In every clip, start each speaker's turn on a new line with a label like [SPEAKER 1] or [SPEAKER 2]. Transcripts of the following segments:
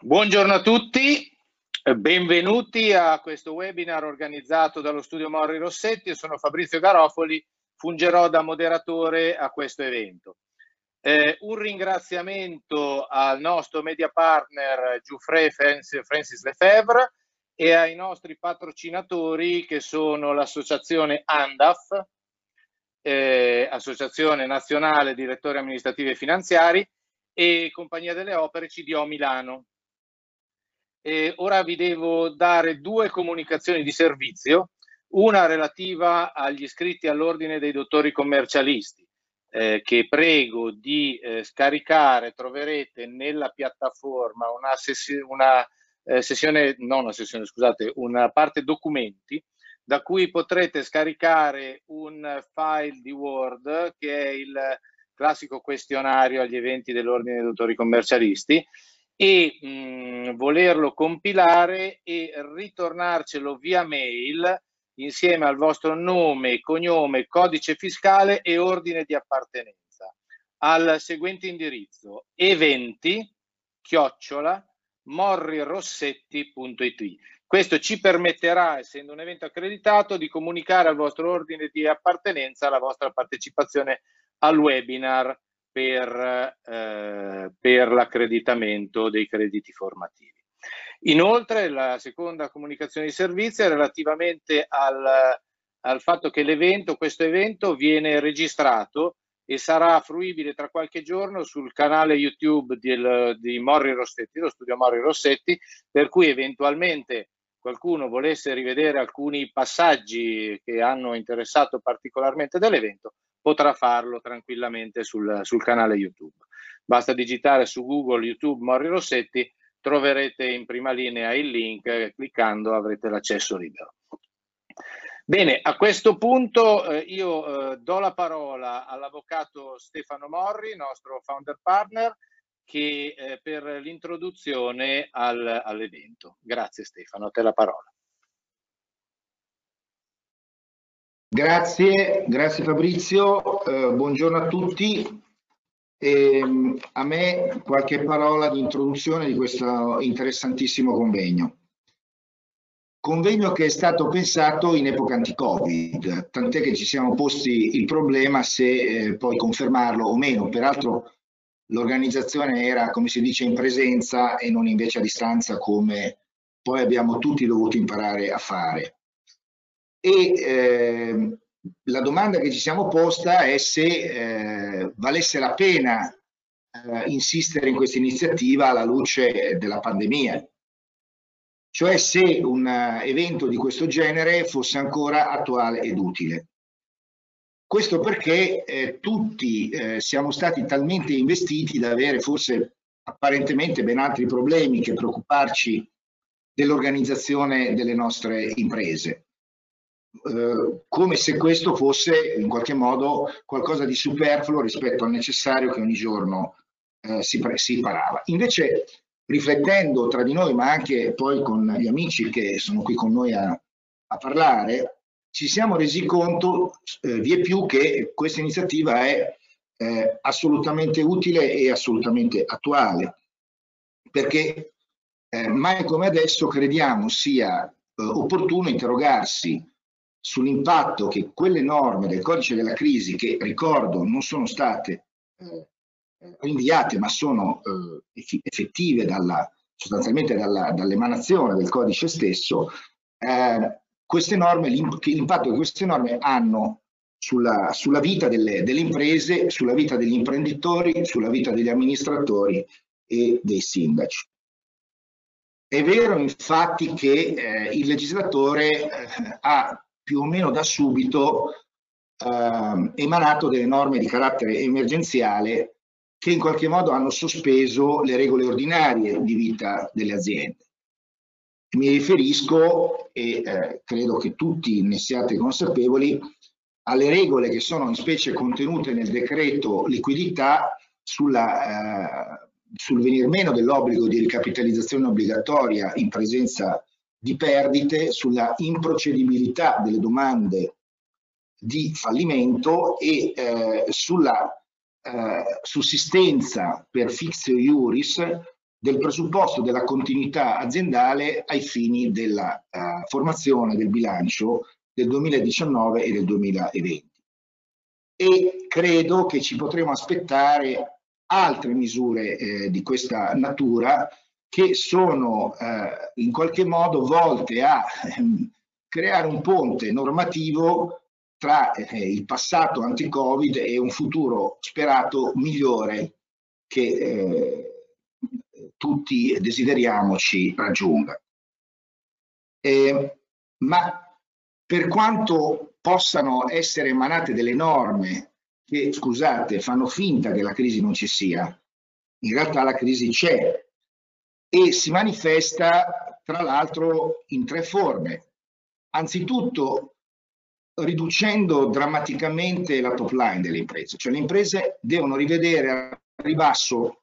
[SPEAKER 1] Buongiorno a tutti, benvenuti a questo webinar organizzato dallo studio Mori Rossetti. Io sono Fabrizio Garofoli, fungerò da moderatore a questo evento. Un ringraziamento al nostro media partner Giuffre Francis Lefebvre e ai nostri patrocinatori che sono l'associazione ANDAF, Associazione Nazionale Direttori Amministrativi e Finanziari, e Compagnia delle Opere CDO Milano. Ora vi devo dare due comunicazioni di servizio, una relativa agli iscritti all'ordine dei dottori commercialisti, che prego di scaricare. Troverete nella piattaforma una parte documenti da cui potrete scaricare un file di Word che è il classico questionario agli eventi dell'ordine dei dottori commercialisti, e volerlo compilare e ritornarcelo via mail insieme al vostro nome, cognome, codice fiscale e ordine di appartenenza al seguente indirizzo: eventi@morrirossetti.it. Questo ci permetterà, essendo un evento accreditato, di comunicare al vostro ordine di appartenenza la vostra partecipazione al webinar per l'accreditamento dei crediti formativi. Inoltre, la seconda comunicazione di servizio è relativamente al fatto che questo evento viene registrato e sarà fruibile tra qualche giorno sul canale YouTube di Mori Rossetti, lo studio Mori Rossetti, per cui eventualmente qualcuno volesse rivedere alcuni passaggi che hanno interessato particolarmente dell'evento, potrà farlo tranquillamente sul canale YouTube. Basta digitare su Google YouTube Mori Rossetti, troverete in prima linea il link, cliccando avrete l'accesso libero. Bene, a questo punto io do la parola all'avvocato Stefano Morri, nostro founder partner, che per l'introduzione all'evento. Grazie Stefano, a te la parola.
[SPEAKER 2] Grazie Fabrizio, buongiorno a tutti. A me qualche parola di introduzione di questo interessantissimo convegno. Convegno che è stato pensato in epoca anti-Covid, tant'è che ci siamo posti il problema se poi confermarlo o meno. Peraltro l'organizzazione era, come si dice, in presenza e non invece a distanza, come poi abbiamo tutti dovuto imparare a fare. E la domanda che ci siamo posta è se valesse la pena insistere in questa iniziativa alla luce della pandemia, cioè se un evento di questo genere fosse ancora attuale ed utile. Questo perché tutti siamo stati talmente investiti da avere forse apparentemente ben altri problemi che preoccuparci dell'organizzazione delle nostre imprese. Come se questo fosse in qualche modo qualcosa di superfluo rispetto al necessario che ogni giorno si imparava. Invece, riflettendo tra di noi, ma anche poi con gli amici che sono qui con noi a parlare, ci siamo resi conto vie più che questa iniziativa è assolutamente utile e assolutamente attuale, perché mai come adesso crediamo sia opportuno interrogarsi sull'impatto che quelle norme del codice della crisi, che ricordo non sono state rinviate ma sono effettive sostanzialmente dall'emanazione del codice stesso, queste norme, l'impatto che queste norme hanno sulla vita delle imprese, sulla vita degli imprenditori, sulla vita degli amministratori e dei sindaci. È vero infatti che il legislatore ha più o meno da subito emanato delle norme di carattere emergenziale che in qualche modo hanno sospeso le regole ordinarie di vita delle aziende. Mi riferisco, e credo che tutti ne siate consapevoli, alle regole che sono in specie contenute nel decreto liquidità sul venir meno dell'obbligo di ricapitalizzazione obbligatoria in presenza di perdite, sulla improcedibilità delle domande di fallimento e sulla sussistenza per fictio iuris del presupposto della continuità aziendale ai fini della formazione del bilancio del 2019 e del 2020. E credo che ci potremo aspettare altre misure di questa natura che sono in qualche modo volte a creare un ponte normativo tra il passato anti-Covid e un futuro sperato migliore che tutti desideriamo ci raggiunga. Ma per quanto possano essere emanate delle norme che, scusate, fanno finta che la crisi non ci sia, in realtà la crisi c'è e si manifesta tra l'altro in 3 forme. Anzitutto riducendo drammaticamente la top line delle imprese, cioè le imprese devono rivedere a ribasso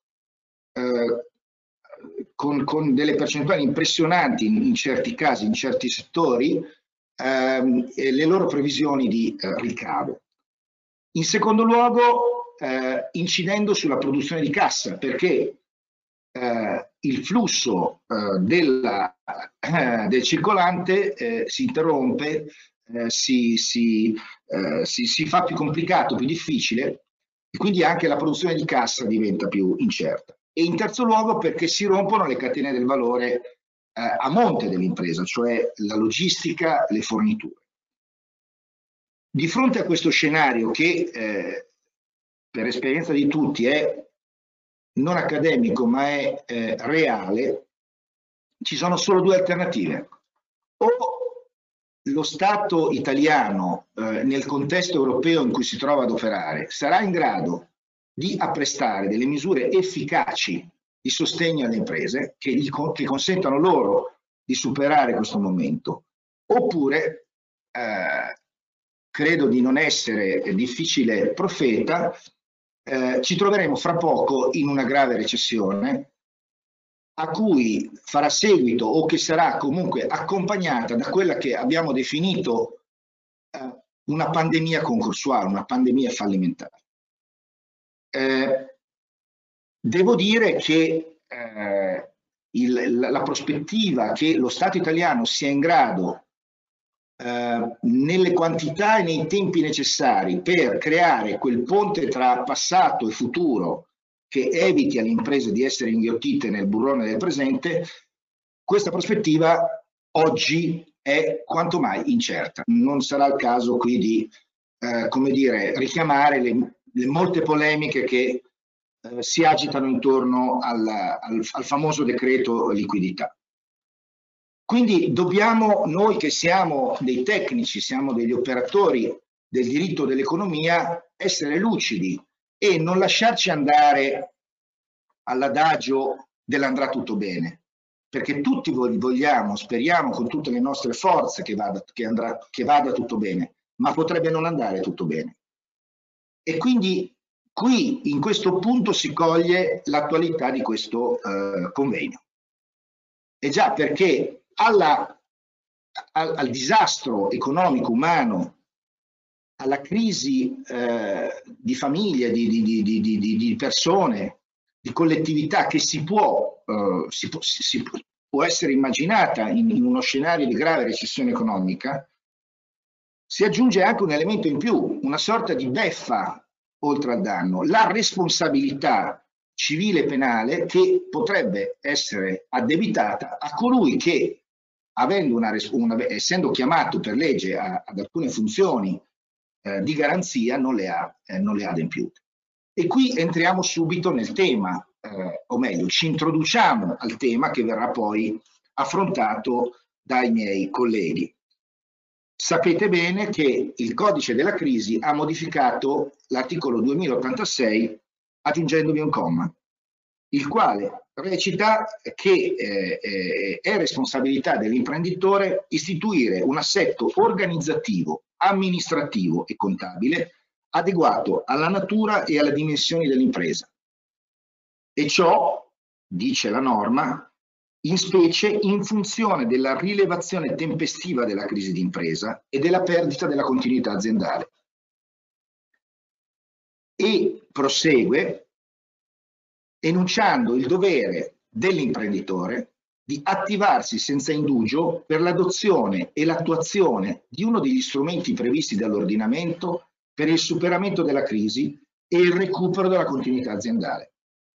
[SPEAKER 2] con delle percentuali impressionanti in certi casi, in certi settori, le loro previsioni di ricavo. In secondo luogo, incidendo sulla produzione di cassa, perché il flusso del circolante si interrompe, si fa più complicato, più difficile, e quindi anche la produzione di cassa diventa più incerta. E in terzo luogo perché si rompono le catene del valore a monte dell'impresa, cioè la logistica, le forniture. Di fronte a questo scenario che per esperienza di tutti è non accademico ma è reale, ci sono solo 2 alternative. O lo Stato italiano nel contesto europeo in cui si trova ad operare sarà in grado di apprestare delle misure efficaci di sostegno alle imprese che consentano loro di superare questo momento, oppure credo di non essere difficile profeta, ci troveremo fra poco in una grave recessione a cui farà seguito o che sarà comunque accompagnata da quella che abbiamo definito una pandemia concorsuale, una pandemia fallimentare. Devo dire che la prospettiva che lo Stato italiano sia in grado nelle quantità e nei tempi necessari per creare quel ponte tra passato e futuro che eviti alle imprese di essere inghiottite nel burrone del presente, questa prospettiva oggi è quanto mai incerta. Non sarà il caso qui di come dire, richiamare le molte polemiche che si agitano intorno al famoso decreto liquidità. Quindi dobbiamo, noi che siamo dei tecnici, siamo degli operatori del diritto dell'economia, essere lucidi e non lasciarci andare all'adagio dell'andrà tutto bene, perché tutti vogliamo, speriamo con tutte le nostre forze che vada tutto bene, ma potrebbe non andare tutto bene. E quindi qui in questo punto si coglie l'attualità di questo convegno. E già perché al disastro economico, umano, alla crisi di famiglie, di persone, di collettività che può essere immaginata in uno scenario di grave recessione economica, si aggiunge anche un elemento in più, una sorta di beffa oltre al danno, la responsabilità civile e penale che potrebbe essere addebitata a colui che, essendo chiamato per legge ad alcune funzioni di garanzia, non le ha adempiute. E qui entriamo subito nel tema, o meglio, ci introduciamo al tema che verrà poi affrontato dai miei colleghi. Sapete bene che il codice della crisi ha modificato l'articolo 2086 aggiungendovi un comma, il quale recita che è responsabilità dell'imprenditore istituire un assetto organizzativo, amministrativo e contabile adeguato alla natura e alle dimensioni dell'impresa. E ciò, dice la norma, in specie in funzione della rilevazione tempestiva della crisi d'impresa e della perdita della continuità aziendale. E prosegue enunciando il dovere dell'imprenditore di attivarsi senza indugio per l'adozione e l'attuazione di uno degli strumenti previsti dall'ordinamento per il superamento della crisi e il recupero della continuità aziendale.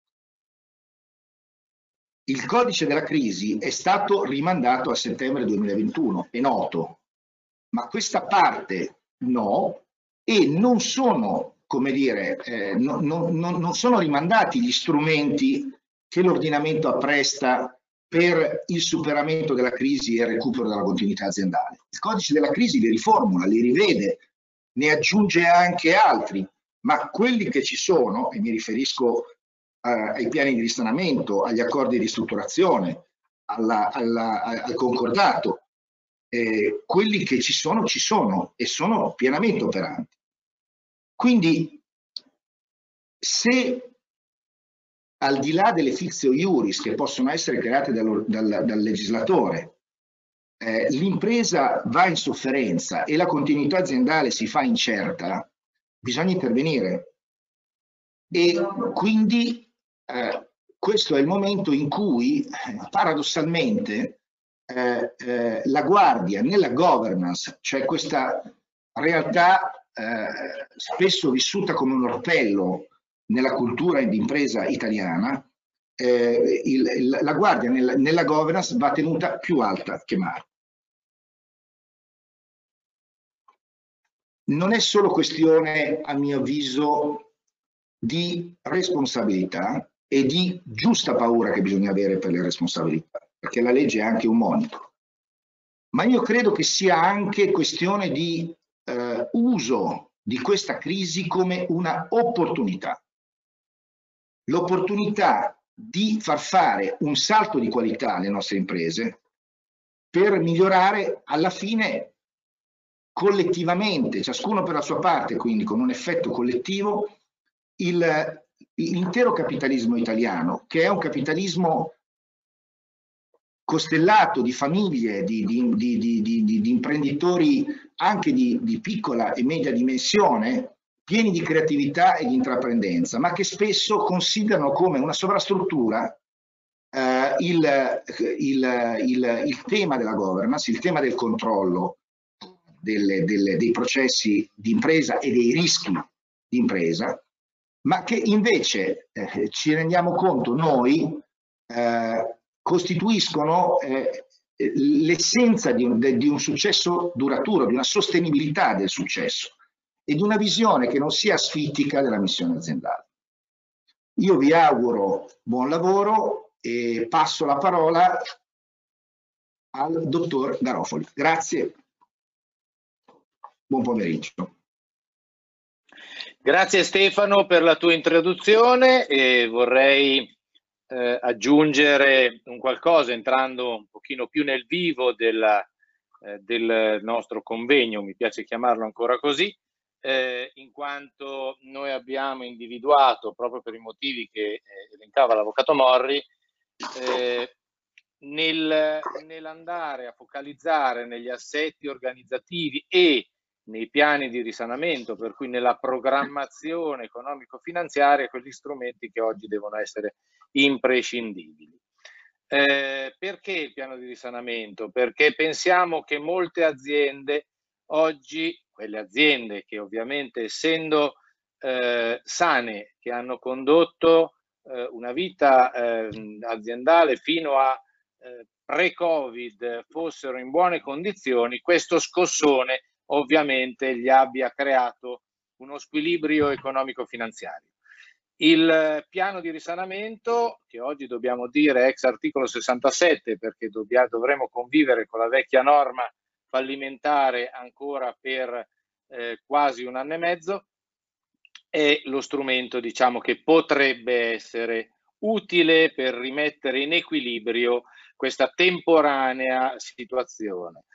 [SPEAKER 2] Il codice della crisi è stato rimandato a settembre 2021, è noto, ma questa parte no, e non sono, come dire, non sono rimandati gli strumenti che l'ordinamento appresta per il superamento della crisi e il recupero della continuità aziendale. Il codice della crisi li riformula, li rivede, ne aggiunge anche altri, ma quelli che ci sono, e mi riferisco ai piani di risanamento, agli accordi di ristrutturazione, al concordato, quelli che ci sono e sono pienamente operanti. Quindi, se al di là delle fictio iuris che possono essere create dal legislatore, l'impresa va in sofferenza e la continuità aziendale si fa incerta, bisogna intervenire. E quindi questo è il momento in cui paradossalmente la guardia nella governance, cioè questa realtà spesso vissuta come un orpello nella cultura d'impresa italiana, la guardia nella governance va tenuta più alta che mai. Non è solo questione, a mio avviso, di responsabilità e di giusta paura che bisogna avere per le responsabilità, perché la legge è anche un monito, ma io credo che sia anche questione di uso di questa crisi come una opportunità. L'opportunità di far fare un salto di qualità alle nostre imprese per migliorare alla fine collettivamente, ciascuno per la sua parte, quindi con un effetto collettivo, l'intero capitalismo italiano, che è un capitalismo costellato di famiglie, di imprenditori anche di piccola e media dimensione, pieni di creatività e di intraprendenza, ma che spesso considerano come una sovrastruttura il tema della governance, il tema del controllo dei processi di impresa e dei rischi di impresa, ma che invece ci rendiamo conto noi costituiscono l'essenza di un successo duraturo, di una sostenibilità del successo e di una visione che non sia asfittica della missione aziendale. Io vi auguro buon lavoro e passo la parola al dottor Garofoli. Grazie. Buon pomeriggio.
[SPEAKER 1] Grazie Stefano per la tua introduzione e vorrei aggiungere un qualcosa entrando un pochino più nel vivo del nostro convegno, mi piace chiamarlo ancora così, in quanto noi abbiamo individuato, proprio per i motivi che elencava l'avvocato Morri, nell'andare a focalizzare negli assetti organizzativi e nei piani di risanamento, per cui nella programmazione economico-finanziaria, quegli strumenti che oggi devono essere imprescindibili. Perché il piano di risanamento? Perché pensiamo che molte aziende oggi, quelle aziende che ovviamente essendo sane, che hanno condotto una vita aziendale fino a pre-Covid, fossero in buone condizioni, questo scossone ovviamente gli abbia creato uno squilibrio economico-finanziario. Il piano di risanamento, che oggi dobbiamo dire ex articolo 67, perché dovremo convivere con la vecchia norma fallimentare ancora per quasi un anno e mezzo, è lo strumento, diciamo, che potrebbe essere utile per rimettere in equilibrio questa temporanea situazione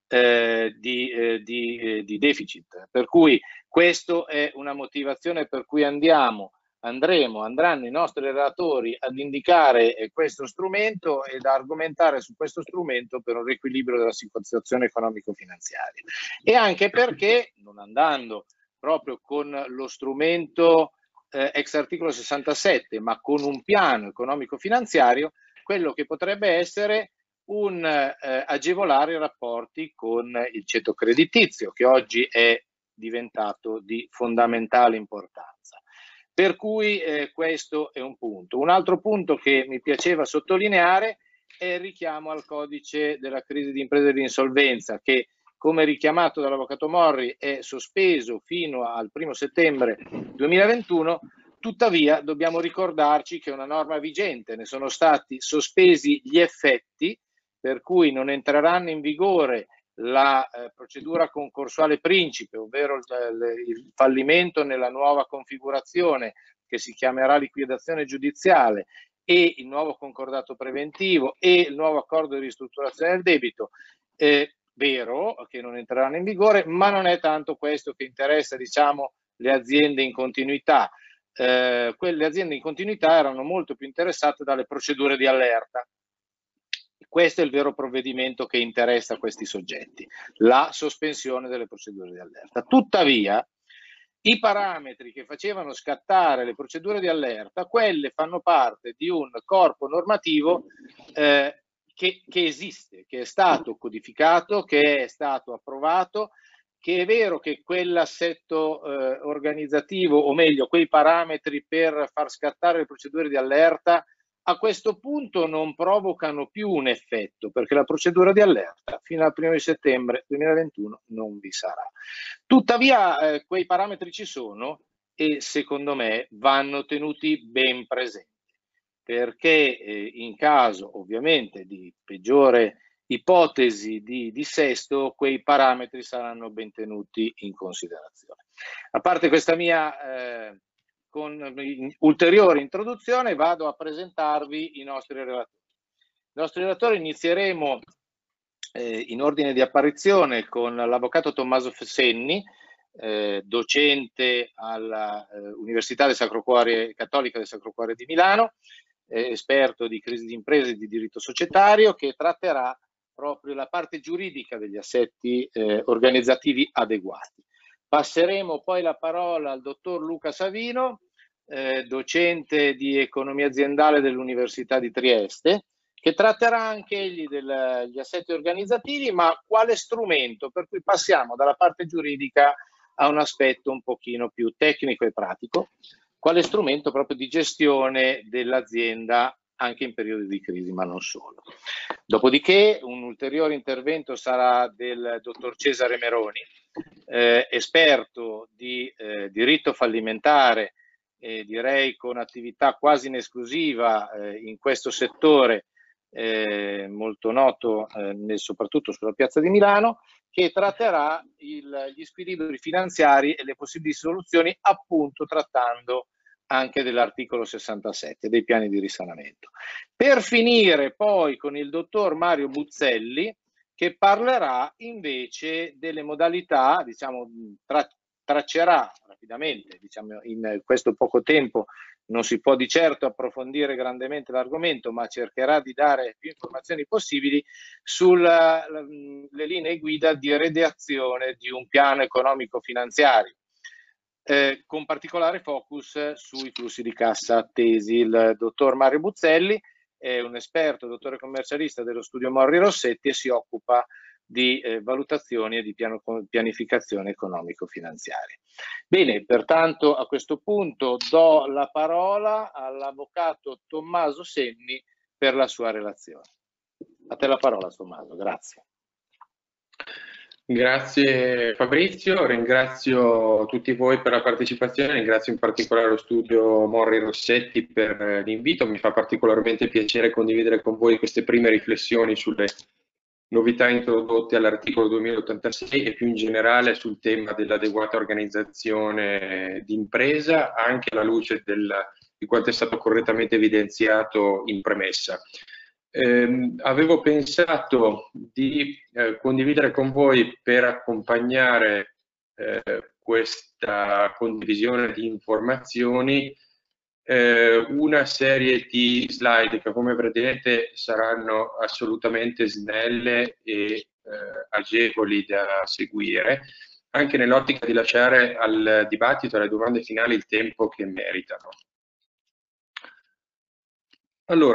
[SPEAKER 1] di deficit. Per cui questa è una motivazione per cui andranno i nostri relatori ad indicare questo strumento ed argomentare su questo strumento per un riequilibrio della situazione economico-finanziaria. E anche perché, non andando proprio con lo strumento ex articolo 67, ma con un piano economico-finanziario, quello che potrebbe essere un agevolare i rapporti con il ceto creditizio, che oggi è diventato di fondamentale importanza. Per cui questo è un punto. Un altro punto che mi piaceva sottolineare è il richiamo al codice della crisi di impresa e di insolvenza, che, come richiamato dall'avvocato Morri, è sospeso fino al 1° settembre 2021. Tuttavia dobbiamo ricordarci che è una norma vigente, ne sono stati sospesi gli effetti, per cui non entreranno in vigore la procedura concorsuale principe, ovvero il fallimento nella nuova configurazione che si chiamerà liquidazione giudiziale, e il nuovo concordato preventivo e il nuovo accordo di ristrutturazione del debito. Vero che non entreranno in vigore, ma non è tanto questo che interessa, diciamo, le aziende in continuità. Quelle aziende in continuità erano molto più interessate dalle procedure di allerta. Questo è il vero provvedimento che interessa questi soggetti, la sospensione delle procedure di allerta. Tuttavia, i parametri che facevano scattare le procedure di allerta, quelle fanno parte di un corpo normativo che esiste, che è stato codificato, che è stato approvato, che è vero che quell'assetto organizzativo, o meglio, quei parametri per far scattare le procedure di allerta, a questo punto non provocano più un effetto, perché la procedura di allerta fino al 1° settembre 2021 non vi sarà. Tuttavia quei parametri ci sono e secondo me vanno tenuti ben presenti, perché in caso ovviamente di peggiore ipotesi di dissesto, quei parametri saranno ben tenuti in considerazione. A parte questa mia con ulteriore introduzione, vado a presentarvi i nostri relatori. I nostri relatori inizieremo in ordine di apparizione con l'avvocato Tommaso Senni, docente all'Università del Sacro Cuore Cattolica del Sacro Cuore di Milano, esperto di crisi di imprese e di diritto societario, che tratterà proprio la parte giuridica degli assetti organizzativi adeguati. Passeremo poi la parola al dottor Luca Savino, docente di economia aziendale dell'Università di Trieste, che tratterà anche egli degli assetti organizzativi, ma quale strumento, per cui passiamo dalla parte giuridica a un aspetto un pochino più tecnico e pratico, quale strumento proprio di gestione dell'azienda anche in periodi di crisi, ma non solo. Dopodiché un ulteriore intervento sarà del dottor Cesare Meroni, esperto di diritto fallimentare, direi con attività quasi in esclusiva in questo settore, molto noto soprattutto sulla piazza di Milano, che tratterà gli squilibri finanziari e le possibili soluzioni, appunto trattando anche dell'articolo 67, dei piani di risanamento. Per finire poi con il dottor Mario Buzzelli, che parlerà invece delle modalità, diciamo, traccerà rapidamente, diciamo, in questo poco tempo non si può di certo approfondire grandemente l'argomento, ma cercherà di dare più informazioni possibili sulle linee guida di redazione di un piano economico finanziario, con particolare focus sui flussi di cassa attesi. Il dottor Mario Buzzelli è un esperto, dottore commercialista dello studio Morri Rossetti, e si occupa di valutazioni e di pianificazione economico-finanziaria. Bene, pertanto a questo punto do la parola all'avvocato Tommaso Senni per la sua relazione. A te la parola, Tommaso, grazie.
[SPEAKER 3] Grazie Fabrizio, ringrazio tutti voi per la partecipazione, ringrazio in particolare lo studio Morri Rossetti per l'invito. Mi fa particolarmente piacere condividere con voi queste prime riflessioni sulle novità introdotte all'articolo 2086 e più in generale sul tema dell'adeguata organizzazione d'impresa, anche alla luce di quanto è stato correttamente evidenziato in premessa. Avevo pensato di condividere con voi, per accompagnare questa condivisione di informazioni, una serie di slide che, come vedete, saranno assolutamente snelle e agevoli da seguire, anche nell'ottica di lasciare al dibattito e alle domande finali il tempo che meritano. Allora,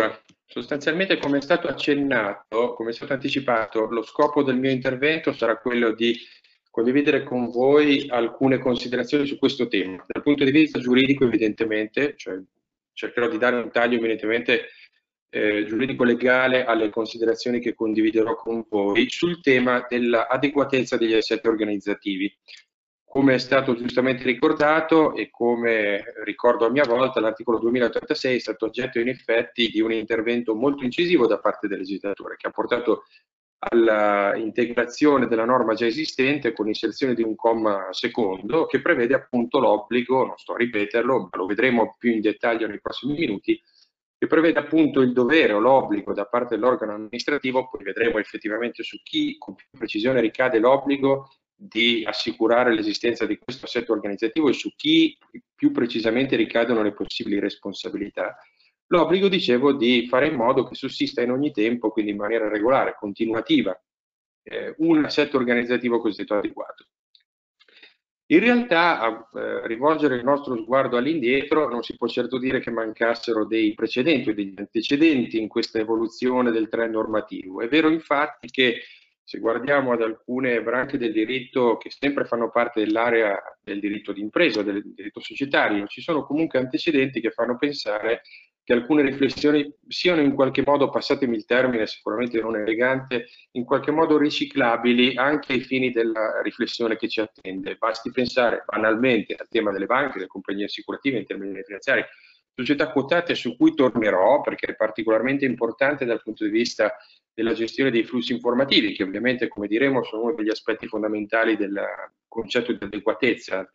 [SPEAKER 3] Sostanzialmente, come è stato accennato, come è stato anticipato, lo scopo del mio intervento sarà quello di condividere con voi alcune considerazioni su questo tema. Dal punto di vista giuridico, evidentemente, cioè cercherò di dare un taglio evidentemente giuridico-legale alle considerazioni che condividerò con voi sul tema dell'adeguatezza degli assetti organizzativi. Come è stato giustamente ricordato e come ricordo a mia volta, l'articolo 2086 è stato oggetto in effetti di un intervento molto incisivo da parte del legislatore, che ha portato alla integrazione della norma già esistente con l'inserzione di un comma secondo che prevede appunto l'obbligo, non sto a ripeterlo, ma lo vedremo più in dettaglio nei prossimi minuti, che prevede appunto il dovere o l'obbligo da parte dell'organo amministrativo, poi vedremo effettivamente su chi con più precisione ricade l'obbligo di assicurare l'esistenza di questo assetto organizzativo e su chi più precisamente ricadono le possibili responsabilità. L'obbligo, dicevo, di fare in modo che sussista in ogni tempo, quindi in maniera regolare, continuativa, un assetto organizzativo cosiddetto adeguato. In realtà, a rivolgere il nostro sguardo all'indietro, non si può certo dire che mancassero dei precedenti o degli antecedenti in questa evoluzione del trend normativo. È vero infatti che se guardiamo ad alcune branche del diritto che sempre fanno parte dell'area del diritto d'impresa, del diritto societario, ci sono comunque antecedenti che fanno pensare che alcune riflessioni siano in qualche modo, passatemi il termine sicuramente non elegante, in qualche modo riciclabili anche ai fini della riflessione che ci attende. Basti pensare banalmente al tema delle banche, delle compagnie assicurative in termini finanziari, società quotate su cui tornerò perché è particolarmente importante dal punto di vista della gestione dei flussi informativi, che ovviamente, come diremo, sono uno degli aspetti fondamentali del concetto di adeguatezza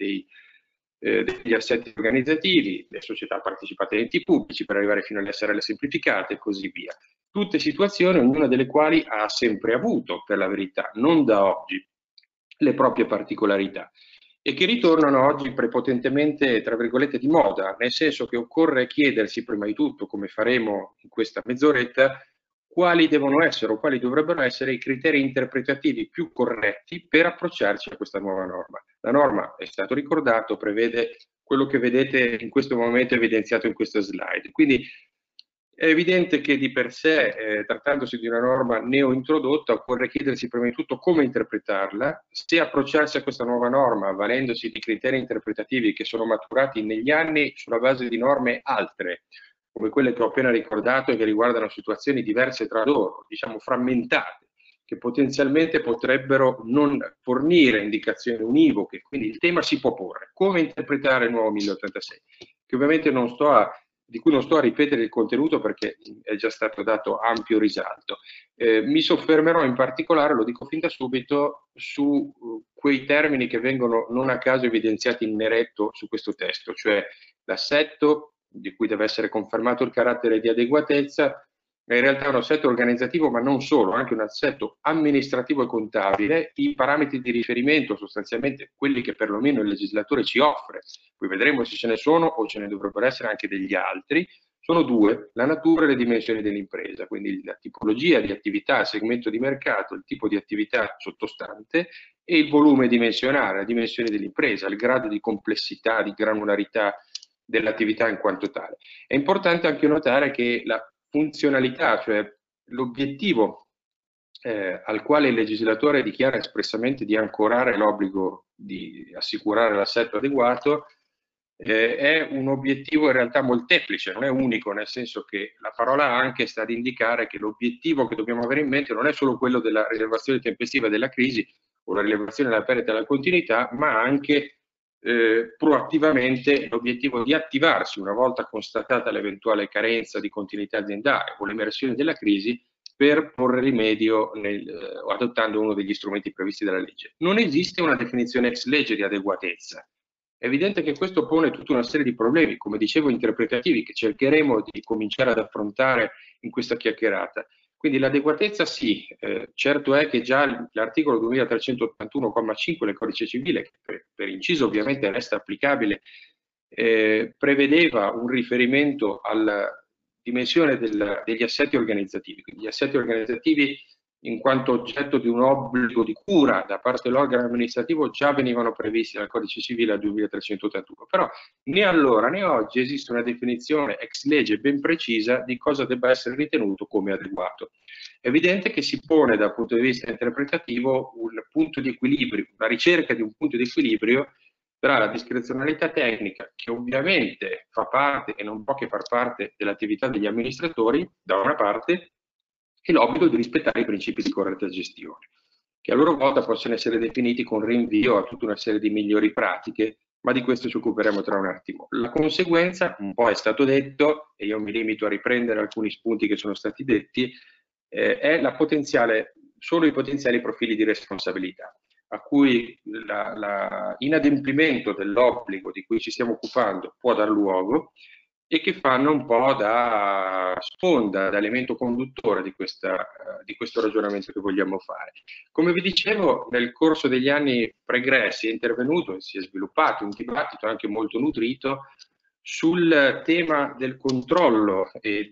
[SPEAKER 3] degli assetti organizzativi, le società partecipate a enti pubblici per arrivare fino alle SRL semplificate e così via. Tutte situazioni, ognuna delle quali ha sempre avuto, per la verità, non da oggi, le proprie particolarità e che ritornano oggi prepotentemente, tra virgolette, di moda, nel senso che occorre chiedersi prima di tutto, come faremo in questa mezz'oretta, quali devono essere o quali dovrebbero essere i criteri interpretativi più corretti per approcciarci a questa nuova norma. La norma, è stato ricordato, prevede quello che vedete in questo momento evidenziato in questa slide. Quindi è evidente che di per sé, trattandosi di una norma neointrodotta, occorre chiedersi prima di tutto come interpretarla, se approcciarsi a questa nuova norma avvalendosi di criteri interpretativi che sono maturati negli anni sulla base di norme altre, come quelle che ho appena ricordato e che riguardano situazioni diverse tra loro, diciamo frammentate, che potenzialmente potrebbero non fornire indicazioni univoche. Quindi il tema si può porre: come interpretare il nuovo 1086, che ovviamente di cui non sto a ripetere il contenuto perché è già stato dato ampio risalto. Mi soffermerò in particolare, lo dico fin da subito, su quei termini che vengono non a caso evidenziati in neretto su questo testo, cioè l'assetto, di cui deve essere confermato il carattere di adeguatezza, è in realtà un assetto organizzativo, ma non solo, anche un assetto amministrativo e contabile, i parametri di riferimento, sostanzialmente quelli che perlomeno il legislatore ci offre, poi vedremo se ce ne sono o ce ne dovrebbero essere anche degli altri, sono due: la natura e le dimensioni dell'impresa, quindi la tipologia di attività, il segmento di mercato, il tipo di attività sottostante e il volume dimensionale, la dimensione dell'impresa, il grado di complessità, di granularità dell'attività in quanto tale. È importante anche notare che la funzionalità, cioè l'obiettivo al quale il legislatore dichiara espressamente di ancorare l'obbligo di assicurare l'assetto adeguato, è un obiettivo in realtà molteplice, non è unico, nel senso che la parola anche sta ad indicare che l'obiettivo che dobbiamo avere in mente non è solo quello della rilevazione tempestiva della crisi o la rilevazione della perdita della continuità, ma anche proattivamente l'obiettivo di attivarsi una volta constatata l'eventuale carenza di continuità aziendale o l'emersione della crisi per porre rimedio adottando uno degli strumenti previsti dalla legge. Non esiste una definizione ex legge di adeguatezza. È evidente che questo pone tutta una serie di problemi, come dicevo, interpretativi, che cercheremo di cominciare ad affrontare in questa chiacchierata. Quindi l'adeguatezza sì, certo è che già l'articolo 2381,5 del Codice Civile, che per inciso ovviamente resta applicabile, prevedeva un riferimento alla dimensione degli assetti organizzativi. Quindi gli assetti organizzativi in quanto oggetto di un obbligo di cura da parte dell'organo amministrativo già venivano previsti dal Codice Civile al 2381, però né allora né oggi esiste una definizione ex legge ben precisa di cosa debba essere ritenuto come adeguato. È evidente che si pone dal punto di vista interpretativo un punto di equilibrio, la ricerca di un punto di equilibrio tra la discrezionalità tecnica, che ovviamente fa parte e non può che far parte dell'attività degli amministratori, da una parte, e l'obbligo di rispettare i principi di corretta gestione, che a loro volta possono essere definiti con rinvio a tutta una serie di migliori pratiche, ma di questo ci occuperemo tra un attimo. La conseguenza, un po' è stato detto, e io mi limito a riprendere alcuni spunti che sono stati detti, è sono i potenziali profili di responsabilità, a cui l'inadempimento dell'obbligo di cui ci stiamo occupando può dar luogo, e che fanno un po' da sponda, da elemento conduttore di questo ragionamento che vogliamo fare. Come vi dicevo, nel corso degli anni pregressi è intervenuto e si è sviluppato un dibattito anche molto nutrito sul tema del controllo e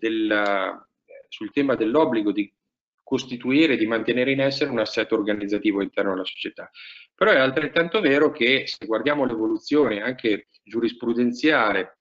[SPEAKER 3] sul tema dell'obbligo di costituire, di mantenere in essere un assetto organizzativo interno alla società. Però è altrettanto vero che, se guardiamo l'evoluzione anche giurisprudenziale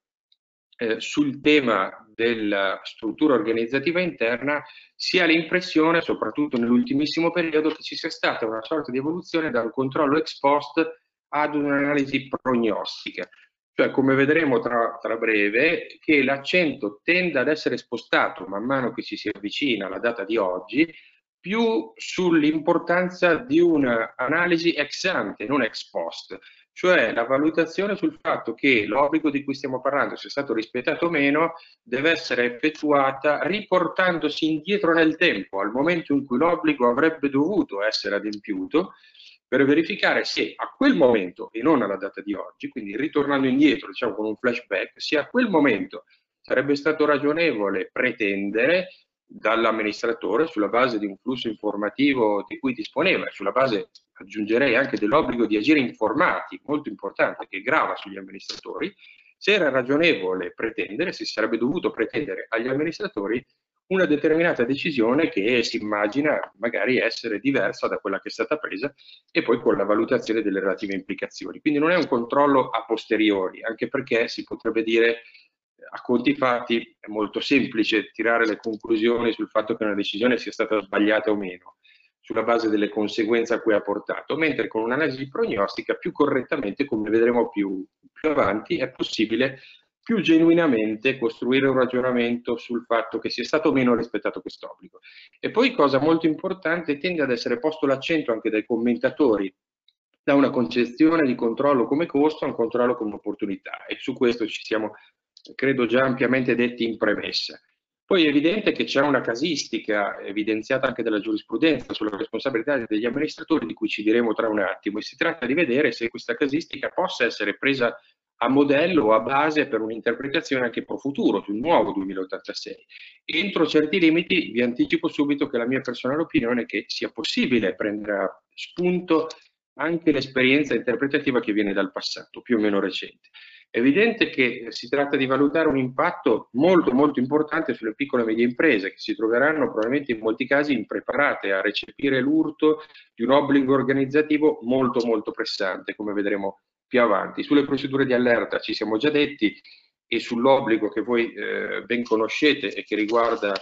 [SPEAKER 3] sul tema della struttura organizzativa interna, si ha l'impressione, soprattutto nell'ultimissimo periodo, che ci sia stata una sorta di evoluzione dal controllo ex post ad un'analisi prognostica. Cioè, come vedremo tra breve, che l'accento tende ad essere spostato man mano che ci si avvicina alla data di oggi, più sull'importanza di un'analisi ex ante, non ex post, cioè la valutazione sul fatto che l'obbligo di cui stiamo parlando, sia stato rispettato o meno, deve essere effettuata riportandosi indietro nel tempo, al momento in cui l'obbligo avrebbe dovuto essere adempiuto, per verificare se a quel momento, e non alla data di oggi, quindi ritornando indietro, diciamo con un flashback, se a quel momento sarebbe stato ragionevole pretendere dall'amministratore, sulla base di un flusso informativo di cui disponeva e sulla base, aggiungerei, anche dell'obbligo di agire informati, molto importante, che grava sugli amministratori, se era ragionevole pretendere, se si sarebbe dovuto pretendere agli amministratori una determinata decisione che si immagina magari essere diversa da quella che è stata presa, e poi con la valutazione delle relative implicazioni. Quindi non è un controllo a posteriori, anche perché si potrebbe dire, a conti fatti, è molto semplice tirare le conclusioni sul fatto che una decisione sia stata sbagliata o meno, sulla base delle conseguenze a cui ha portato, mentre con un'analisi prognostica, più correttamente, come vedremo più avanti, è possibile più genuinamente costruire un ragionamento sul fatto che sia stato o meno rispettato quest'obbligo. E poi, cosa molto importante, tende ad essere posto l'accento anche dai commentatori da una concezione di controllo come costo a un controllo come opportunità, e su questo ci siamo, credo, già ampiamente detti in premessa. Poi è evidente che c'è una casistica evidenziata anche dalla giurisprudenza sulla responsabilità degli amministratori, di cui ci diremo tra un attimo, e si tratta di vedere se questa casistica possa essere presa a modello o a base per un'interpretazione anche pro futuro, sul nuovo 2086. Entro certi limiti vi anticipo subito che la mia personale opinione è che sia possibile prendere a spunto anche l'esperienza interpretativa che viene dal passato, più o meno recente. È evidente che si tratta di valutare un impatto molto molto importante sulle piccole e medie imprese, che si troveranno probabilmente in molti casi impreparate a recepire l'urto di un obbligo organizzativo molto molto pressante, come vedremo più avanti. Sulle procedure di allerta ci siamo già detti, e sull'obbligo che voi ben conoscete e che riguarda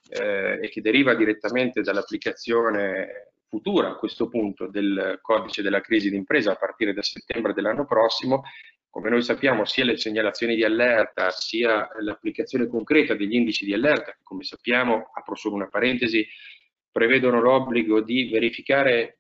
[SPEAKER 3] e che deriva direttamente dall'applicazione futura, a questo punto, del codice della crisi d'impresa a partire da settembre dell'anno prossimo. Come noi sappiamo, sia le segnalazioni di allerta, sia l'applicazione concreta degli indici di allerta, che, come sappiamo, apro solo una parentesi, prevedono l'obbligo di verificare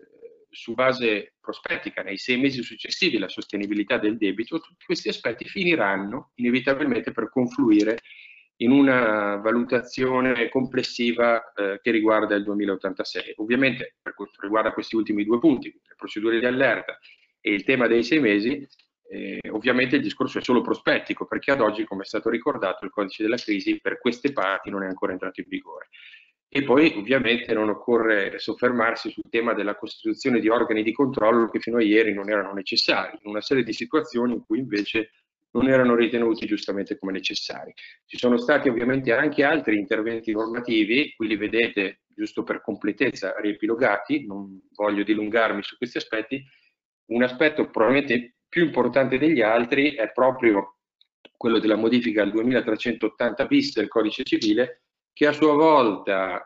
[SPEAKER 3] su base prospettica nei 6 mesi successivi la sostenibilità del debito. Tutti questi aspetti finiranno inevitabilmente per confluire in una valutazione complessiva che riguarda il 2086. Ovviamente, per quanto riguarda questi ultimi due punti, le procedure di allerta e il tema dei 6 mesi, ovviamente il discorso è solo prospettico, perché ad oggi, come è stato ricordato, il codice della crisi per queste parti non è ancora entrato in vigore. E poi ovviamente non occorre soffermarsi sul tema della costituzione di organi di controllo che fino a ieri non erano necessari, in una serie di situazioni in cui invece non erano ritenuti giustamente come necessari. Ci sono stati ovviamente anche altri interventi normativi, qui li vedete giusto per completezza riepilogati, non voglio dilungarmi su questi aspetti. Un aspetto probabilmente più importante degli altri è proprio quello della modifica al 2380 bis del Codice Civile, che a sua volta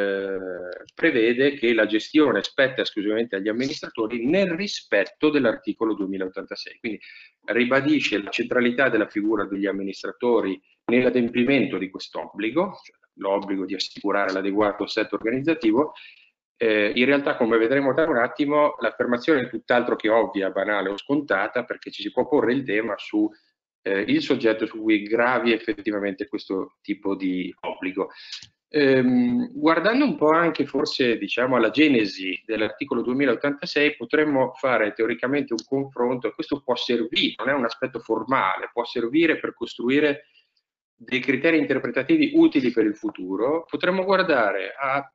[SPEAKER 3] prevede che la gestione spetta esclusivamente agli amministratori nel rispetto dell'articolo 2086. Quindi ribadisce la centralità della figura degli amministratori nell'adempimento di quest'obbligo, cioè l'obbligo di assicurare l'adeguato assetto organizzativo. In realtà, come vedremo tra un attimo, l'affermazione è tutt'altro che ovvia, banale o scontata, perché ci si può porre il tema su il soggetto su cui gravi effettivamente questo tipo di obbligo. Guardando un po' anche forse diciamo alla genesi dell'articolo 2086, potremmo fare teoricamente un confronto, e questo può servire, non è un aspetto formale, può servire per costruire dei criteri interpretativi utili per il futuro. Potremmo guardare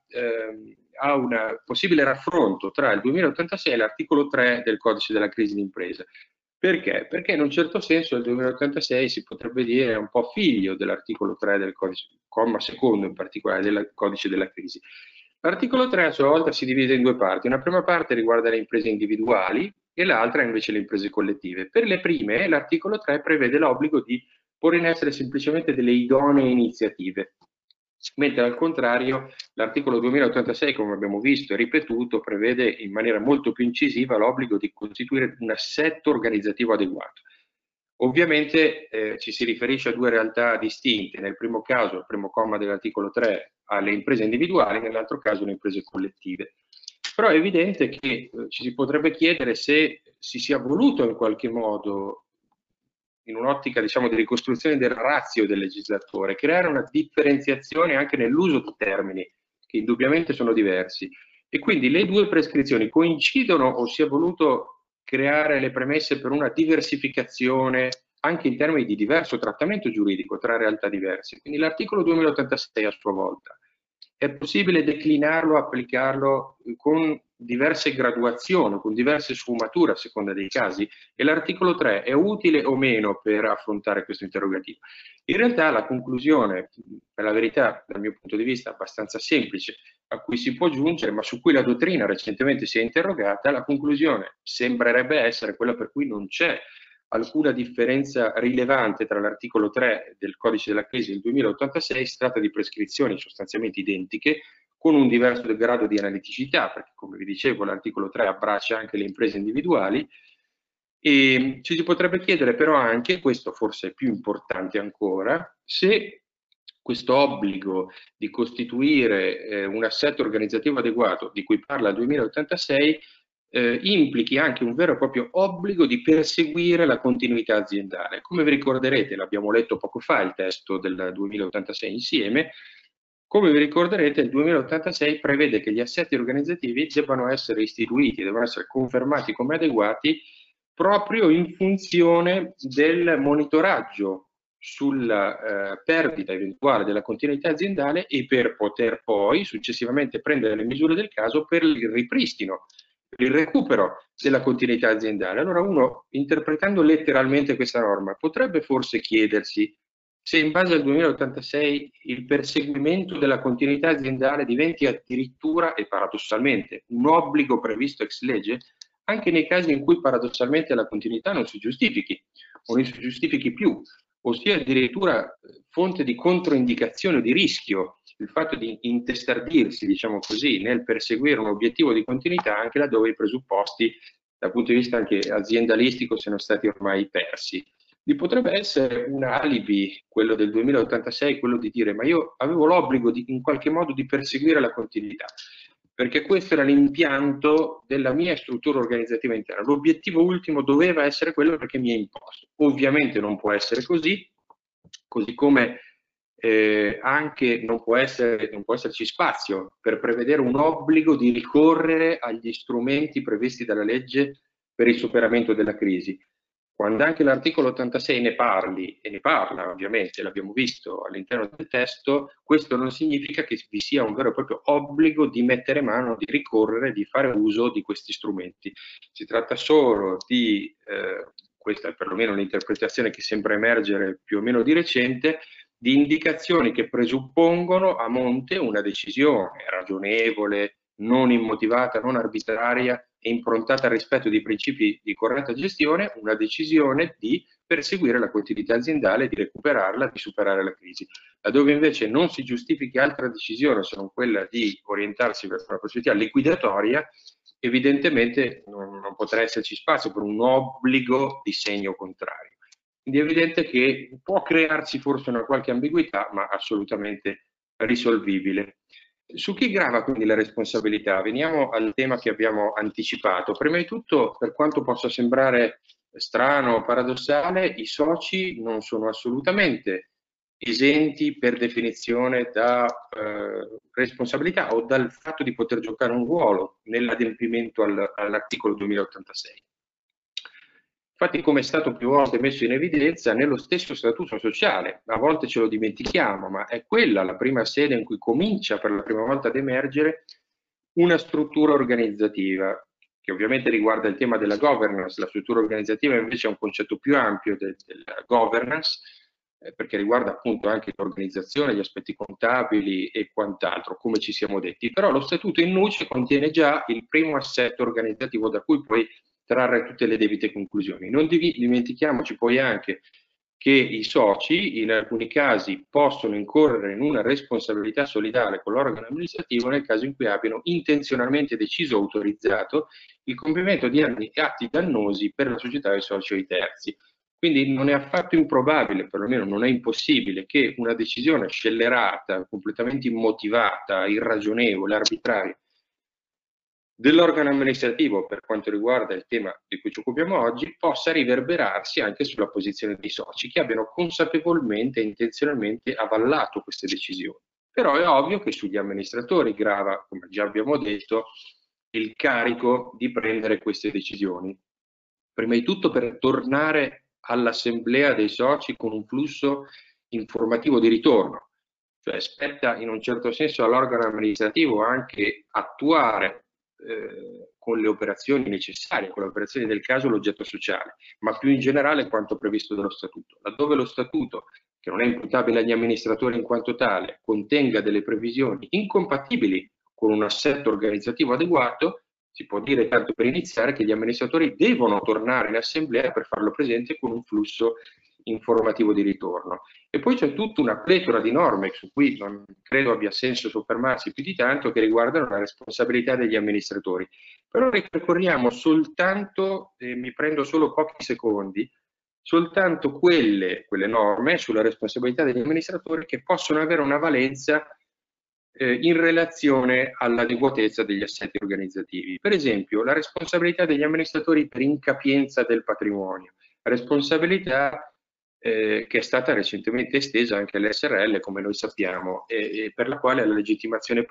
[SPEAKER 3] a un possibile raffronto tra il 2086 e l'articolo 3 del Codice della crisi d'impresa. Perché? Perché in un certo senso il 2086 si potrebbe dire è un po' figlio dell'articolo 3 del codice, comma secondo in particolare del codice della crisi. L'articolo 3 a sua volta si divide in due parti. Una prima parte riguarda le imprese individuali e l'altra invece le imprese collettive. Per le prime l'articolo 3 prevede l'obbligo di porre in essere semplicemente delle idonee iniziative, mentre al contrario l'articolo 2086, come abbiamo visto e ripetuto, prevede in maniera molto più incisiva l'obbligo di costituire un assetto organizzativo adeguato. Ovviamente ci si riferisce a due realtà distinte, nel primo caso, il primo comma dell'articolo 3, alle imprese individuali, nell'altro caso alle imprese collettive. Però è evidente che ci si potrebbe chiedere se si sia voluto in qualche modo, in un'ottica diciamo di ricostruzione del ratio del legislatore, creare una differenziazione anche nell'uso di termini, che indubbiamente sono diversi. E quindi le due prescrizioni coincidono o si è voluto creare le premesse per una diversificazione anche in termini di diverso trattamento giuridico tra realtà diverse. Quindi l'articolo 2086 a sua volta è possibile declinarlo, applicarlo con diverse graduazioni, con diverse sfumature a seconda dei casi, e l'articolo 3 è utile o meno per affrontare questo interrogativo. In realtà la conclusione, per la verità dal mio punto di vista abbastanza semplice, a cui si può giungere, ma su cui la dottrina recentemente si è interrogata, la conclusione sembrerebbe essere quella per cui non c'è alcuna differenza rilevante tra l'articolo 3 del Codice della crisi del 2086, si tratta di prescrizioni sostanzialmente identiche, con un diverso grado di analiticità, perché come vi dicevo l'articolo 3 abbraccia anche le imprese individuali, e ci si potrebbe chiedere però anche, questo forse è più importante ancora, se questo obbligo di costituire un assetto organizzativo adeguato di cui parla il 2086 implichi anche un vero e proprio obbligo di perseguire la continuità aziendale. Come vi ricorderete, l'abbiamo letto poco fa il testo del 2086 insieme, come vi ricorderete il 2086 prevede che gli assetti organizzativi debbano essere istituiti, devono essere confermati come adeguati proprio in funzione del monitoraggio sulla perdita eventuale della continuità aziendale e per poter poi successivamente prendere le misure del caso per il ripristino, per il recupero della continuità aziendale. Allora uno, interpretando letteralmente questa norma, potrebbe forse chiedersi se in base al 2086 il perseguimento della continuità aziendale diventi addirittura e paradossalmente un obbligo previsto ex legge, anche nei casi in cui paradossalmente la continuità non si giustifichi o non si giustifichi più, ossia addirittura fonte di controindicazione o di rischio il fatto di intestardirsi, diciamo così, nel perseguire un obiettivo di continuità anche laddove i presupposti dal punto di vista anche aziendalistico siano stati ormai persi. Vi potrebbe essere un alibi, quello del 2086, quello di dire ma io avevo l'obbligo in qualche modo di perseguire la continuità, perché questo era l'impianto della mia struttura organizzativa interna. L'obiettivo ultimo doveva essere quello perché mi è imposto. Ovviamente non può essere così come anche non può esserci spazio per prevedere un obbligo di ricorrere agli strumenti previsti dalla legge per il superamento della crisi. Quando anche l'articolo 86 ne parli, e ne parla ovviamente, l'abbiamo visto all'interno del testo, questo non significa che vi sia un vero e proprio obbligo di mettere mano, di ricorrere, di fare uso di questi strumenti. Si tratta solo di questa è perlomeno l'interpretazione che sembra emergere più o meno di recente, di indicazioni che presuppongono a monte una decisione ragionevole, non immotivata, non arbitraria e improntata al rispetto dei principi di corretta gestione, una decisione di perseguire la continuità aziendale, di recuperarla, di superare la crisi. Laddove invece non si giustifichi altra decisione se non quella di orientarsi verso una prospettiva liquidatoria, evidentemente non potrà esserci spazio per un obbligo di segno contrario. Quindi è evidente che può crearsi forse una qualche ambiguità, ma assolutamente risolvibile. Su chi grava quindi la responsabilità? Veniamo al tema che abbiamo anticipato. Prima di tutto, per quanto possa sembrare strano o paradossale, i soci non sono assolutamente esenti per definizione da responsabilità o dal fatto di poter giocare un ruolo nell'adempimento all'articolo 2086. Infatti, come è stato più volte messo in evidenza, nello stesso statuto sociale, a volte ce lo dimentichiamo, ma è quella la prima sede in cui comincia per la prima volta ad emergere una struttura organizzativa, che ovviamente riguarda il tema della governance. La struttura organizzativa invece è un concetto più ampio della governance, perché riguarda appunto anche l'organizzazione, gli aspetti contabili e quant'altro, come ci siamo detti. Però lo statuto in nuce contiene già il primo assetto organizzativo da cui poi trarre tutte le debite conclusioni. Non dimentichiamoci poi anche che i soci in alcuni casi possono incorrere in una responsabilità solidale con l'organo amministrativo nel caso in cui abbiano intenzionalmente deciso o autorizzato il compimento di atti dannosi per la società dei soci o i terzi. Quindi non è affatto improbabile, perlomeno non è impossibile, che una decisione scellerata, completamente immotivata, irragionevole, arbitraria dell'organo amministrativo per quanto riguarda il tema di cui ci occupiamo oggi possa riverberarsi anche sulla posizione dei soci che abbiano consapevolmente e intenzionalmente avallato queste decisioni. Però è ovvio che sugli amministratori grava, come già abbiamo detto, il carico di prendere queste decisioni. Prima di tutto per tornare all'assemblea dei soci con un flusso informativo di ritorno, cioè spetta in un certo senso all'organo amministrativo anche attuare con le operazioni necessarie, con le operazioni del caso, l'oggetto sociale, ma più in generale quanto previsto dallo Statuto. Laddove lo Statuto, che non è imputabile agli amministratori in quanto tale, contenga delle previsioni incompatibili con un assetto organizzativo adeguato, si può dire, tanto per iniziare, che gli amministratori devono tornare in assemblea per farlo presente con un flusso informativo di ritorno. E poi c'è tutta una pletora di norme su cui non credo abbia senso soffermarsi più di tanto, che riguardano la responsabilità degli amministratori. Però ripercorriamo soltanto, mi prendo solo pochi secondi, soltanto quelle norme sulla responsabilità degli amministratori che possono avere una valenza in relazione all'adeguatezza degli assetti organizzativi. Per esempio, la responsabilità degli amministratori per incapienza del patrimonio, responsabilità che è stata recentemente estesa anche all'SRL, come noi sappiamo, e per la quale la legittimazione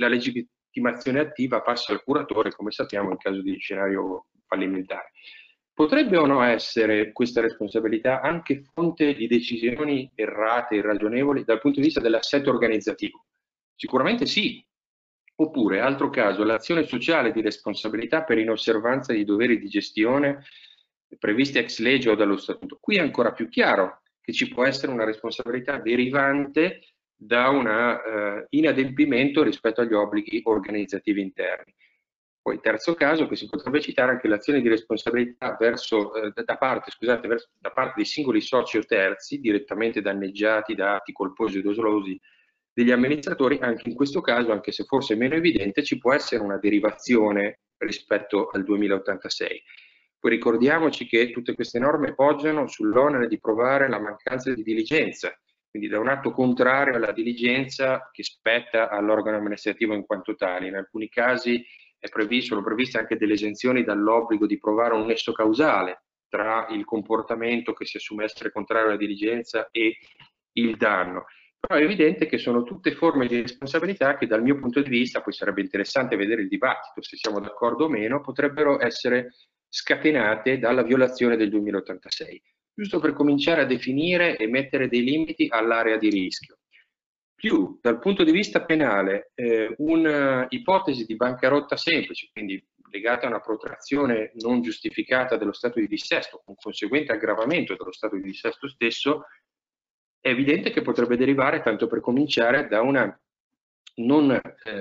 [SPEAKER 3] attiva passa al curatore, come sappiamo, in caso di scenario fallimentare. Potrebbe o no essere questa responsabilità anche fonte di decisioni errate, irragionevoli dal punto di vista dell'assetto organizzativo? Sicuramente sì. Oppure, altro caso, l'azione sociale di responsabilità per inosservanza di doveri di gestione previsti ex legge o dallo Statuto. Qui è ancora più chiaro che ci può essere una responsabilità derivante da un inadempimento rispetto agli obblighi organizzativi interni. Poi, terzo caso, che si potrebbe citare anche l'azione di responsabilità da parte dei singoli soci o terzi direttamente danneggiati da atti colposi o dolosi degli amministratori. Anche in questo caso, anche se forse meno evidente, ci può essere una derivazione rispetto al 2086. Poi ricordiamoci che tutte queste norme poggiano sull'onere di provare la mancanza di diligenza, quindi da un atto contrario alla diligenza che spetta all'organo amministrativo in quanto tale. In alcuni casi sono previste anche delle esenzioni dall'obbligo di provare un nesso causale tra il comportamento che si assume essere contrario alla diligenza e il danno. Però è evidente che sono tutte forme di responsabilità che dal mio punto di vista, poi sarebbe interessante vedere il dibattito se siamo d'accordo o meno, potrebbero essere scatenate dalla violazione del 2086, giusto per cominciare a definire e mettere dei limiti all'area di rischio. Più dal punto di vista penale, un'ipotesi di bancarotta semplice, quindi legate a una protrazione non giustificata dello stato di dissesto, con conseguente aggravamento dello stato di dissesto stesso, è evidente che potrebbe derivare, tanto per cominciare, da una non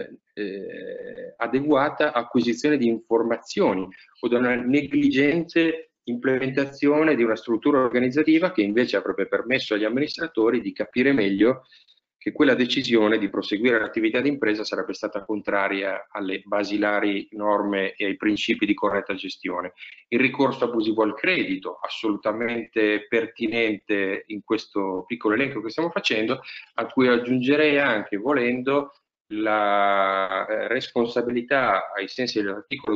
[SPEAKER 3] adeguata acquisizione di informazioni o da una negligente implementazione di una struttura organizzativa che invece avrebbe permesso agli amministratori di capire meglio che quella decisione di proseguire l'attività di impresa sarebbe stata contraria alle basilari norme e ai principi di corretta gestione. Il ricorso abusivo al credito, assolutamente pertinente in questo piccolo elenco che stiamo facendo, a cui aggiungerei anche, volendo, la responsabilità ai sensi dell'articolo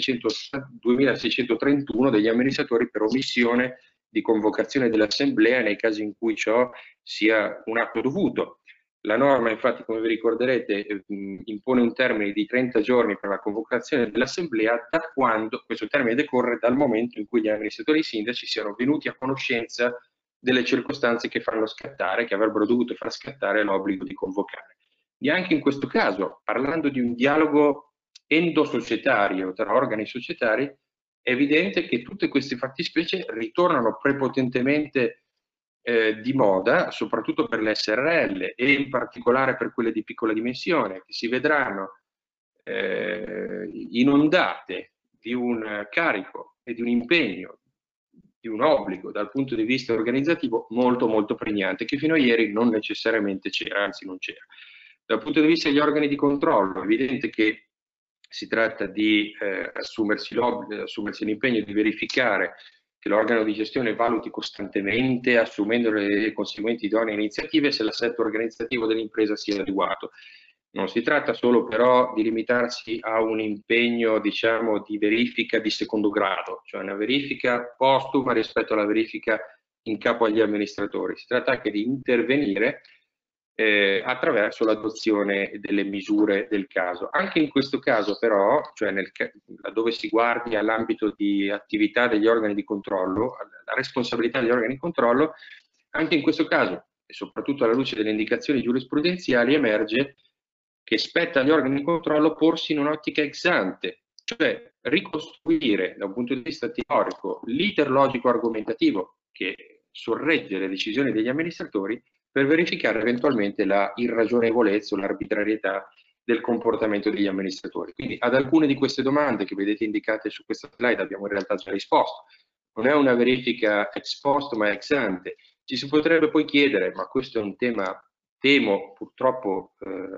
[SPEAKER 3] 2631 degli amministratori per omissione di convocazione dell'assemblea nei casi in cui ciò sia un atto dovuto. La norma, infatti, come vi ricorderete, impone un termine di 30 giorni per la convocazione dell'assemblea, da quando questo termine decorre dal momento in cui gli amministratori sindaci siano venuti a conoscenza delle circostanze che fanno scattare, che avrebbero dovuto far scattare l'obbligo di convocare. E anche in questo caso, parlando di un dialogo endosocietario tra organi societari, è evidente che tutte queste fattispecie ritornano prepotentemente di moda, soprattutto per le SRL e in particolare per quelle di piccola dimensione, che si vedranno inondate di un carico e di un impegno, di un obbligo dal punto di vista organizzativo molto molto pregnante, che fino a ieri non necessariamente c'era, anzi non c'era. Dal punto di vista degli organi di controllo è evidente che si tratta di assumersi l'impegno di verificare che l'organo di gestione valuti costantemente, assumendo le conseguenti idonee iniziative, se l'assetto organizzativo dell'impresa sia adeguato. Non si tratta solo però di limitarsi a un impegno, diciamo, di verifica di secondo grado, cioè una verifica postuma rispetto alla verifica in capo agli amministratori. Si tratta anche di intervenire attraverso l'adozione delle misure del caso. Anche in questo caso però, cioè laddove si guardi all'ambito di attività degli organi di controllo, la responsabilità degli organi di controllo, anche in questo caso, e soprattutto alla luce delle indicazioni giurisprudenziali, emerge che spetta agli organi di controllo porsi in un'ottica ex ante, cioè ricostruire da un punto di vista teorico l'iter logico-argomentativo che sorregge le decisioni degli amministratori per verificare eventualmente la irragionevolezza o l'arbitrarietà del comportamento degli amministratori. Quindi ad alcune di queste domande che vedete indicate su questa slide abbiamo in realtà già risposto. Non è una verifica ex post ma ex ante. Ci si potrebbe poi chiedere, ma questo è un tema, temo, purtroppo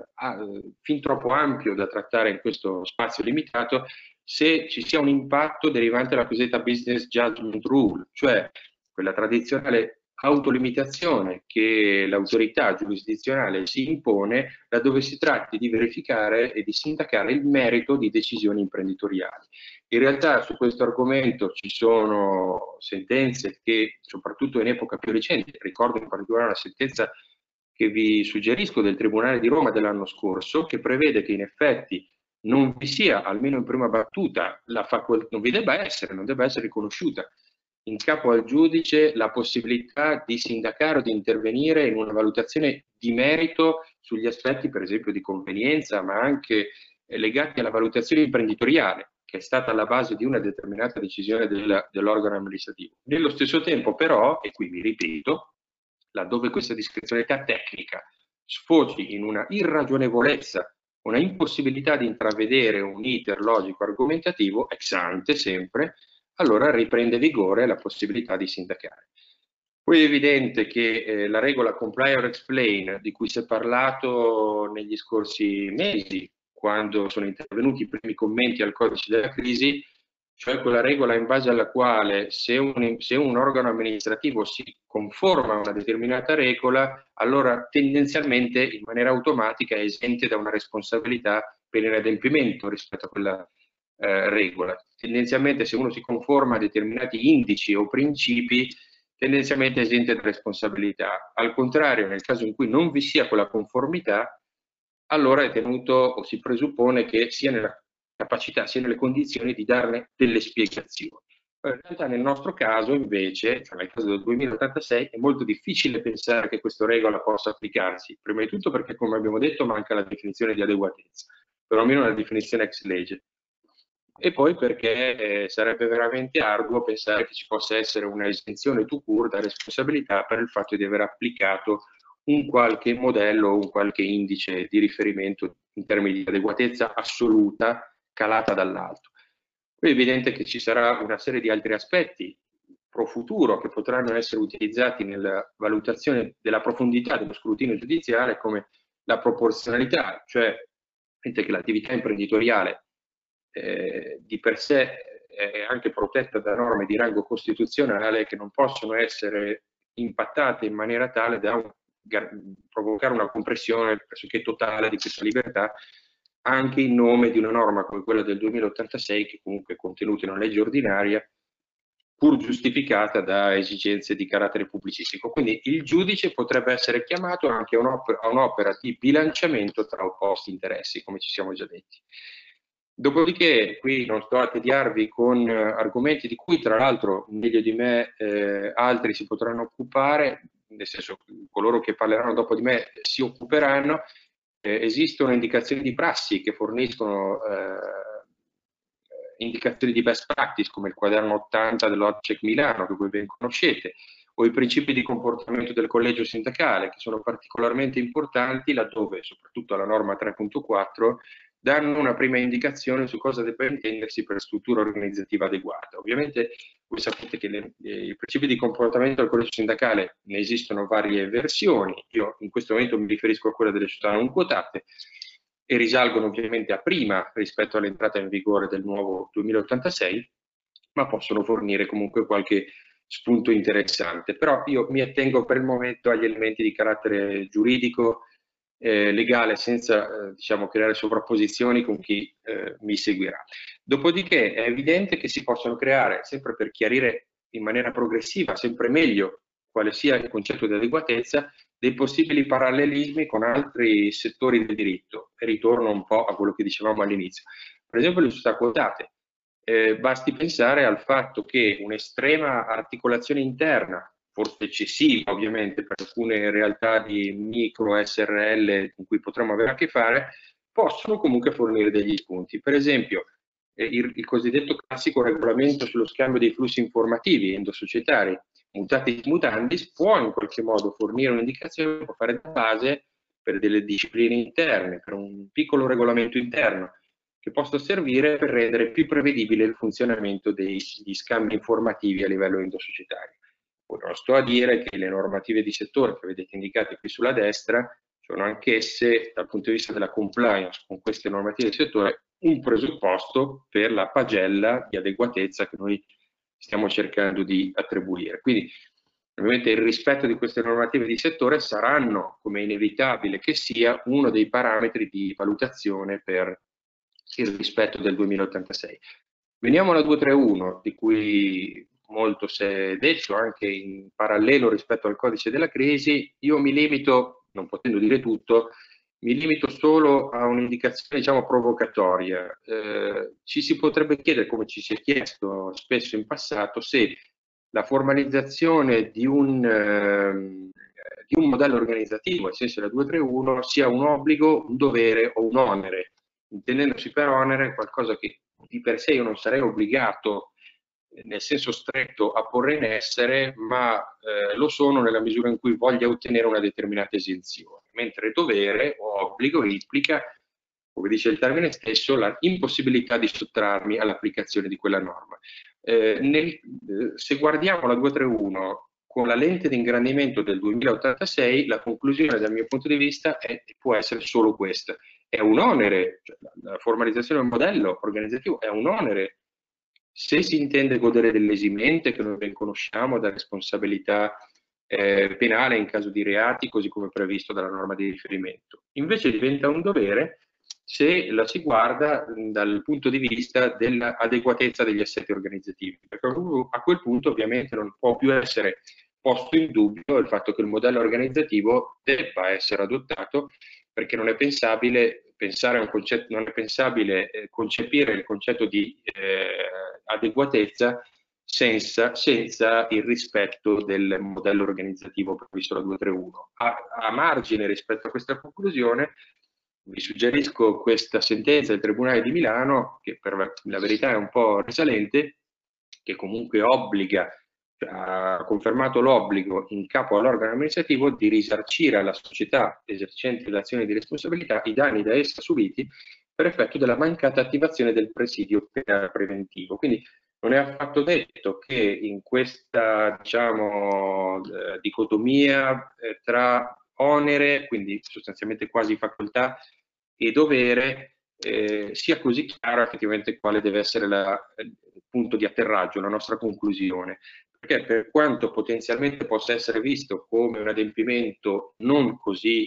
[SPEAKER 3] fin troppo ampio da trattare in questo spazio limitato, se ci sia un impatto derivante dalla cosiddetta business judgment rule, cioè quella tradizionale autolimitazione che l'autorità giurisdizionale si impone laddove si tratti di verificare e di sindacare il merito di decisioni imprenditoriali. In realtà su questo argomento ci sono sentenze che, soprattutto in epoca più recente, ricordo in particolare una sentenza che vi suggerisco del Tribunale di Roma dell'anno scorso, che prevede che in effetti non vi sia, almeno in prima battuta, non debba essere riconosciuta in capo al giudice la possibilità di sindacare o di intervenire in una valutazione di merito sugli aspetti, per esempio, di convenienza, ma anche legati alla valutazione imprenditoriale, che è stata alla base di una determinata decisione dell'organo amministrativo. Nello stesso tempo, però, e qui mi ripeto, laddove questa discrezionalità tecnica sfoci in una irragionevolezza, una impossibilità di intravedere un iter logico-argomentativo, ex ante sempre, allora riprende vigore la possibilità di sindacare. Poi è evidente che la regola comply or explain, di cui si è parlato negli scorsi mesi, quando sono intervenuti i primi commenti al codice della crisi, cioè quella regola in base alla quale se un organo amministrativo si conforma a una determinata regola, allora tendenzialmente in maniera automatica è esente da una responsabilità per l'inadempimento rispetto a quella regola. Tendenzialmente se uno si conforma a determinati indici o principi, tendenzialmente è esente da responsabilità. Al contrario, nel caso in cui non vi sia quella conformità, allora è tenuto o si presuppone che sia nella capacità, sia nelle condizioni di darne delle spiegazioni. In realtà nel nostro caso invece, cioè nel caso del 2086, è molto difficile pensare che questa regola possa applicarsi, prima di tutto perché, come abbiamo detto, manca la definizione di adeguatezza, perlomeno la definizione ex legge. e poi perché sarebbe veramente arduo pensare che ci possa essere una esenzione tout court da responsabilità per il fatto di aver applicato un qualche modello o un qualche indice di riferimento in termini di adeguatezza assoluta calata dall'alto. Poi è evidente che ci sarà una serie di altri aspetti pro futuro che potranno essere utilizzati nella valutazione della profondità dello scrutinio giudiziale, come la proporzionalità, cioè che l'attività imprenditoriale di per sé è anche protetta da norme di rango costituzionale che non possono essere impattate in maniera tale da provocare una compressione pressoché totale di questa libertà, anche in nome di una norma come quella del 2086 che comunque è contenuta in una legge ordinaria pur giustificata da esigenze di carattere pubblicistico. Quindi il giudice potrebbe essere chiamato anche a un'opera di bilanciamento tra opposti interessi, come ci siamo già detti. Dopodiché, qui non sto a tediarvi con argomenti di cui tra l'altro meglio di me altri si potranno occupare, nel senso coloro che parleranno dopo di me si occuperanno. Esistono indicazioni di prassi che forniscono indicazioni di best practice come il quaderno 80 dell'OCEC Milano, che voi ben conoscete, o i principi di comportamento del collegio sindacale, che sono particolarmente importanti laddove, soprattutto alla norma 3.4, danno una prima indicazione su cosa debba intendersi per struttura organizzativa adeguata. Ovviamente voi sapete che i principi di comportamento del collegio sindacale ne esistono varie versioni, io in questo momento mi riferisco a quella delle società non quotate, e risalgono ovviamente a prima rispetto all'entrata in vigore del nuovo 2086, ma possono fornire comunque qualche spunto interessante. Però io mi attengo per il momento agli elementi di carattere giuridico, legale, senza diciamo, creare sovrapposizioni con chi mi seguirà. Dopodiché è evidente che si possono creare, sempre per chiarire in maniera progressiva, sempre meglio quale sia il concetto di adeguatezza, dei possibili parallelismi con altri settori del diritto. E ritorno un po' a quello che dicevamo all'inizio. Per esempio le società quotate. Basti pensare al fatto che un'estrema articolazione interna, forse eccessiva ovviamente per alcune realtà di micro SRL con cui potremmo avere a che fare, possono comunque fornire degli spunti. Per esempio, il cosiddetto classico regolamento sullo scambio dei flussi informativi endosocietari, mutatis mutandis, può in qualche modo fornire un'indicazione, può fare da base per delle discipline interne, per un piccolo regolamento interno, che possa servire per rendere più prevedibile il funzionamento degli scambi informativi a livello endosocietario. Poi non sto a dire che le normative di settore che vedete indicate qui sulla destra sono anch'esse, dal punto di vista della compliance con queste normative di settore, un presupposto per la pagella di adeguatezza che noi stiamo cercando di attribuire. Quindi ovviamente il rispetto di queste normative di settore saranno, come è inevitabile che sia, uno dei parametri di valutazione per il rispetto del 2086. Veniamo alla 231, di cui molto si è detto anche in parallelo rispetto al codice della crisi. Io mi limito, non potendo dire tutto, mi limito solo a un'indicazione diciamo provocatoria. Ci si potrebbe chiedere, come ci si è chiesto spesso in passato, se la formalizzazione di un modello organizzativo, nel senso della 231, sia un obbligo, un dovere o un onere, intendendosi per onere qualcosa che di per sé io non sarei obbligato nel senso stretto a porre in essere, ma lo sono nella misura in cui voglia ottenere una determinata esenzione, mentre dovere o obbligo implica, come dice il termine stesso, la impossibilità di sottrarmi all'applicazione di quella norma. Se guardiamo la 231 con la lente di ingrandimento del 2086, la conclusione dal mio punto di vista può essere solo questa. È un onere, cioè la formalizzazione del modello organizzativo è un onere se si intende godere dell'esimente che noi ben conosciamo, da responsabilità penale in caso di reati, così come previsto dalla norma di riferimento. Invece diventa un dovere se la si guarda dal punto di vista dell'adeguatezza degli assetti organizzativi, perché a quel punto ovviamente non può più essere posto in dubbio il fatto che il modello organizzativo debba essere adottato, perché non è pensabile pensare a un concetto, non è pensabile concepire il concetto di adeguatezza senza il rispetto del modello organizzativo previsto dalla 231. A margine rispetto a questa conclusione vi suggerisco questa sentenza del Tribunale di Milano, che per la verità è un po' risalente, che comunque obbliga, ha confermato l'obbligo in capo all'organo amministrativo di risarcire alla società esercente l'azione di responsabilità i danni da essa subiti per effetto della mancata attivazione del presidio penale preventivo. Quindi non è affatto detto che in questa, diciamo, dicotomia tra onere, quindi sostanzialmente quasi facoltà, e dovere, sia così chiaro effettivamente quale deve essere il punto di atterraggio, la nostra conclusione. Perché per quanto potenzialmente possa essere visto come un adempimento non così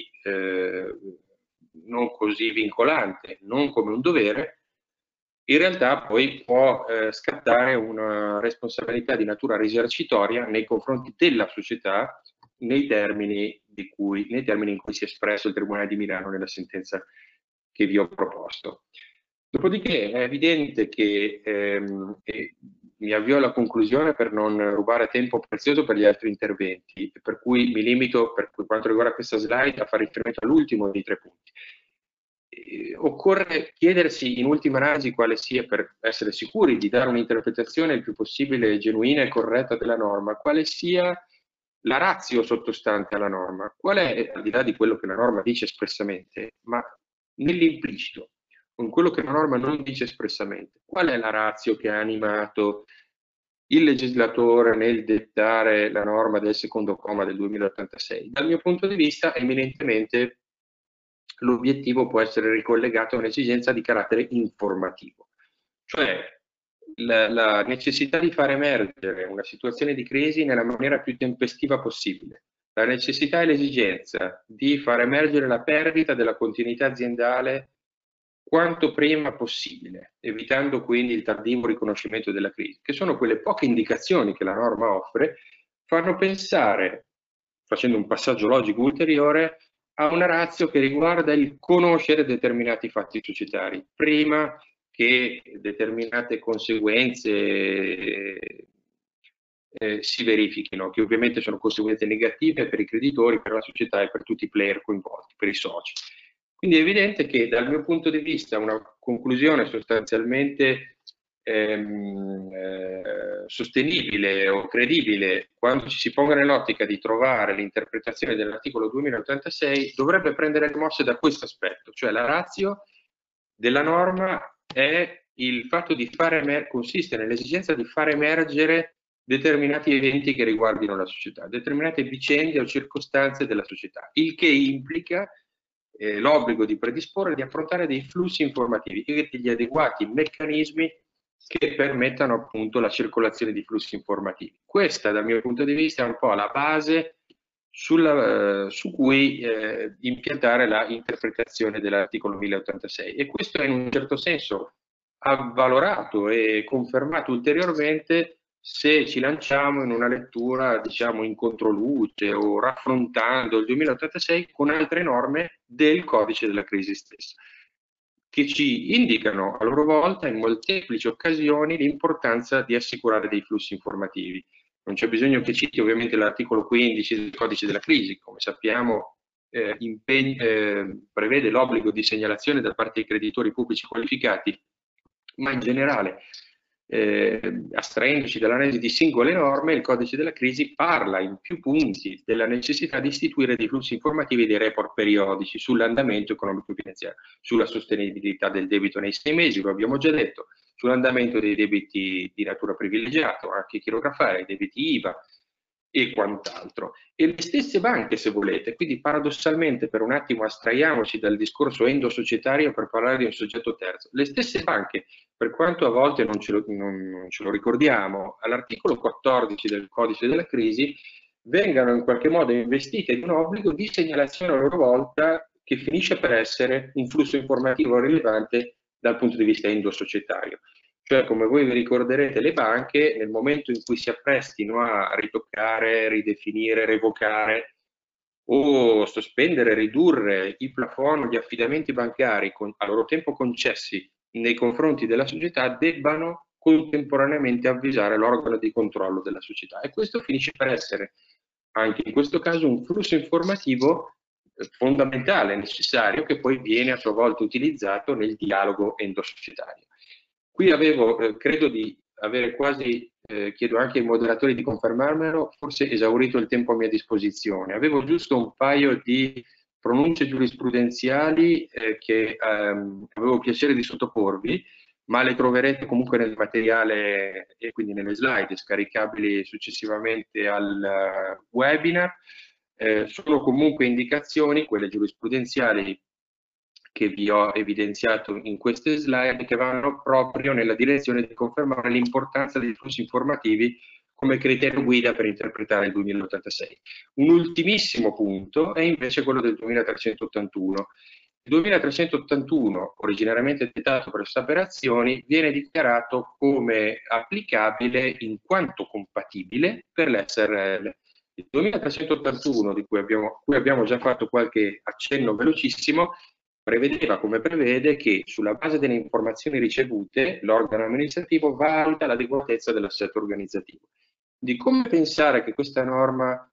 [SPEAKER 3] vincolante, non come un dovere, in realtà poi può scattare una responsabilità di natura risarcitoria nei confronti della società nei termini in cui si è espresso il Tribunale di Milano nella sentenza che vi ho proposto. Dopodiché è evidente che mi avvio alla conclusione per non rubare tempo prezioso per gli altri interventi, per cui mi limito, per quanto riguarda questa slide, a fare riferimento all'ultimo dei 3 punti. Occorre chiedersi in ultima analisi quale sia, per essere sicuri di dare un'interpretazione il più possibile genuina e corretta della norma, quale sia la ratio sottostante alla norma, qual è, al di là di quello che la norma dice espressamente, ma nell'implicito, con quello che la norma non dice espressamente, qual è la ratio che ha animato il legislatore nel dettare la norma del secondo comma del 2086? Dal mio punto di vista, eminentemente l'obiettivo può essere ricollegato a un'esigenza di carattere informativo, cioè la necessità di far emergere una situazione di crisi nella maniera più tempestiva possibile, la necessità e l'esigenza di far emergere la perdita della continuità aziendale quanto prima possibile, evitando quindi il tardivo riconoscimento della crisi, che sono quelle poche indicazioni che la norma offre, fanno pensare, facendo un passaggio logico ulteriore, a una ratio che riguarda il conoscere determinati fatti societari, prima che determinate conseguenze si verifichino, che ovviamente sono conseguenze negative per i creditori, per la società e per tutti i player coinvolti, per i soci. Quindi è evidente che dal mio punto di vista una conclusione sostanzialmente sostenibile o credibile, quando ci si ponga nell'ottica di trovare l'interpretazione dell'articolo 2086, dovrebbe prendere le mosse da questo aspetto, cioè la ratio della norma è il fatto di consiste nell'esigenza di far emergere determinati eventi che riguardino la società, determinate vicende o circostanze della società, il che implica l'obbligo di predisporre e di affrontare dei flussi informativi e degli adeguati meccanismi che permettano appunto la circolazione di flussi informativi. Questa, dal mio punto di vista, è un po' la base su cui impiantare la interpretazione dell'articolo 1086, e questo è in un certo senso avvalorato e confermato ulteriormente se ci lanciamo in una lettura, diciamo, in controluce o raffrontando il 2086 con altre norme del codice della crisi stessa, che ci indicano a loro volta in molteplici occasioni l'importanza di assicurare dei flussi informativi. Non c'è bisogno che citi ovviamente l'articolo 15 del codice della crisi, come sappiamo prevede l'obbligo di segnalazione da parte dei creditori pubblici qualificati, ma in generale, astraendoci dall'analisi di singole norme, il codice della crisi parla in più punti della necessità di istituire dei flussi informativi e dei report periodici sull'andamento economico-finanziario, sulla sostenibilità del debito nei 6 mesi, lo abbiamo già detto, sull'andamento dei debiti di natura privilegiata, anche chirografari, debiti IVA e quant'altro. E le stesse banche, se volete, quindi paradossalmente, per un attimo astraiamoci dal discorso endosocietario per parlare di un soggetto terzo, le stesse banche, per quanto a volte non ce lo ricordiamo, all'articolo 14 del codice della crisi vengano in qualche modo investite di un obbligo di segnalazione a loro volta che finisce per essere un flusso informativo rilevante dal punto di vista endosocietario. Cioè, come voi vi ricorderete, le banche nel momento in cui si apprestino a ritoccare, ridefinire, revocare o sospendere, ridurre i plafond di affidamenti bancari a loro tempo concessi nei confronti della società, debbano contemporaneamente avvisare l'organo di controllo della società, e questo finisce per essere anche in questo caso un flusso informativo fondamentale, necessario, che poi viene a sua volta utilizzato nel dialogo endosocietario. Qui avevo, credo di avere quasi, chiedo anche ai moderatori di confermarmelo, forse esaurito il tempo a mia disposizione. Avevo giusto un paio di pronunce giurisprudenziali che avevo piacere di sottoporvi, ma le troverete comunque nel materiale e quindi nelle slide scaricabili successivamente al webinar. Sono comunque indicazioni, quelle giurisprudenziali che vi ho evidenziato in queste slide, che vanno proprio nella direzione di confermare l'importanza dei flussi informativi come criterio guida per interpretare il 2086. Un ultimissimo punto è invece quello del 2381. Il 2381, originariamente dettato per operazioni, viene dichiarato come applicabile in quanto compatibile per l'SRL. Il 2381, di cui abbiamo già fatto qualche accenno velocissimo, prevedeva, come prevede, che sulla base delle informazioni ricevute l'organo amministrativo valuta l'adeguatezza dell'assetto organizzativo. Di come pensare che questa norma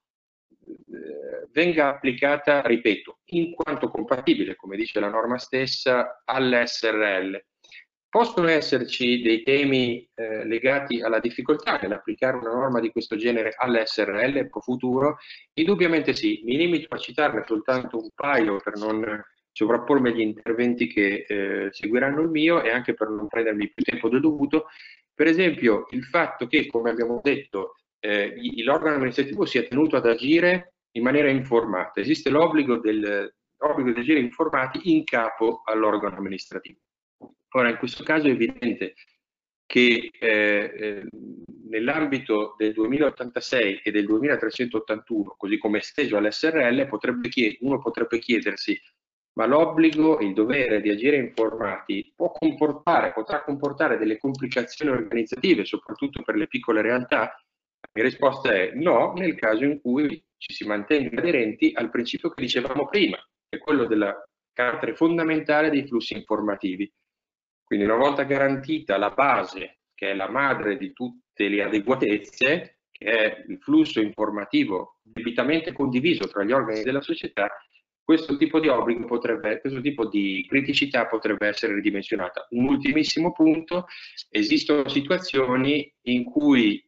[SPEAKER 3] venga applicata, ripeto, in quanto compatibile, come dice la norma stessa, all'SRL. Possono esserci dei temi legati alla difficoltà nell'applicare una norma di questo genere all'SRL pro futuro? Indubbiamente sì, mi limito a citarne soltanto un paio per non sovrappormi agli interventi che seguiranno il mio e anche per non prendermi più tempo del dovuto. Per esempio, il fatto che, come abbiamo detto, l'organo amministrativo sia tenuto ad agire in maniera informata. Esiste l'obbligo di agire informati in capo all'organo amministrativo. Ora, in questo caso è evidente che nell'ambito del 2086 e del 2381, così come esteso all'SRL, uno potrebbe chiedersi: ma l'obbligo e il dovere di agire informati potrà comportare delle complicazioni organizzative, soprattutto per le piccole realtà? La mia risposta è no, nel caso in cui ci si mantenga aderenti al principio che dicevamo prima, che è quello del carattere fondamentale dei flussi informativi. Quindi una volta garantita la base, che è la madre di tutte le adeguatezze, che è il flusso informativo debitamente condiviso tra gli organi della società, questo tipo di obbligo questo tipo di criticità potrebbe essere ridimensionata. Un ultimissimo punto: esistono situazioni in cui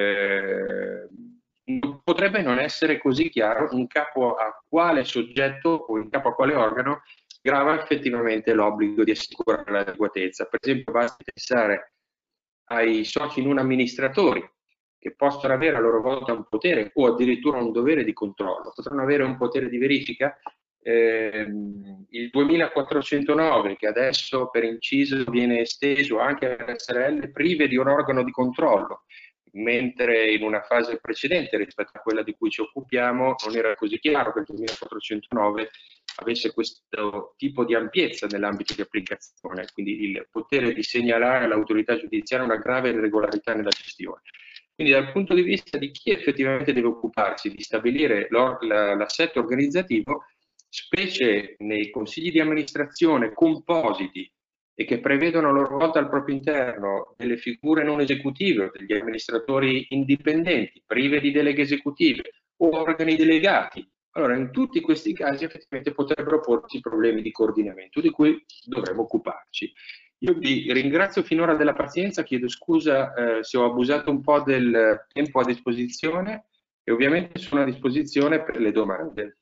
[SPEAKER 3] potrebbe non essere così chiaro in capo a quale soggetto o in capo a quale organo grava effettivamente l'obbligo di assicurare l'adeguatezza. Per esempio, basti pensare ai soci non amministratori, che possono avere a loro volta un potere o addirittura un dovere di controllo, potranno avere un potere di verifica. Il 2409, che adesso per inciso viene esteso anche all'SRL, prive di un organo di controllo, mentre in una fase precedente rispetto a quella di cui ci occupiamo non era così chiaro che il 2409 avesse questo tipo di ampiezza nell'ambito di applicazione, quindi il potere di segnalare all'autorità giudiziaria una grave irregolarità nella gestione. Quindi dal punto di vista di chi effettivamente deve occuparsi di stabilire l'assetto organizzativo, specie nei consigli di amministrazione compositi e che prevedono a loro volta al proprio interno delle figure non esecutive, degli amministratori indipendenti, prive di deleghe esecutive o organi delegati, allora in tutti questi casi effettivamente potrebbero porsi problemi di coordinamento di cui dovremo occuparci. Io vi ringrazio finora della pazienza, chiedo scusa se ho abusato un po' del tempo a disposizione e ovviamente sono a disposizione per le domande.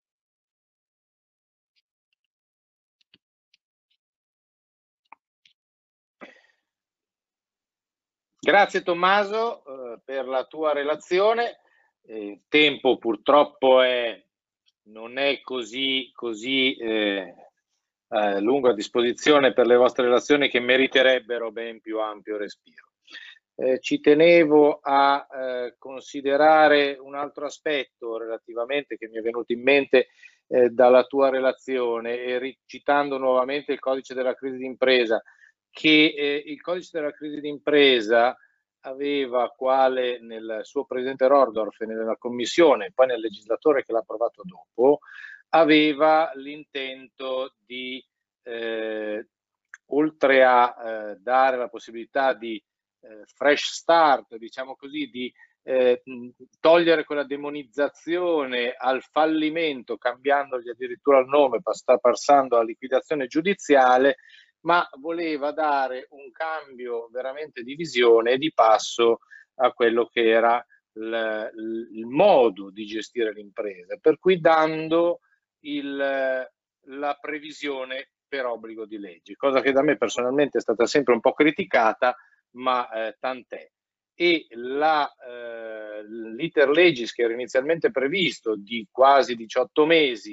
[SPEAKER 1] Grazie Tommaso per la tua relazione. Il tempo purtroppo non è così lungo a disposizione per le vostre relazioni, che meriterebbero ben più ampio respiro. Ci tenevo a considerare un altro aspetto relativamente, che mi è venuto in mente dalla tua relazione, e ricitando nuovamente il codice della crisi d'impresa, che il codice della crisi d'impresa aveva quale nel suo presidente Rordorf e nella commissione, poi nel legislatore che l'ha approvato dopo, aveva l'intento di, oltre a dare la possibilità di fresh start, diciamo così, di togliere quella demonizzazione al fallimento, cambiandogli addirittura il nome, passando alla liquidazione giudiziale, ma voleva dare un cambio veramente di visione e di passo a quello che era il modo di gestire l'impresa, per cui dando la previsione per obbligo di legge, cosa che da me personalmente è stata sempre un po' criticata, ma tant'è. E l'iter legis che era inizialmente previsto di quasi 18 mesi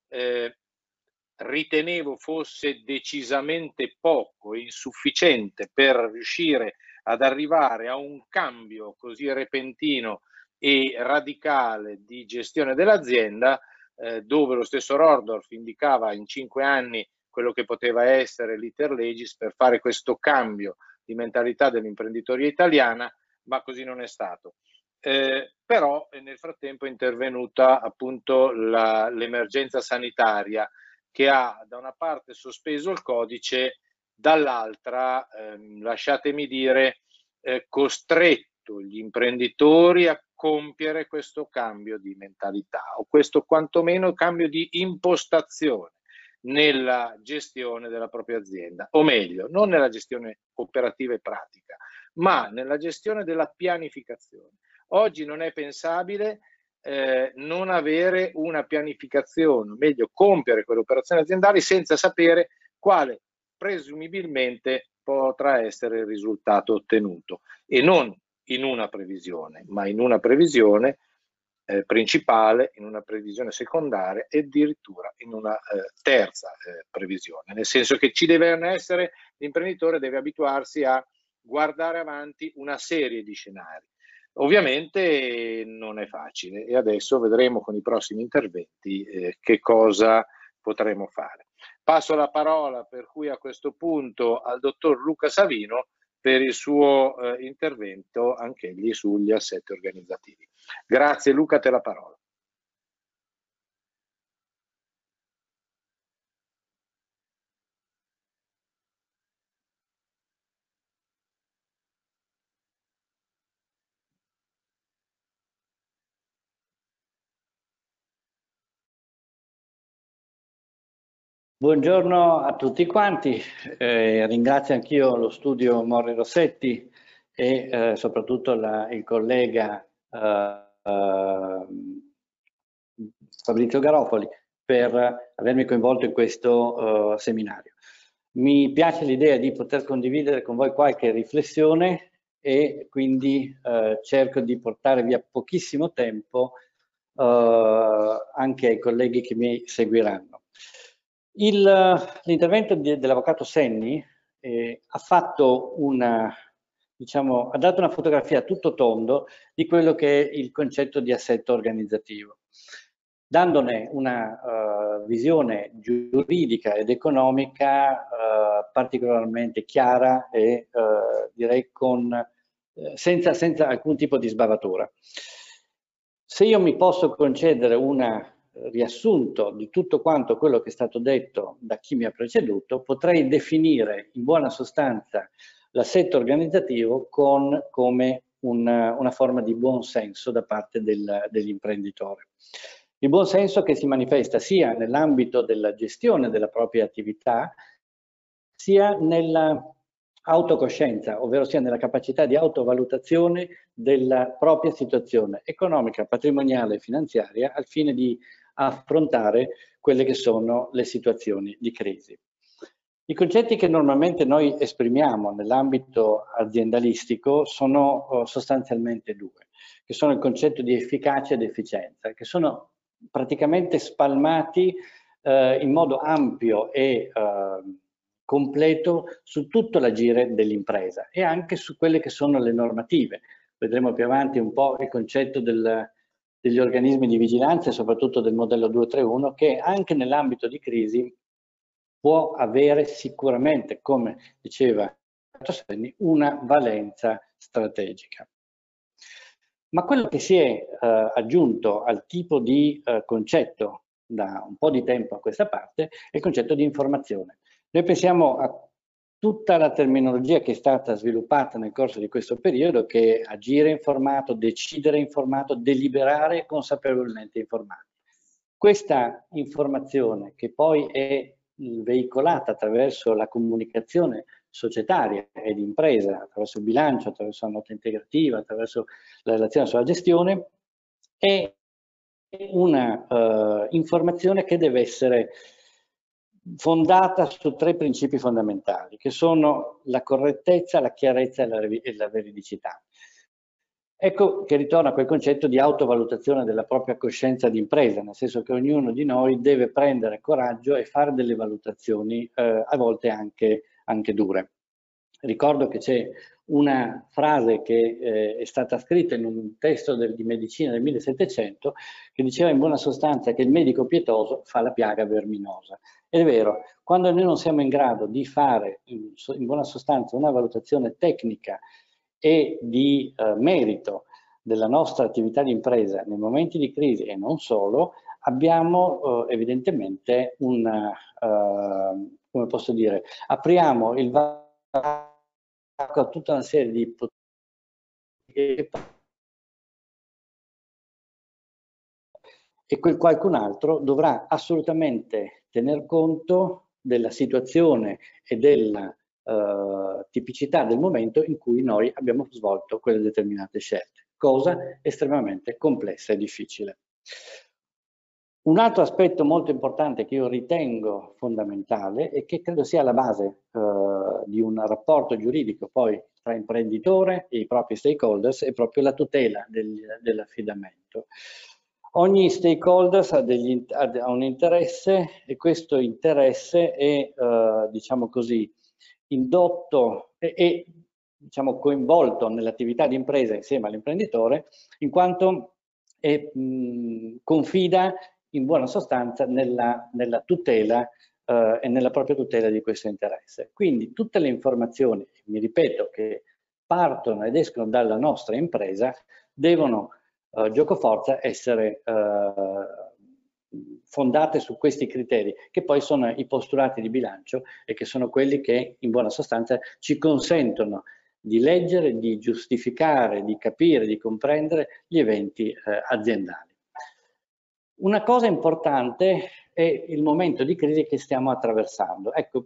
[SPEAKER 1] ritenevo fosse decisamente poco, insufficiente per riuscire ad arrivare a un cambio così repentino e radicale di gestione dell'azienda, dove lo stesso Rordorf indicava in 5 anni quello che poteva essere l'iter legis per fare questo cambio di mentalità dell'imprenditoria italiana, ma così non è stato. Però nel frattempo è intervenuta appunto l'emergenza sanitaria, che ha da una parte sospeso il codice, dall'altra, lasciatemi dire, costretto gli imprenditori a compiere questo cambio di mentalità, o questo quantomeno cambio di impostazione nella gestione della propria azienda, o meglio, non nella gestione operativa e pratica, ma nella gestione della pianificazione. Oggi non è pensabile non avere una pianificazione, o meglio compiere quelle operazioni aziendali senza sapere quale presumibilmente potrà essere il risultato ottenuto, e non in una previsione, ma in una previsione principale, in una previsione secondaria e addirittura in una terza previsione, nel senso che ci deve essere, l'imprenditore deve abituarsi a guardare avanti una serie di scenari. Ovviamente non è facile, e adesso vedremo con i prossimi interventi che cosa potremo fare. Passo la parola per cui a questo punto al dottor Luca Savino per il suo intervento anch'egli sugli assetti organizzativi. Grazie Luca, a te la parola.
[SPEAKER 4] Buongiorno a tutti quanti, ringrazio anch'io lo studio Morri Rossetti e soprattutto il collega Fabrizio Garofoli per avermi coinvolto in questo seminario. Mi piace l'idea di poter condividere con voi qualche riflessione e quindi cerco di portare via pochissimo tempo anche ai colleghi che mi seguiranno. L'intervento dell'avvocato Senni ha fatto ha dato una fotografia a tutto tondo di quello che è il concetto di assetto organizzativo, dandone una visione giuridica ed economica particolarmente chiara e direi senza alcun tipo di sbavatura. Se io mi posso concedere un riassunto di tutto quanto quello che è stato detto da chi mi ha preceduto, potrei definire in buona sostanza l'assetto organizzativo come una forma di buon senso da parte dell'imprenditore. Il buon senso che si manifesta sia nell'ambito della gestione della propria attività, sia nella autocoscienza, ovvero sia nella capacità di autovalutazione della propria situazione economica, patrimoniale e finanziaria al fine di affrontare quelle che sono le situazioni di crisi. I concetti che normalmente noi esprimiamo nell'ambito aziendalistico sono sostanzialmente due, che sono il concetto di efficacia ed efficienza, che sono praticamente spalmati in modo ampio e completo su tutto l'agire dell'impresa e anche su quelle che sono le normative. Vedremo più avanti un po' il concetto degli organismi di vigilanza e soprattutto del modello 231, che anche nell'ambito di crisi può avere sicuramente, come diceva Senni, una valenza strategica. Ma quello che si è aggiunto al tipo di concetto da un po' di tempo a questa parte è il concetto di informazione. Noi pensiamo tutta la terminologia che è stata sviluppata nel corso di questo periodo, che è agire informato, decidere informato, deliberare consapevolmente informato. Questa informazione, che poi è veicolata attraverso la comunicazione societaria e di impresa, attraverso il bilancio, attraverso la nota integrativa, attraverso la relazione sulla gestione, è una informazione che deve essere fondata su 3 principi fondamentali, che sono la correttezza, la chiarezza e la veridicità. Ecco che ritorna a quel concetto di autovalutazione della propria coscienza di impresa, nel senso che ognuno di noi deve prendere coraggio e fare delle valutazioni a volte anche dure. Ricordo che c'è una frase che è stata scritta in un testo di medicina del 1700 che diceva in buona sostanza che il medico pietoso fa la piaga verminosa. Ed è vero, quando noi non siamo in grado di fare in buona sostanza una valutazione tecnica e di merito della nostra attività di impresa nei momenti di crisi e non solo, abbiamo evidentemente come posso dire, apriamo il a tutta una serie di e qualcun altro dovrà assolutamente tener conto della situazione e della tipicità del momento in cui noi abbiamo svolto quelle determinate scelte, cosa estremamente complessa e difficile. Un altro aspetto molto importante che io ritengo fondamentale e che credo sia alla base di un rapporto giuridico poi tra imprenditore e i propri stakeholders è proprio la tutela dell'affidamento. Ogni stakeholder ha un interesse e questo interesse è, diciamo così, indotto e diciamo, coinvolto nell'attività di impresa insieme all'imprenditore, in quanto confida in buona sostanza nella tutela e nella propria tutela di questo interesse. Quindi tutte le informazioni, mi ripeto, che partono ed escono dalla nostra impresa devono giocoforza essere fondate su questi criteri, che poi sono i postulati di bilancio e che sono quelli che in buona sostanza ci consentono di leggere, di giustificare, di capire, di comprendere gli eventi aziendali. Una cosa importante è il momento di crisi che stiamo attraversando. Ecco,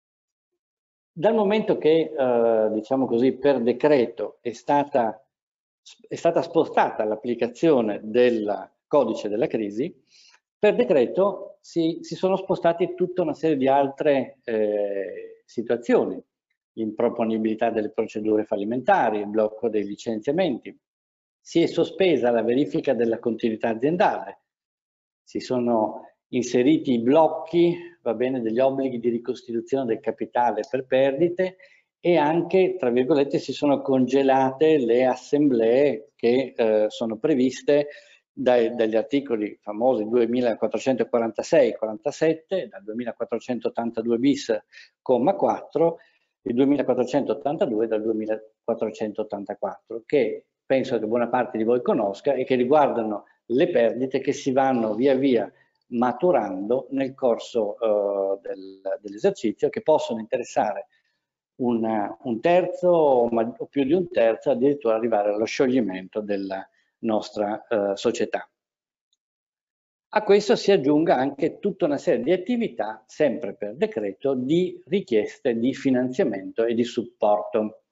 [SPEAKER 4] dal momento che, diciamo così, per decreto è stata spostata l'applicazione del codice della crisi, per decreto si sono spostati tutta una serie di altre situazioni, l'improponibilità delle procedure fallimentari, il blocco dei licenziamenti, si è sospesa la verifica della continuità aziendale, si sono inseriti i blocchi, va bene, degli obblighi di ricostituzione del capitale per perdite e anche, tra virgolette, si sono congelate le assemblee che sono previste dagli articoli famosi 2446 47, dal 2482 bis, comma 4, il 2482 dal 2484, che penso che buona parte di voi conosca e che riguardano le perdite che si vanno via via maturando nel corso dell'esercizio, che possono interessare un terzo o più di un terzo, addirittura arrivare allo scioglimento della nostra società. A questo si aggiunga anche tutta una serie di attività, sempre per decreto, di richieste di finanziamento e di supporto.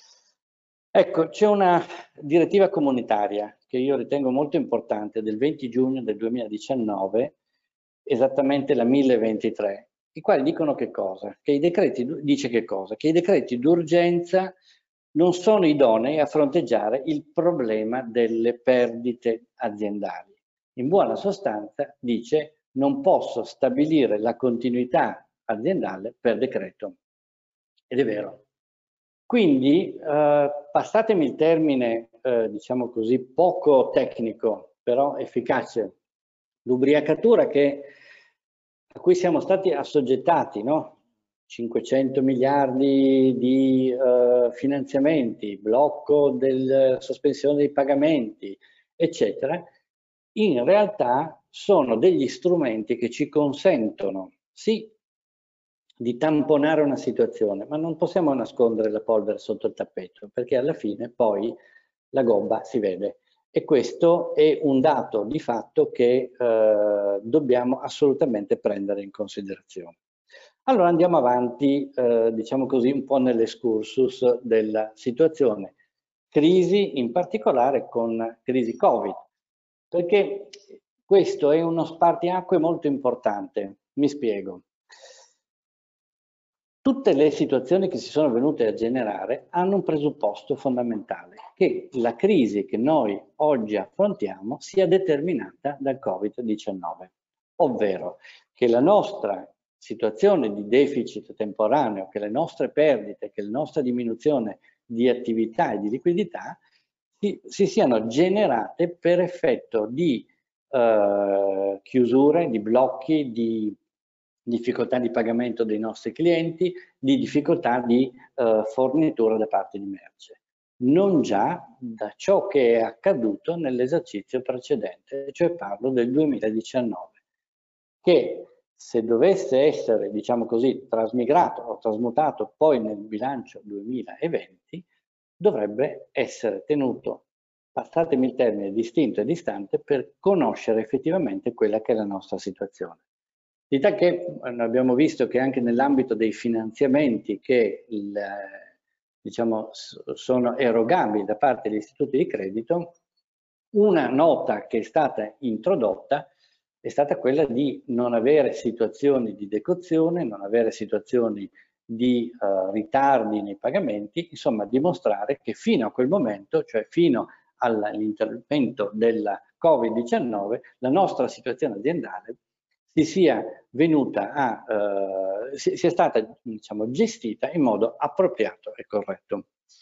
[SPEAKER 4] Ecco, c'è una direttiva comunitaria che io ritengo molto importante del 20 giugno del 2019, esattamente la 1023, i quali dicono che cosa? Che i decreti, dice che cosa? Che i decreti d'urgenza non sono idonei a fronteggiare il problema delle perdite aziendali. In buona sostanza dice non posso stabilire la continuità aziendale per decreto. Ed è vero. Quindi, passatemi il termine, diciamo così, poco tecnico, però efficace, l'ubriacatura a cui siamo stati assoggettati, no? 500 miliardi di finanziamenti, blocco della sospensione dei pagamenti, eccetera, in realtà sono degli strumenti che ci consentono, sì, di tamponare una situazione, ma non possiamo nascondere la polvere sotto il tappeto, perché alla fine poi la gobba si vede. E questo è un dato di fatto che dobbiamo assolutamente prendere in considerazione. Allora andiamo avanti, diciamo così, un po' nell'excursus della situazione. Crisi in particolare con crisi Covid, perché questo è uno spartiacque molto importante. Mi spiego. Tutte le situazioni che si sono venute a generare hanno un presupposto fondamentale, che la crisi che noi oggi affrontiamo sia determinata dal Covid-19, ovvero che la nostra situazione di deficit temporaneo, che le nostre perdite, che la nostra diminuzione di attività e di liquidità si siano generate per effetto di chiusure, di blocchi, di difficoltà di pagamento dei nostri clienti, di difficoltà di fornitura da parte di merce, non già da ciò che è accaduto nell'esercizio precedente, cioè parlo del 2019, che se dovesse essere, diciamo così, trasmigrato o trasmutato poi nel bilancio 2020, dovrebbe essere tenuto, passatemi il termine, distinto e distante per conoscere effettivamente quella che è la nostra situazione. Di tal che abbiamo visto che anche nell'ambito dei finanziamenti che diciamo, sono erogabili da parte degli istituti di credito, una nota che è stata introdotta è stata quella di non avere situazioni di decozione, non avere situazioni di ritardi nei pagamenti, insomma dimostrare che fino a quel momento, cioè fino all'intervento della Covid-19, la nostra situazione aziendale sia stata, diciamo, gestita in modo appropriato e corretto.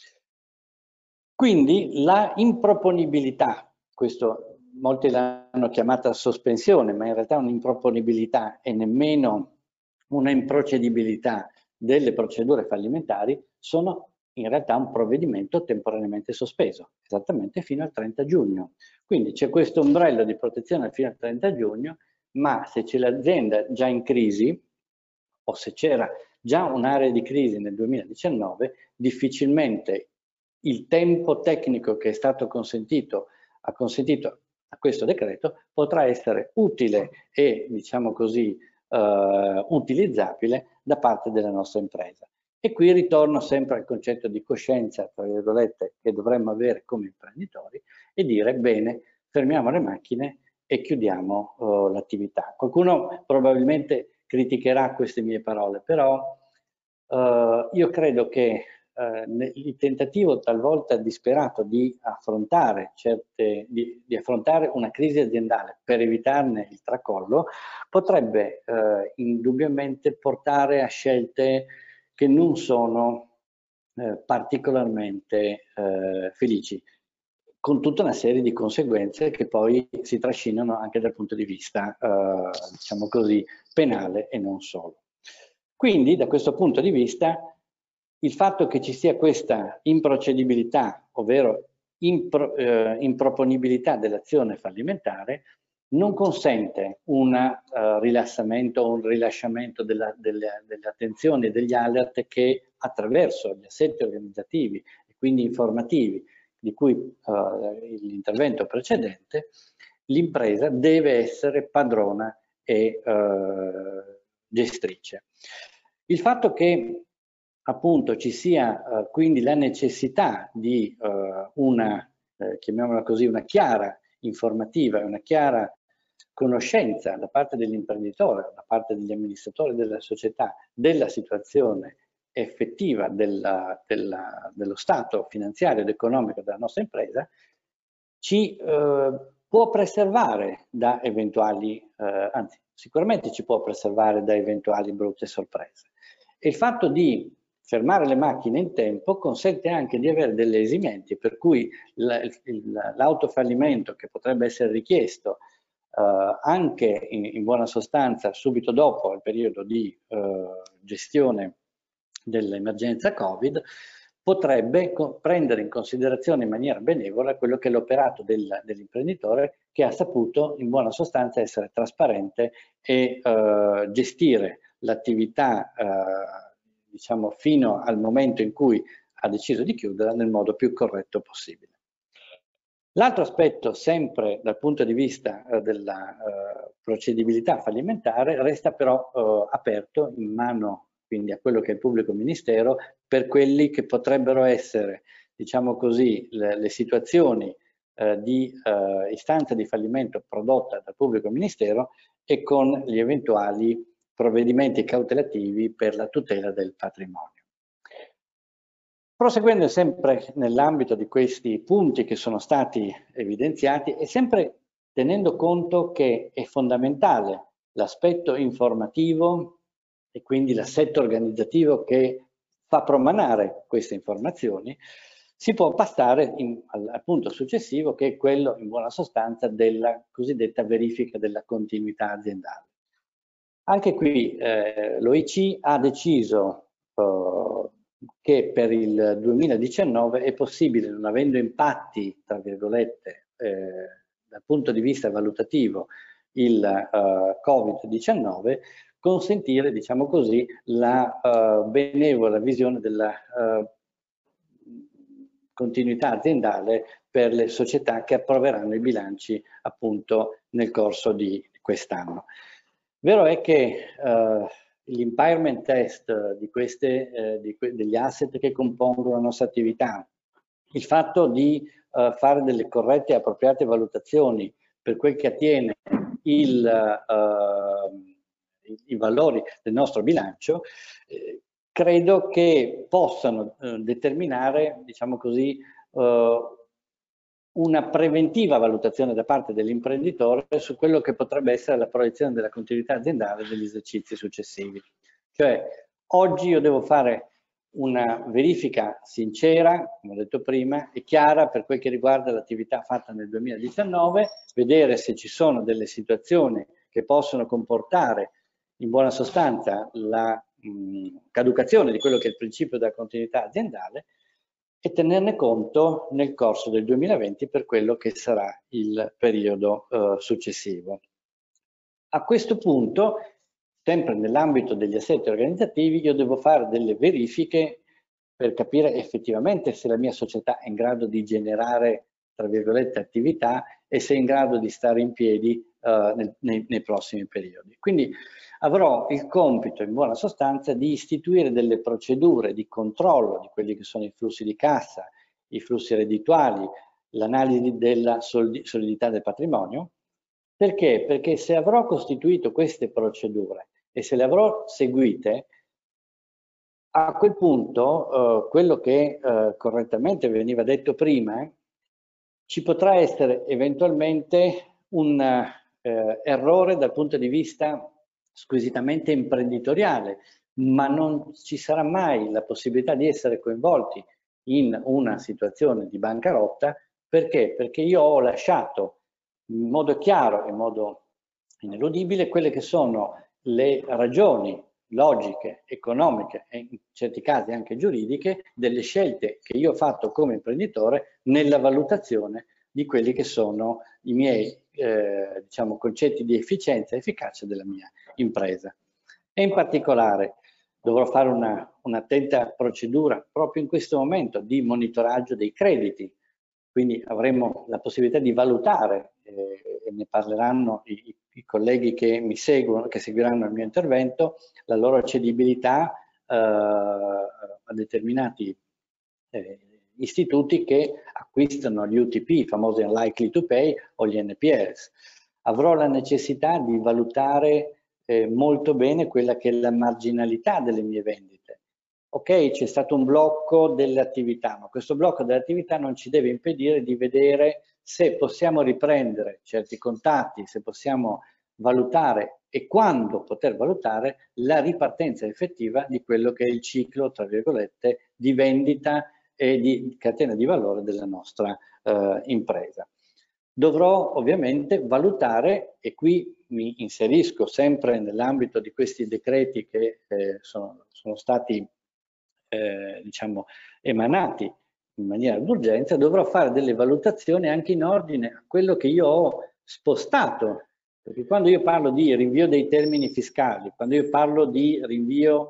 [SPEAKER 4] Quindi la improponibilità, questo molti l'hanno chiamata sospensione, ma in realtà un'improponibilità e nemmeno una improcedibilità delle procedure fallimentari sono in realtà un provvedimento temporaneamente sospeso, esattamente fino al 30 giugno. Quindi c'è questo ombrello di protezione fino al 30 giugno, ma se c'è l'azienda già in crisi o se c'era già un'area di crisi nel 2019, difficilmente il tempo tecnico che è stato consentito a questo decreto potrà essere utile e, diciamo così, utilizzabile da parte della nostra impresa. E qui ritorno sempre al concetto di coscienza, tra virgolette, che dovremmo avere come imprenditori e dire, bene, fermiamo le macchine e chiudiamo l'attività. Qualcuno probabilmente criticherà queste mie parole, però io credo che il tentativo talvolta disperato di affrontare affrontare una crisi aziendale per evitarne il tracollo potrebbe indubbiamente portare a scelte che non sono particolarmente felici, con tutta una serie di conseguenze che poi si trascinano anche dal punto di vista, diciamo così, penale e non solo. Quindi, da questo punto di vista, il fatto che ci sia questa improcedibilità, ovvero improponibilità dell'azione fallimentare, non consente un rilassamento o un rilasciamento delle attenzioni e degli alert che attraverso gli assetti organizzativi e quindi informativi di cui l'intervento precedente, l'impresa deve essere padrona e gestrice. Il fatto che appunto ci sia quindi la necessità di chiamiamola così, una chiara informativa e una chiara conoscenza da parte dell'imprenditore, da parte degli amministratori della società della situazione effettiva dello stato finanziario ed economico della nostra impresa, ci può preservare da eventuali, anzi sicuramente ci può preservare da eventuali brutte sorprese. E il fatto di fermare le macchine in tempo consente anche di avere delle esimenti, per cui l'autofallimento che potrebbe essere richiesto anche in buona sostanza subito dopo il periodo di gestione dell'emergenza Covid, potrebbe prendere in considerazione in maniera benevola quello che è l'operato dell'imprenditore che ha saputo in buona sostanza essere trasparente e gestire l'attività diciamo fino al momento in cui ha deciso di chiuderla nel modo più corretto possibile. L'altro aspetto, sempre dal punto di vista della procedibilità fallimentare, resta però aperto in mano quindi a quello che è il pubblico ministero per quelli che potrebbero essere, diciamo così, le situazioni di istanza di fallimento prodotta dal pubblico ministero e con gli eventuali provvedimenti cautelativi per la tutela del patrimonio. Proseguendo sempre nell'ambito di questi punti che sono stati evidenziati e sempre tenendo conto che è fondamentale l'aspetto informativo e quindi l'assetto organizzativo che fa promanare queste informazioni, si può passare al punto successivo, che è quello in buona sostanza della cosiddetta verifica della continuità aziendale. Anche qui l'OIC ha deciso che per il 2019 è possibile, non avendo impatti, tra virgolette, dal punto di vista valutativo il Covid-19, consentire, diciamo così, la benevola visione della continuità aziendale per le società che approveranno i bilanci appunto nel corso di quest'anno. Vero è che l'impairment test degli asset che compongono la nostra attività, il fatto di fare delle corrette e appropriate valutazioni per quel che attiene i valori del nostro bilancio, credo che possano determinare, diciamo così, una preventiva valutazione da parte dell'imprenditore su quello che potrebbe essere la proiezione della continuità aziendale degli esercizi successivi. Cioè, oggi io devo fare una verifica sincera, come ho detto prima, e chiara per quel che riguarda l'attività fatta nel 2019, vedere se ci sono delle situazioni che possono comportare in buona sostanza la caducazione di quello che è il principio della continuità aziendale e tenerne conto nel corso del 2020 per quello che sarà il periodo successivo. A questo punto, sempre nell'ambito degli assetti organizzativi, io devo fare delle verifiche per capire effettivamente se la mia società è in grado di generare, tra virgolette, attività e se è in grado di stare in piedi nei prossimi periodi. Quindi avrò il compito, in buona sostanza, di istituire delle procedure di controllo di quelli che sono i flussi di cassa, i flussi reddituali, l'analisi della solidità del patrimonio. Perché? Perché se avrò costituito queste procedure e se le avrò seguite, a quel punto quello che correttamente veniva detto prima, ci potrà essere eventualmente un errore dal punto di vista squisitamente imprenditoriale, ma non ci sarà mai la possibilità di essere coinvolti in una situazione di bancarotta. Perché? Perché io ho lasciato in modo chiaro e in modo ineludibile quelle che sono le ragioni logiche, economiche e in certi casi anche giuridiche delle scelte che io ho fatto come imprenditore nella valutazione di quelli che sono i miei diciamo, concetti di efficienza e efficacia della mia impresa. E in particolare dovrò fare un'attenta procedura proprio in questo momento di monitoraggio dei crediti, quindi avremo la possibilità di valutare, e ne parleranno i colleghi che mi seguono, che seguiranno il mio intervento, la loro cedibilità a determinati istituti che acquistano gli UTP, i famosi unlikely to pay, o gli NPLs. Avrò la necessità di valutare molto bene quella che è la marginalità delle mie vendite. Ok, c'è stato un blocco delle attività, ma questo blocco delle attività non ci deve impedire di vedere se possiamo riprendere certi contatti, se possiamo valutare e quando poter valutare la ripartenza effettiva di quello che è il ciclo, tra virgolette, di vendita e di catena di valore della nostra impresa. Dovrò ovviamente valutare, e qui mi inserisco sempre nell'ambito di questi decreti che sono stati diciamo, emanati in maniera d'urgenza, dovrò fare delle valutazioni anche in ordine a quello che io ho spostato Perché quando io parlo di rinvio dei termini fiscali, quando io parlo di rinvio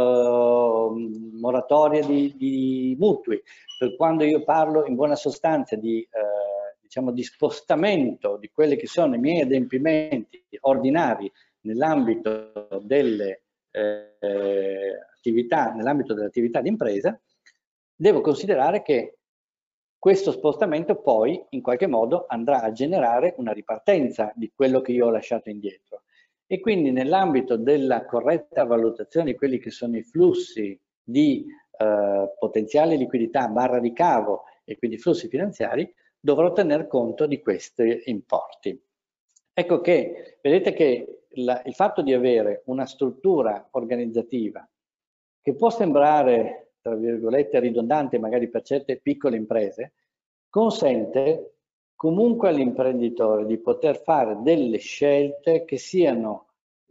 [SPEAKER 4] moratoria di mutui, per quando io parlo in buona sostanza di, diciamo, di spostamento di quelli che sono i miei adempimenti ordinari nell'ambito delle attività, nell'ambito dell'attività di impresa, devo considerare che questo spostamento poi in qualche modo andrà a generare una ripartenza di quello che io ho lasciato indietro. E quindi nell'ambito della corretta valutazione di quelli che sono i flussi di potenziale liquidità barra ricavo e quindi flussi finanziari, dovrò tener conto di questi importi. Ecco che, vedete che il fatto di avere una struttura organizzativa che può sembrare, tra virgolette, ridondante magari per certe piccole imprese, consente comunque all'imprenditore di poter fare delle scelte che siano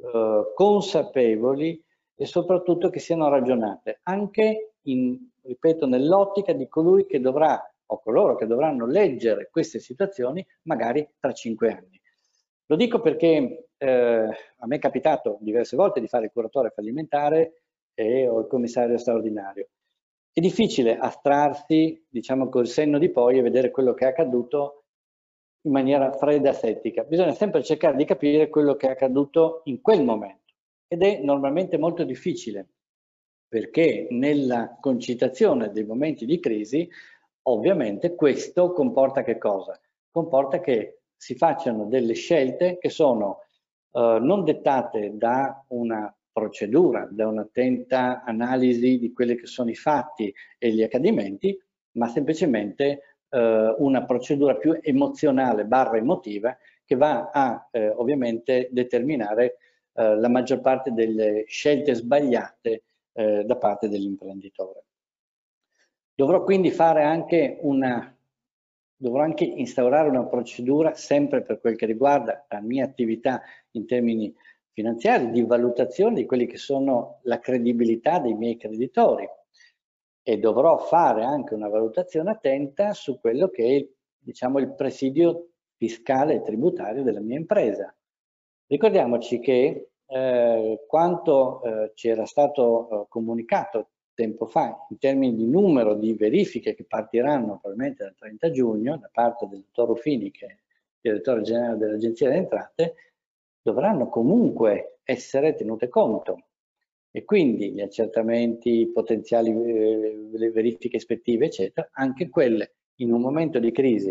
[SPEAKER 4] consapevoli e soprattutto che siano ragionate, anche ripeto, nell'ottica di colui che dovrà o coloro che dovranno leggere queste situazioni magari tra 5 anni. Lo dico perché a me è capitato diverse volte di fare il curatore fallimentare o il commissario straordinario. È difficile astrarsi, diciamo, col senno di poi e vedere quello che è accaduto in maniera fredda e asettica. Bisogna sempre cercare di capire quello che è accaduto in quel momento ed è normalmente molto difficile perché nella concitazione dei momenti di crisi ovviamente questo comporta che cosa? Comporta che si facciano delle scelte che sono non dettate da una procedura, da un'attenta analisi di quelli che sono i fatti e gli accadimenti, ma semplicemente una procedura più emozionale barra emotiva che va a ovviamente determinare la maggior parte delle scelte sbagliate da parte dell'imprenditore. Dovrò quindi fare anche dovrò anche instaurare una procedura sempre per quel che riguarda la mia attività in termini finanziari, di valutazione di quelli che sono la credibilità dei miei creditori e dovrò fare anche una valutazione attenta su quello che è, diciamo, il presidio fiscale e tributario della mia impresa. Ricordiamoci che quanto ci era stato comunicato tempo fa in termini di numero di verifiche che partiranno probabilmente dal 30 giugno da parte del dottor Ruffini, che è il direttore generale dell'Agenzia delle Entrate, dovranno comunque essere tenute conto e quindi gli accertamenti potenziali, le verifiche ispettive eccetera, anche quelle in un momento di crisi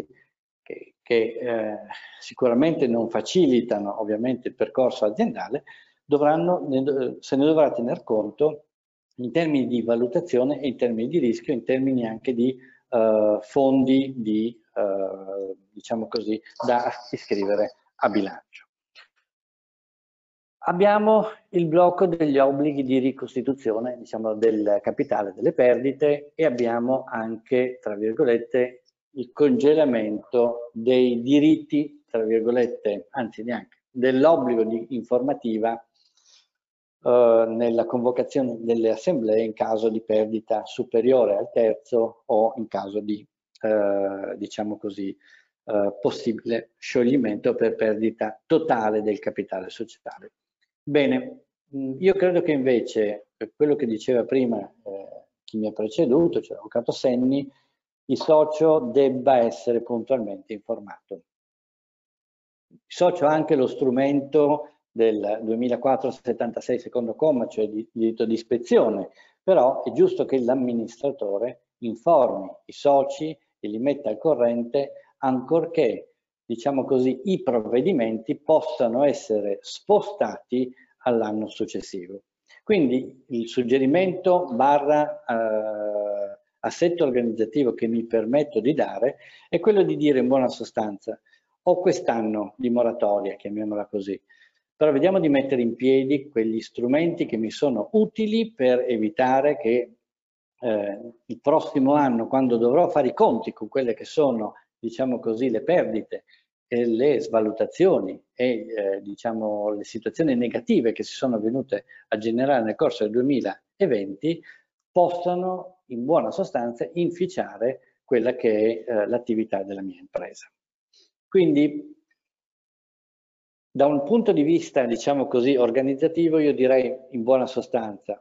[SPEAKER 4] che sicuramente non facilitano ovviamente il percorso aziendale, se ne dovrà tener conto in termini di valutazione e in termini di rischio, in termini anche di fondi diciamo così, da iscrivere a bilancio. Abbiamo il blocco degli obblighi di ricostituzione, diciamo, del capitale delle perdite e abbiamo anche, tra virgolette, il congelamento dei diritti, tra virgolette, anzi neanche, dell'obbligo di informativa nella convocazione delle assemblee in caso di perdita superiore al terzo o in caso di, diciamo così, possibile scioglimento per perdita totale del capitale sociale. Bene, io credo che invece, per quello che diceva prima chi mi ha preceduto, cioè l'avvocato Senni, il socio debba essere puntualmente informato. Il socio ha anche lo strumento del 2004-76 secondo comma, cioè di diritto di ispezione, però è giusto che l'amministratore informi i soci e li metta al corrente ancorché, diciamo così, i provvedimenti possano essere spostati all'anno successivo. Quindi il suggerimento barra assetto organizzativo che mi permetto di dare è quello di dire in buona sostanza ho quest'anno di moratoria, chiamiamola così, però vediamo di mettere in piedi quegli strumenti che mi sono utili per evitare che il prossimo anno, quando dovrò fare i conti con quelle che sono, diciamo così, le perdite e le svalutazioni e diciamo le situazioni negative che si sono venute a generare nel corso del 2020, possano in buona sostanza inficiare quella che è l'attività della mia impresa. Quindi Da un punto di vista, diciamo così, organizzativo, io direi in buona sostanza,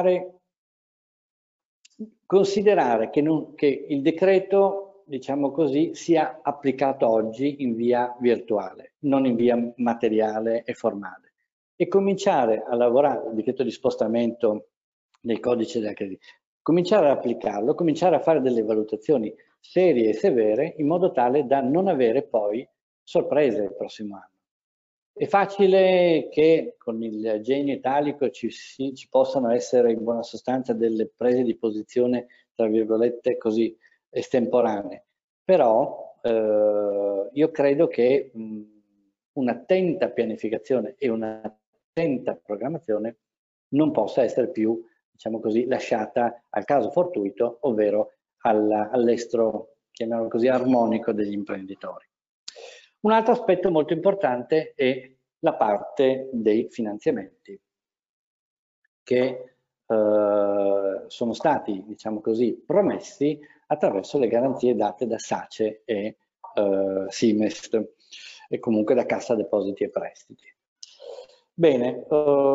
[SPEAKER 4] considerare che il decreto, diciamo così, sia applicato oggi in via virtuale, non in via materiale e formale, e cominciare a lavorare, il decreto di spostamento del codice della credito, cominciare ad applicarlo, cominciare a fare delle valutazioni serie e severe in modo tale da non avere poi sorprese il prossimo anno. È facile che con il genio italico ci possano essere in buona sostanza delle prese di posizione, tra virgolette, così estemporanee, però io credo che un'attenta pianificazione e un'attenta programmazione non possa essere più, diciamo così, lasciata al caso fortuito, ovvero all'estero, chiamiamolo così, armonico degli imprenditori. Un altro aspetto molto importante è la parte dei finanziamenti che sono stati, diciamo così, promessi attraverso le garanzie date da SACE e Simest e comunque da Cassa Depositi e Prestiti. Bene,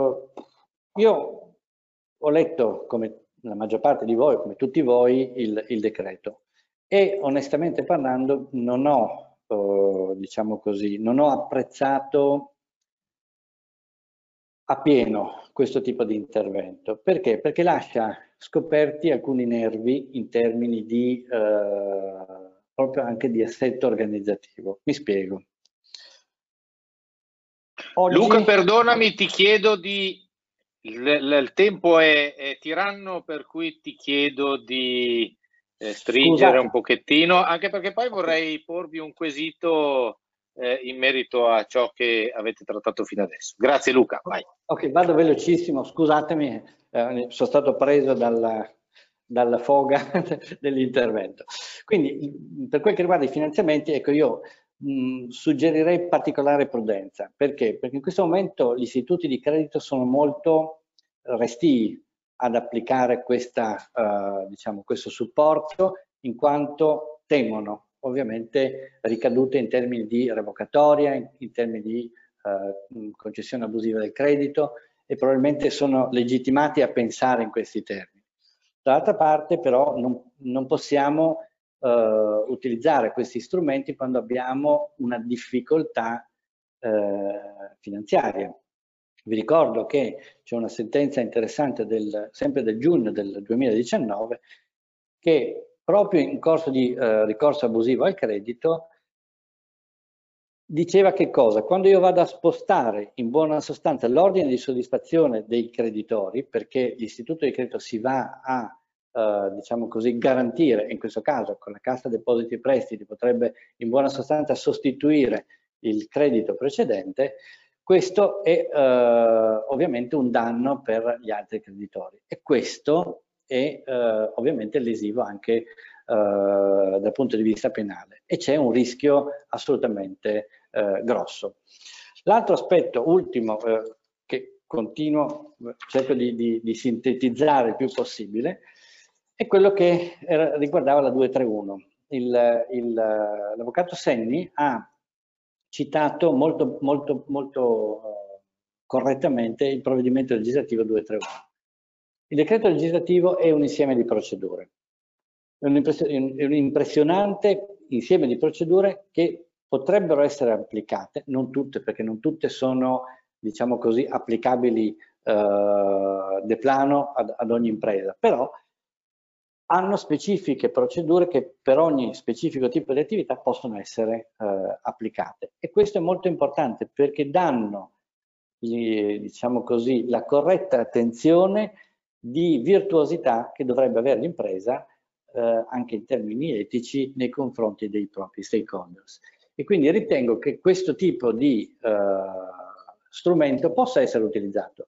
[SPEAKER 4] io ho letto, come la maggior parte di voi, come tutti voi, il decreto e onestamente parlando non ho diciamo così, non ho apprezzato appieno questo tipo di intervento. Perché? Perché lascia scoperti alcuni nervi in termini di proprio anche di assetto organizzativo. Mi spiego.
[SPEAKER 1] Oggi... Luca, perdonami, ti chiedo di... Il tempo è tiranno, per cui ti chiedo di stringere un pochettino, anche perché poi vorrei porvi un quesito in merito a ciò che avete trattato fino adesso. Grazie Luca, vai.
[SPEAKER 4] Ok, vado velocissimo, scusatemi, sono stato preso dalla foga dell'intervento. Quindi per quel che riguarda i finanziamenti, ecco, io suggerirei particolare prudenza. Perché? Perché in questo momento gli istituti di credito sono molto restii ad applicare diciamo, questo supporto, in quanto temono ovviamente ricadute in termini di revocatoria, in termini di concessione abusiva del credito, e probabilmente sono legittimati a pensare in questi termini. Dall'altra parte però non possiamo utilizzare questi strumenti quando abbiamo una difficoltà finanziaria. Vi ricordo che c'è una sentenza interessante sempre del giugno del 2019 che proprio in corso di ricorso abusivo al credito diceva che cosa? Quando io vado a spostare in buona sostanza l'ordine di soddisfazione dei creditori, perché l'istituto di credito si va a diciamo così, garantire, in questo caso con la Cassa Depositi e Prestiti potrebbe in buona sostanza sostituire il credito precedente, questo è ovviamente un danno per gli altri creditori e questo è ovviamente lesivo anche dal punto di vista penale e c'è un rischio assolutamente grosso. L'altro aspetto ultimo che continuo, cerco di sintetizzare il più possibile, è quello che riguardava la 231. L'avvocato Senni ha citato molto correttamente il provvedimento legislativo 231. Il decreto legislativo è un insieme di procedure, è un impressionante insieme di procedure che potrebbero essere applicate, non tutte, perché non tutte sono, diciamo così, applicabili de plano ad ogni impresa, però hanno specifiche procedure che per ogni specifico tipo di attività possono essere applicate. E questo è molto importante perché danno, diciamo così, la corretta attenzione di virtuosità che dovrebbe avere l'impresa anche in termini etici nei confronti dei propri stakeholders. E quindi ritengo che questo tipo di strumento possa essere utilizzato.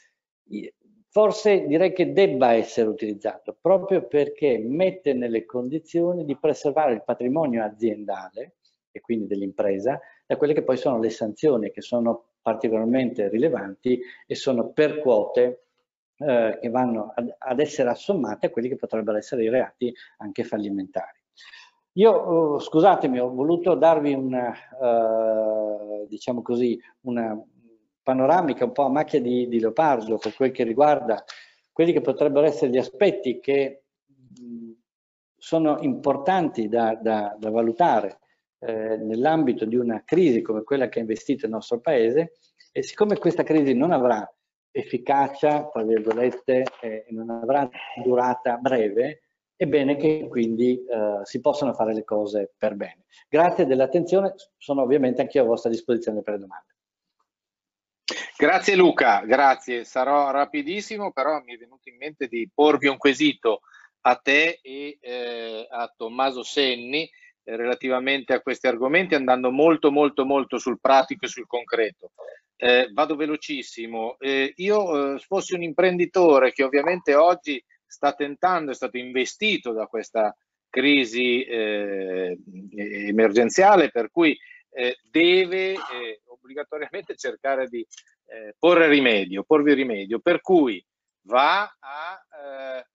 [SPEAKER 4] Forse direi che debba essere utilizzato proprio perché mette nelle condizioni di preservare il patrimonio aziendale e quindi dell'impresa da quelle che poi sono le sanzioni che sono particolarmente rilevanti e sono per quote che vanno ad essere assommate a quelli che potrebbero essere i reati anche fallimentari. Io, scusatemi, ho voluto darvi diciamo così, una panoramica un po' a macchia di leopardo per quel che riguarda quelli che potrebbero essere gli aspetti che sono importanti da valutare nell'ambito di una crisi come quella che ha investito il nostro Paese, e siccome questa crisi non avrà efficacia, tra virgolette, e non avrà durata breve, è bene che quindi si possano fare le cose per bene. Grazie dell'attenzione, sono ovviamente anche io a vostra disposizione per le domande.
[SPEAKER 1] Grazie Luca, grazie. Sarò rapidissimo, però mi è venuto in mente di porvi un quesito a te e a Tommaso Senni relativamente a questi argomenti, andando molto sul pratico e sul concreto. Vado velocissimo. Io fossi un imprenditore che ovviamente oggi sta tentando, è stato investito da questa crisi emergenziale, per cui deve obbligatoriamente cercare di porvi rimedio, per cui va a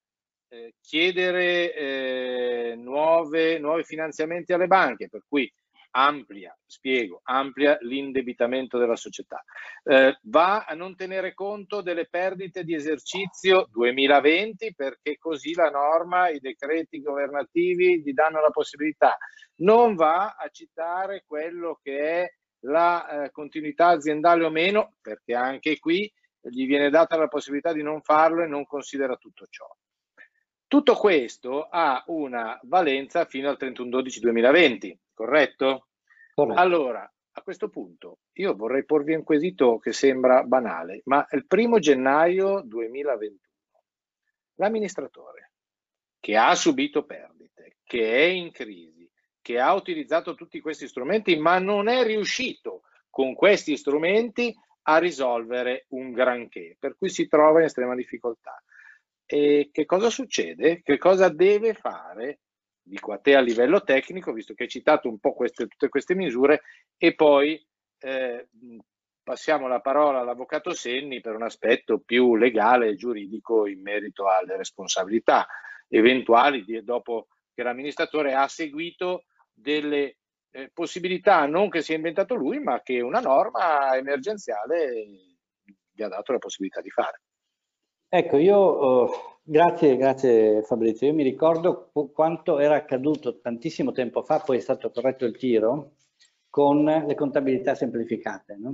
[SPEAKER 1] chiedere nuovi finanziamenti alle banche, per cui amplia l'indebitamento della società, va a non tenere conto delle perdite di esercizio 2020, perché così la norma, i decreti governativi gli danno la possibilità, non va a citare quello che è la continuità aziendale o meno, perché anche qui gli viene data la possibilità di non farlo e non considera tutto ciò. Tutto questo ha una valenza fino al 31/12/2020, corretto? Corretto. Allora, a questo punto io vorrei porvi un quesito che sembra banale, ma il 1° gennaio 2021 l'amministratore che ha subito perdite, che è in crisi, che ha utilizzato tutti questi strumenti, ma non è riuscito con questi strumenti a risolvere un granché, per cui si trova in estrema difficoltà. E che cosa succede? Che cosa deve fare? Dico a te a livello tecnico, visto che hai citato un po' tutte queste misure, e poi passiamo la parola all'avvocato Senni per un aspetto più legale e giuridico in merito alle responsabilità eventuali dopo che l'amministratore ha seguito delle possibilità non che si è inventato lui, ma che una norma emergenziale gli ha dato la possibilità di fare.
[SPEAKER 4] Ecco, io grazie Fabrizio, io mi ricordo quanto era accaduto tantissimo tempo fa, poi è stato corretto il tiro, con le contabilità semplificate, no?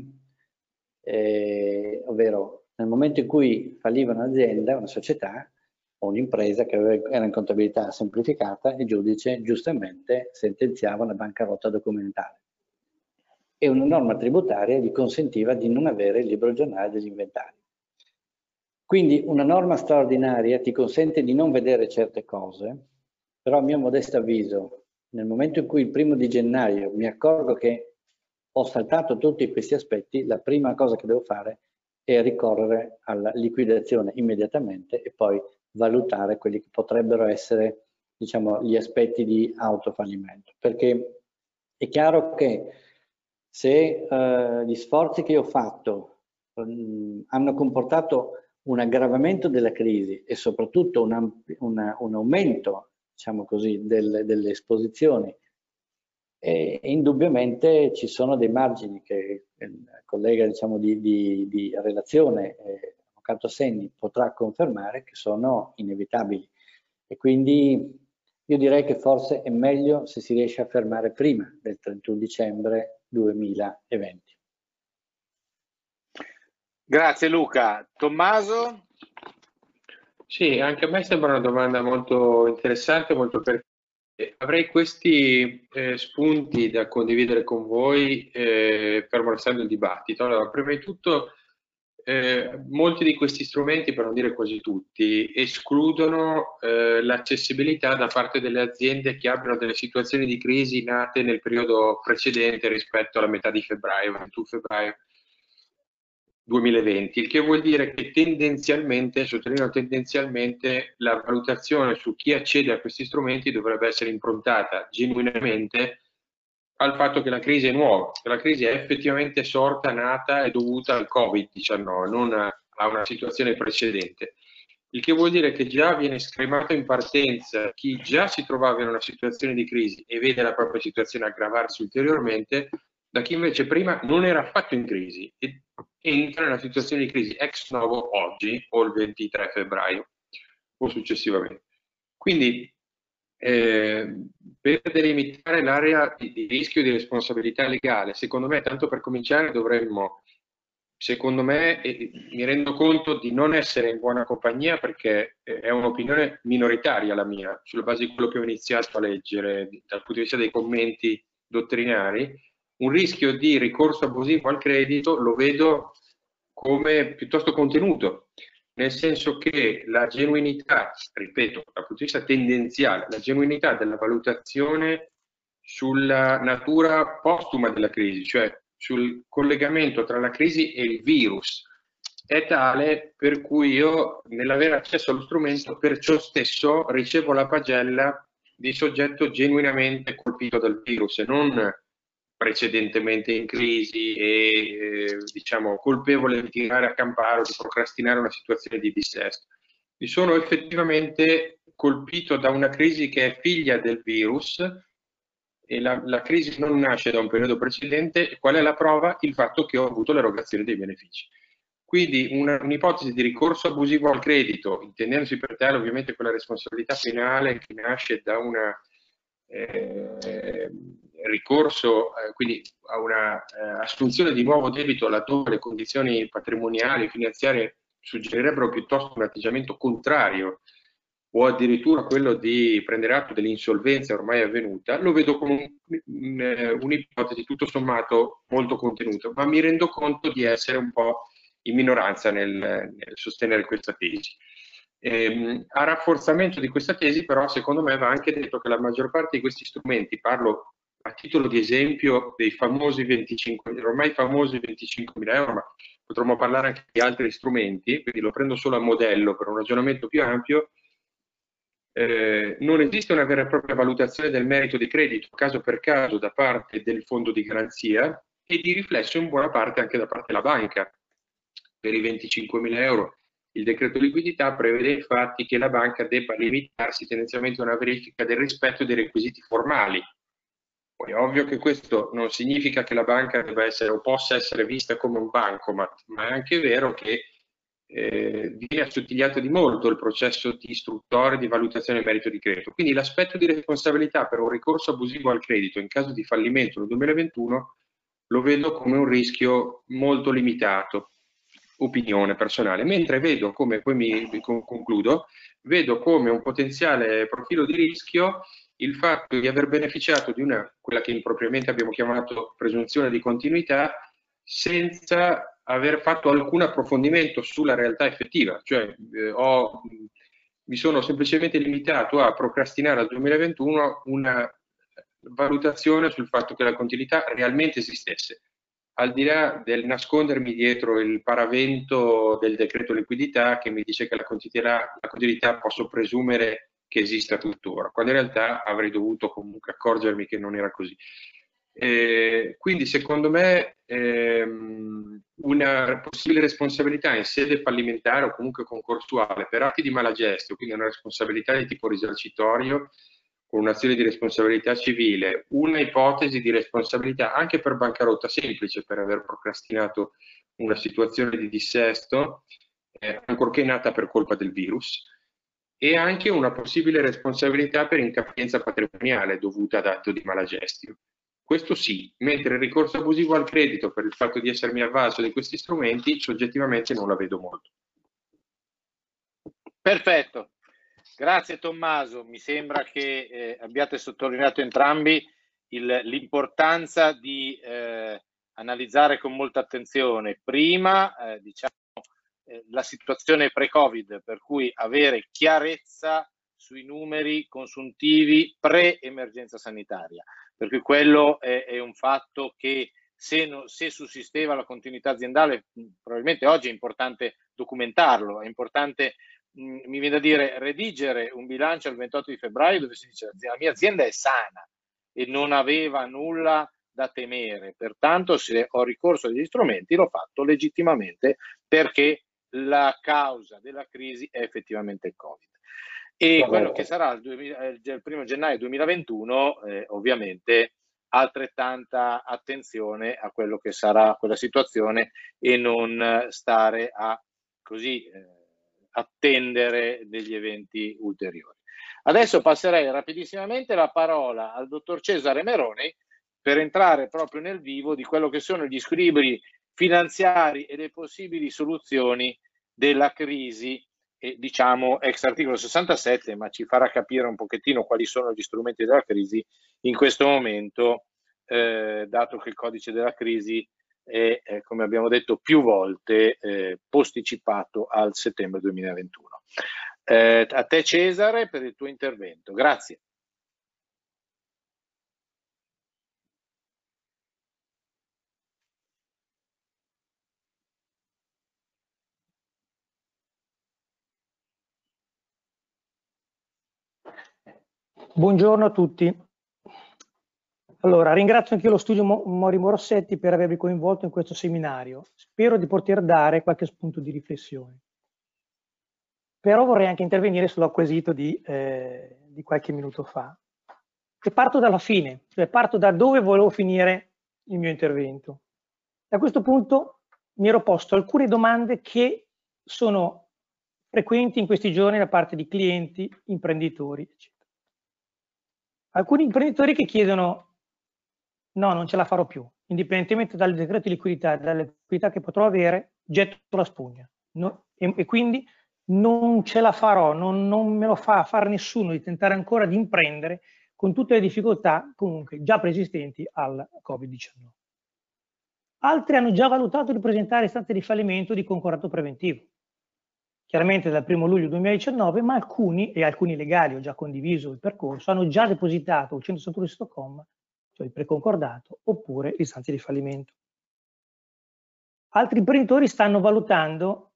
[SPEAKER 4] Ovvero nel momento in cui falliva un'azienda, una società o un'impresa che era in contabilità semplificata, il giudice giustamente sentenziava una bancarotta documentale e una norma tributaria gli consentiva di non avere il libro giornale degli inventari. Quindi una norma straordinaria ti consente di non vedere certe cose, però a mio modesto avviso, nel momento in cui il 1° di gennaio mi accorgo che ho saltato tutti questi aspetti, la prima cosa che devo fare è ricorrere alla liquidazione immediatamente e poi valutare quelli che potrebbero essere, diciamo, gli aspetti di autofallimento. Perché è chiaro che se gli sforzi che ho fatto hanno comportato un aggravamento della crisi e soprattutto un aumento, diciamo così, delle esposizioni, e indubbiamente ci sono dei margini che il collega, diciamo, di relazione, l'avvocato Senni, potrà confermare che sono inevitabili, e quindi io direi che forse è meglio se si riesce a fermare prima del 31 dicembre 2020.
[SPEAKER 1] Grazie Luca. Tommaso?
[SPEAKER 3] Sì, anche a me sembra una domanda molto interessante, molto pertinente. Avrei questi spunti da condividere con voi fermo restando il dibattito. Allora, prima di tutto, molti di questi strumenti, per non dire quasi tutti, escludono l'accessibilità da parte delle aziende che abbiano delle situazioni di crisi nate nel periodo precedente rispetto alla metà di febbraio, 21 febbraio 2020, il che vuol dire che tendenzialmente, sottolineo tendenzialmente, la valutazione su chi accede a questi strumenti dovrebbe essere improntata genuinamente al fatto che la crisi è nuova, che la crisi è effettivamente sorta, nata e dovuta al Covid-19, non a una situazione precedente. Il che vuol dire che già viene scremato in partenza chi già si trovava in una situazione di crisi e vede la propria situazione aggravarsi ulteriormente, da chi invece prima non era affatto in crisi e entra in una situazione di crisi ex novo oggi o il 23 febbraio o successivamente. Quindi per delimitare l'area di rischio di responsabilità legale, secondo me, tanto per cominciare, dovremmo, secondo me, mi rendo conto di non essere in buona compagnia perché è un'opinione minoritaria la mia, sulla base di quello che ho iniziato a leggere dal punto di vista dei commenti dottrinari. Un rischio di ricorso abusivo al credito lo vedo come piuttosto contenuto, nel senso che la genuinità, ripeto, dal punto di vista tendenziale, la genuinità della valutazione sulla natura postuma della crisi, cioè sul collegamento tra la crisi e il virus, è tale per cui io, nell'avere accesso allo strumento, perciò stesso ricevo la pagella di soggetto genuinamente colpito dal virus e non precedentemente in crisi e diciamo colpevole di tirare a campare o di procrastinare una situazione di dissesto. Mi sono effettivamente colpito da una crisi che è figlia del virus e la crisi non nasce da un periodo precedente. Qual è la prova? Il fatto che ho avuto l'erogazione dei benefici. Quindi un'ipotesi di ricorso abusivo al credito, intendendosi per tale ovviamente quella responsabilità penale che nasce da una ricorso quindi a una assunzione di nuovo debito laddove le condizioni patrimoniali e finanziarie suggerirebbero piuttosto un atteggiamento contrario o addirittura quello di prendere atto dell'insolvenza ormai avvenuta, lo vedo come un'ipotesi tutto sommato molto contenuta, ma mi rendo conto di essere un po' in minoranza nel sostenere questa tesi. A rafforzamento di questa tesi però secondo me va anche detto che la maggior parte di questi strumenti, parlo a titolo di esempio dei famosi ormai famosi 25.000 euro, ma potremmo parlare anche di altri strumenti, quindi lo prendo solo a modello per un ragionamento più ampio. Non esiste una vera e propria valutazione del merito di credito caso per caso da parte del fondo di garanzia e di riflesso in buona parte anche da parte della banca. Per i 25.000 euro il decreto liquidità prevede infatti che la banca debba limitarsi tendenzialmente a una verifica del rispetto dei requisiti formali. Poi è ovvio che questo non significa che la banca debba essere o possa essere vista come un bancomat, ma è anche vero che viene assottigliato di molto il processo di istruttore di valutazione del merito di credito. Quindi l'aspetto di responsabilità per un ricorso abusivo al credito in caso di fallimento nel 2021 lo vedo come un rischio molto limitato, opinione personale, mentre vedo come, poi concludo, vedo come un potenziale profilo di rischio il fatto di aver beneficiato di quella che impropriamente abbiamo chiamato presunzione di continuità senza aver fatto alcun approfondimento sulla realtà effettiva, cioè mi sono semplicemente limitato a procrastinare al 2021 una valutazione sul fatto che la continuità realmente esistesse, al di là del nascondermi dietro il paravento del decreto liquidità che mi dice che la continuità posso presumere che esista tuttora, quando in realtà avrei dovuto comunque accorgermi che non era così. Quindi secondo me una possibile responsabilità in sede fallimentare o comunque concorsuale per atti di malagestio, quindi una responsabilità di tipo risarcitorio con un'azione di responsabilità civile, una ipotesi di responsabilità anche per bancarotta semplice per aver procrastinato una situazione di dissesto, ancorché nata per colpa del virus, e anche una possibile responsabilità per incapienza patrimoniale dovuta ad atto di malagestio. Questo sì, mentre il ricorso abusivo al credito per il fatto di essermi avvalso di questi strumenti, soggettivamente non la vedo molto.
[SPEAKER 1] Perfetto, grazie Tommaso. Mi sembra che abbiate sottolineato entrambi l'importanza di analizzare con molta attenzione prima la situazione pre-Covid, per cui avere chiarezza sui numeri consuntivi pre-emergenza sanitaria, perché quello è un fatto che se sussisteva la continuità aziendale, probabilmente oggi è importante documentarlo, è importante, mi viene da dire, redigere un bilancio il 28 di febbraio dove si dice la mia azienda è sana e non aveva nulla da temere, pertanto se ho ricorso agli strumenti l'ho fatto legittimamente perché la causa della crisi è effettivamente il Covid. E quello che sarà il 1° gennaio 2021 ovviamente altrettanta attenzione a quello che sarà quella situazione e non stare a così attendere degli eventi ulteriori. Adesso passerei rapidissimamente la parola al dottor Cesare Meroni per entrare proprio nel vivo di quello che sono gli squilibri finanziari e le possibili soluzioni della crisi, diciamo ex articolo 67, ma ci farà capire un pochettino quali sono gli strumenti della crisi in questo momento, dato che il codice della crisi è, come abbiamo detto più volte, posticipato al settembre 2021. A te Cesare per il tuo intervento. Grazie.
[SPEAKER 5] Buongiorno a tutti. Allora, ringrazio anche io lo studio Mori Rossetti per avermi coinvolto in questo seminario. Spero di poter dare qualche spunto di riflessione. Però vorrei anche intervenire sull'acquisito di qualche minuto fa. E parto dalla fine, cioè parto da dove volevo finire il mio intervento. A questo punto mi ero posto alcune domande che sono frequenti in questi giorni da parte di clienti, imprenditori, eccetera. Alcuni imprenditori che chiedono: no, non ce la farò più, indipendentemente dal decreto di liquidità e dalle liquidità che potrò avere, getto la spugna. No, e quindi non ce la farò, non me lo fa fare nessuno di tentare ancora di imprendere con tutte le difficoltà comunque già preesistenti al Covid-19. Altri hanno già valutato di presentare istanze di fallimento di concordato preventivo, chiaramente dal 1° luglio 2019, ma alcuni legali, ho già condiviso il percorso, hanno già depositato il 161 di Stoccolma, cioè il preconcordato, oppure l'istanza di fallimento. Altri imprenditori stanno valutando,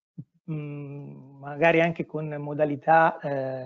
[SPEAKER 5] magari anche con modalità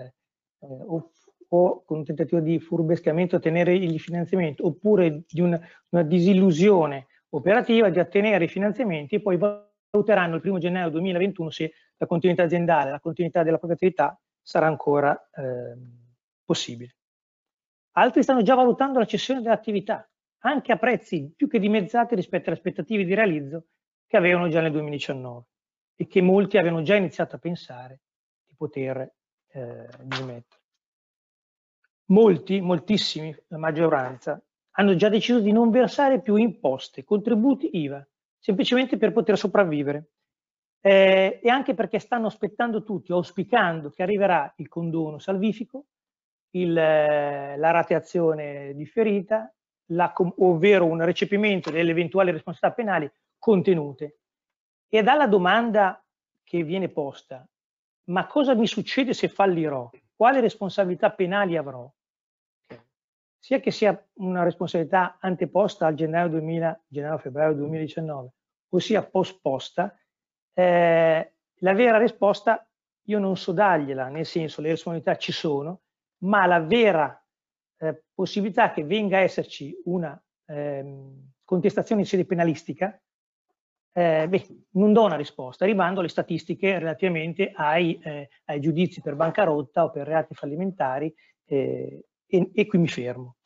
[SPEAKER 5] o con un tentativo di furbescamento, ottenere il finanziamento, oppure di una disillusione operativa, di ottenere i finanziamenti e poi valuteranno il 1° gennaio 2021 se la continuità aziendale, la continuità della propria attività sarà ancora possibile. Altri stanno già valutando la cessione dell'attività, anche a prezzi più che dimezzati rispetto alle aspettative di realizzo che avevano già nel 2019 e che molti avevano già iniziato a pensare di poter dismettere. Molti, moltissimi, la maggioranza, hanno già deciso di non versare più imposte, contributi IVA, semplicemente per poter sopravvivere. E anche perché stanno aspettando tutti, auspicando che arriverà il condono salvifico, la rateazione differita, ovvero un recepimento delle eventuali responsabilità penali contenute. E dalla domanda che viene posta: ma cosa mi succede se fallirò? Quali responsabilità penali avrò? Sia che sia una responsabilità anteposta al gennaio-febbraio 2019, ossia posposta, la vera risposta io non so dargliela, nel senso le responsabilità ci sono, ma la vera possibilità che venga a esserci una contestazione in sede penalistica, non do una risposta, rimando alle statistiche relativamente ai giudizi per bancarotta o per reati fallimentari e qui mi fermo.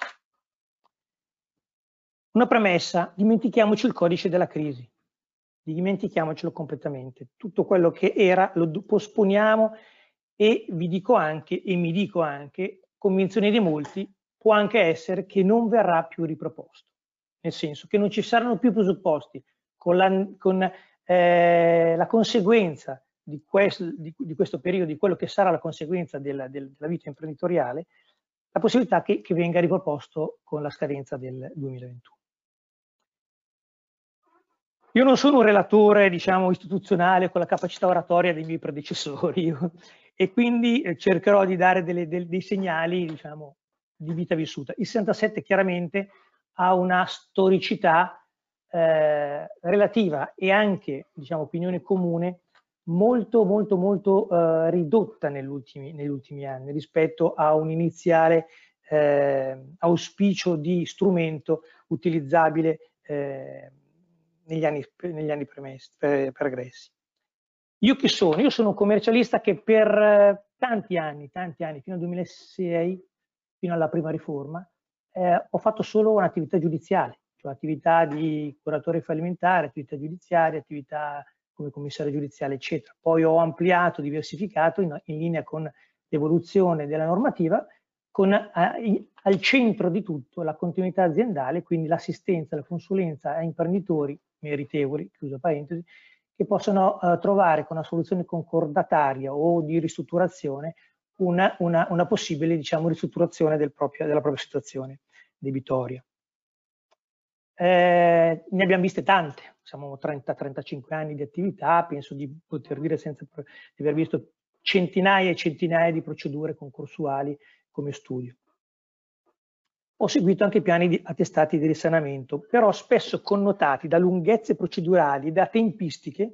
[SPEAKER 5] Una premessa: dimentichiamoci il codice della crisi, dimentichiamocelo completamente. Tutto quello che era lo posponiamo e vi dico anche, e mi dico anche, convinzione di molti, può anche essere che non verrà più riproposto, nel senso che non ci saranno più presupposti con la conseguenza di questo periodo, di quello che sarà la conseguenza della vita imprenditoriale, la possibilità che venga riproposto con la scadenza del 2021. Io non sono un relatore, diciamo, istituzionale con la capacità oratoria dei miei predecessori e quindi cercherò di dare dei segnali, diciamo, di vita vissuta. Il 67 chiaramente ha una storicità relativa e anche, diciamo, opinione comune molto ridotta negli ultimi anni rispetto a un iniziale auspicio di strumento utilizzabile negli anni pregressi. Io chi sono? Io sono un commercialista che per tanti anni, fino al 2006, fino alla prima riforma, ho fatto solo un'attività giudiziale, cioè attività di curatore fallimentare, attività giudiziarie, attività come commissario giudiziale, eccetera. Poi ho ampliato, diversificato in linea con l'evoluzione della normativa, con al centro di tutto la continuità aziendale, quindi l'assistenza, la consulenza a imprenditori meritevoli, chiusa parentesi, che possono trovare con una soluzione concordataria o di ristrutturazione una possibile, diciamo, ristrutturazione della propria situazione debitoria. Ne abbiamo viste tante, siamo 30-35 anni di attività, penso di poter dire senza di aver visto centinaia e centinaia di procedure concorsuali come studio. Ho seguito anche piani attestati di risanamento, però spesso connotati da lunghezze procedurali, da tempistiche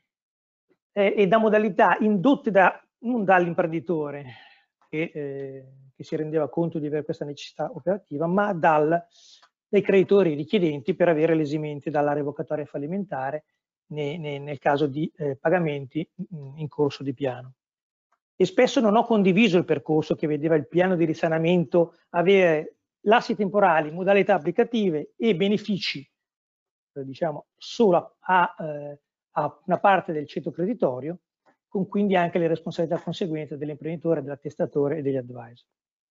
[SPEAKER 5] e da modalità indotte non dall'imprenditore che si rendeva conto di avere questa necessità operativa, ma dai creditori richiedenti per avere l'esimente dalla revocatoria fallimentare nel caso di pagamenti in corso di piano. E spesso non ho condiviso il percorso che vedeva il piano di risanamento avere lassi temporali, modalità applicative e benefici, diciamo, solo a una parte del ceto creditorio, con quindi anche le responsabilità conseguenti dell'imprenditore, dell'attestatore e degli advisor.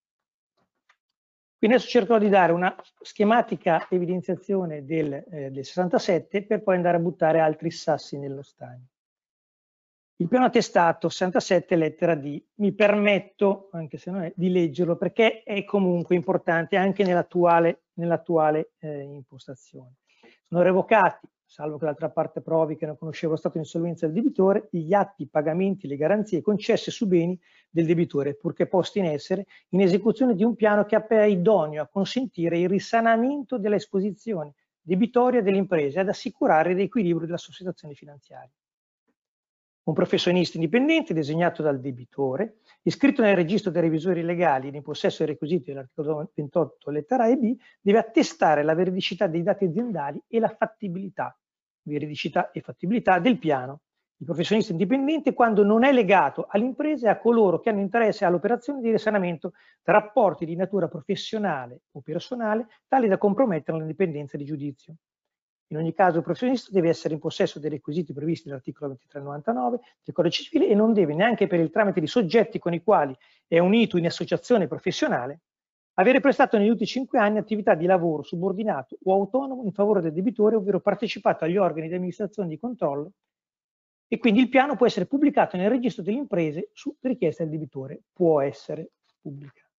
[SPEAKER 5] Quindi adesso cercherò di dare una schematica evidenziazione del 67 per poi andare a buttare altri sassi nello stagno. Il piano attestato 67 lettera D, mi permetto, anche se non è, di leggerlo perché è comunque importante anche nell'attuale impostazione. Sono revocati, salvo che d'altra parte provi che non conoscevo lo stato di insolvenza del debitore, gli atti, i pagamenti, le garanzie concesse su beni del debitore, purché posti in essere in esecuzione di un piano che appare idoneo a consentire il risanamento dell'esposizione debitoria delle imprese ad assicurare l'equilibrio della sua situazione finanziaria. Un professionista indipendente designato dal debitore, iscritto nel registro dei revisori legali ed in possesso dei requisiti dell'articolo 28 lettera A e B, deve attestare la veridicità dei dati aziendali e la fattibilità, veridicità e fattibilità del piano. Il professionista indipendente quando non è legato all'impresa e a coloro che hanno interesse all'operazione di risanamento da rapporti di natura professionale o personale tali da compromettere l'indipendenza di giudizio. In ogni caso il professionista deve essere in possesso dei requisiti previsti dall'articolo 2399 del Codice Civile e non deve, neanche per il tramite di soggetti con i quali è unito in associazione professionale, avere prestato negli ultimi 5 anni attività di lavoro subordinato o autonomo in favore del debitore, ovvero partecipato agli organi di amministrazione e di controllo, e quindi il piano può essere pubblicato nel registro delle imprese su richiesta del debitore, può essere pubblicato.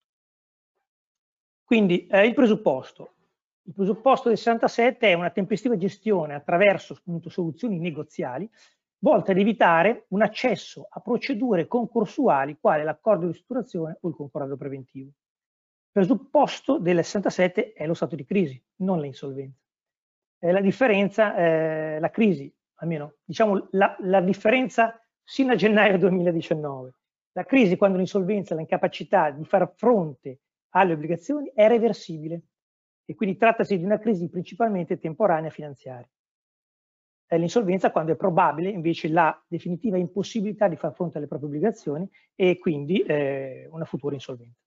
[SPEAKER 5] Quindi il presupposto del 67 è una tempestiva gestione attraverso soluzioni negoziali volte ad evitare un accesso a procedure concorsuali quale l'accordo di ristrutturazione o il concordato preventivo. Il presupposto del 67 è lo stato di crisi, non l'insolvenza. La differenza, la crisi, almeno diciamo la differenza sino a gennaio 2019. La crisi quando l'insolvenza, l'incapacità di far fronte alle obbligazioni è reversibile. E quindi trattasi di una crisi principalmente temporanea finanziaria. L'insolvenza quando è probabile invece la definitiva impossibilità di far fronte alle proprie obbligazioni e quindi una futura insolvenza.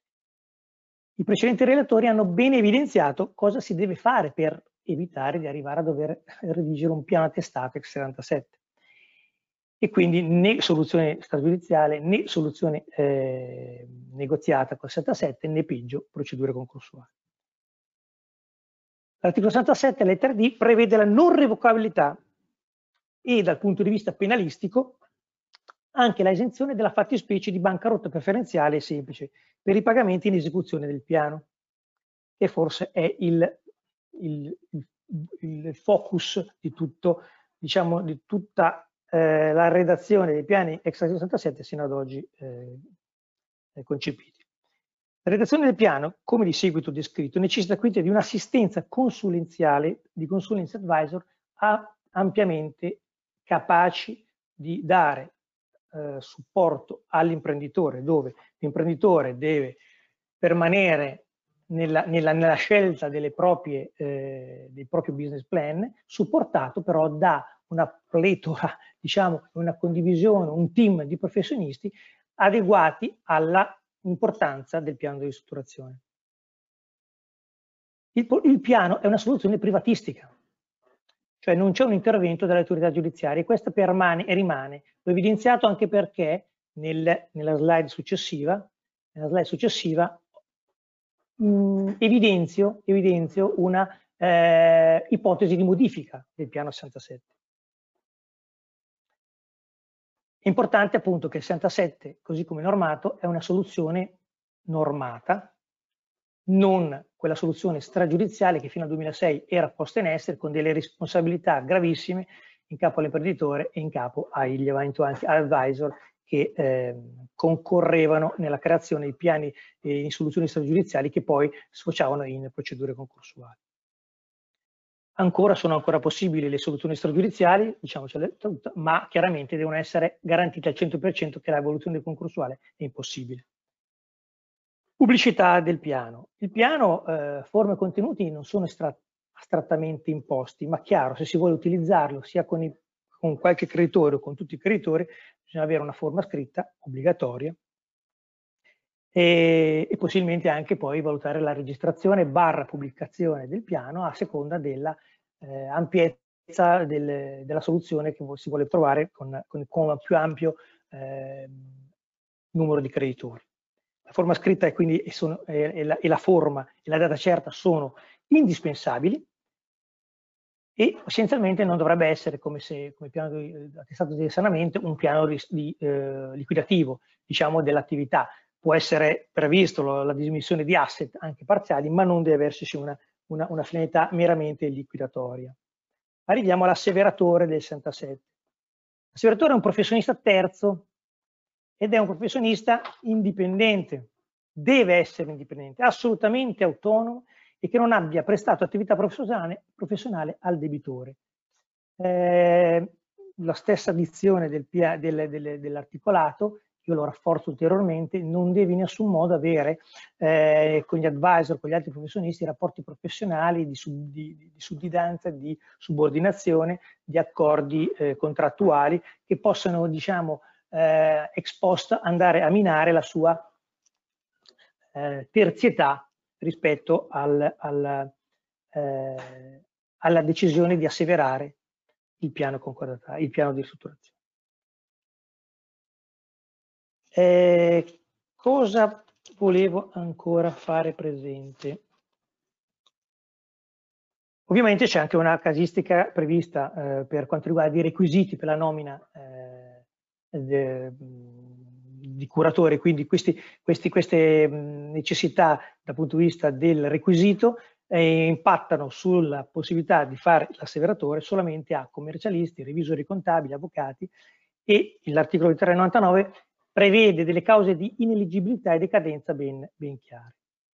[SPEAKER 5] I precedenti relatori hanno bene evidenziato cosa si deve fare per evitare di arrivare a dover redigere un piano attestato ex 77. E quindi né soluzione stragiudiziale né soluzione negoziata col 77 né peggio procedure concorsuali. L'articolo 67, lettera D, prevede la non revocabilità e dal punto di vista penalistico anche la esenzione della fattispecie di bancarotta preferenziale e semplice per i pagamenti in esecuzione del piano, che forse è il focus di tutto, diciamo, di tutta la redazione dei piani extra 67 sino ad oggi concepiti. La redazione del piano, come di seguito descritto, necessita quindi di un'assistenza consulenziale di consulenza advisor ampiamente capaci di dare supporto all'imprenditore, dove l'imprenditore deve permanere nella scelta dei propri business plan, supportato però da una pletora, diciamo, una condivisione, un team di professionisti adeguati alla importanza del piano di ristrutturazione. Il piano è una soluzione privatistica, cioè non c'è un intervento dell'autorità giudiziaria, e questo permane e rimane. L'ho evidenziato anche perché nella slide successiva evidenzio una ipotesi di modifica del piano 67. È importante appunto che il 67, così come normato, è una soluzione normata, non quella soluzione stragiudiziale che fino al 2006 era posta in essere con delle responsabilità gravissime in capo all'imprenditore e in capo agli eventuali advisor che concorrevano nella creazione di piani in soluzioni stragiudiziali che poi sfociavano in procedure concorsuali. Sono ancora possibili le soluzioni stragiudiziali, diciamocelo tutto, ma chiaramente devono essere garantite al 100% che l'evoluzione concorsuale è impossibile. Pubblicità del piano. Il piano, forme e contenuti non sono astrattamente imposti, ma chiaro, se si vuole utilizzarlo sia con qualche creditore o con tutti i creditori, bisogna avere una forma scritta obbligatoria e possibilmente anche poi valutare la registrazione / pubblicazione del piano a seconda della ampiezza della soluzione che si vuole trovare con un più ampio numero di creditori. La forma scritta e la forma e la data certa sono indispensabili e essenzialmente non dovrebbe essere come piano di attestato di risanamento un piano liquidativo, diciamo, dell'attività. Può essere previsto la dismissione di asset anche parziali, ma non deve esserci una finalità meramente liquidatoria. Arriviamo all'asseveratore del 67. L'asseveratore è un professionista terzo ed è un professionista indipendente, deve essere indipendente, assolutamente autonomo e che non abbia prestato attività professionale al debitore. La stessa dizione dell'articolato, io lo rafforzo ulteriormente, non deve in nessun modo avere con gli advisor, con gli altri professionisti, rapporti professionali di sudditanza, di subordinazione, di accordi contrattuali che possano, diciamo, ex post andare a minare la sua terzietà rispetto alla decisione di asseverare il piano concordatario, il piano di ristrutturazione. Cosa volevo ancora fare presente? Ovviamente c'è anche una casistica prevista per quanto riguarda i requisiti per la nomina di curatori, quindi queste necessità dal punto di vista del requisito impattano sulla possibilità di fare l'asseveratore solamente a commercialisti, revisori contabili, avvocati, e l'articolo 399 prevede delle cause di ineleggibilità e decadenza ben chiare.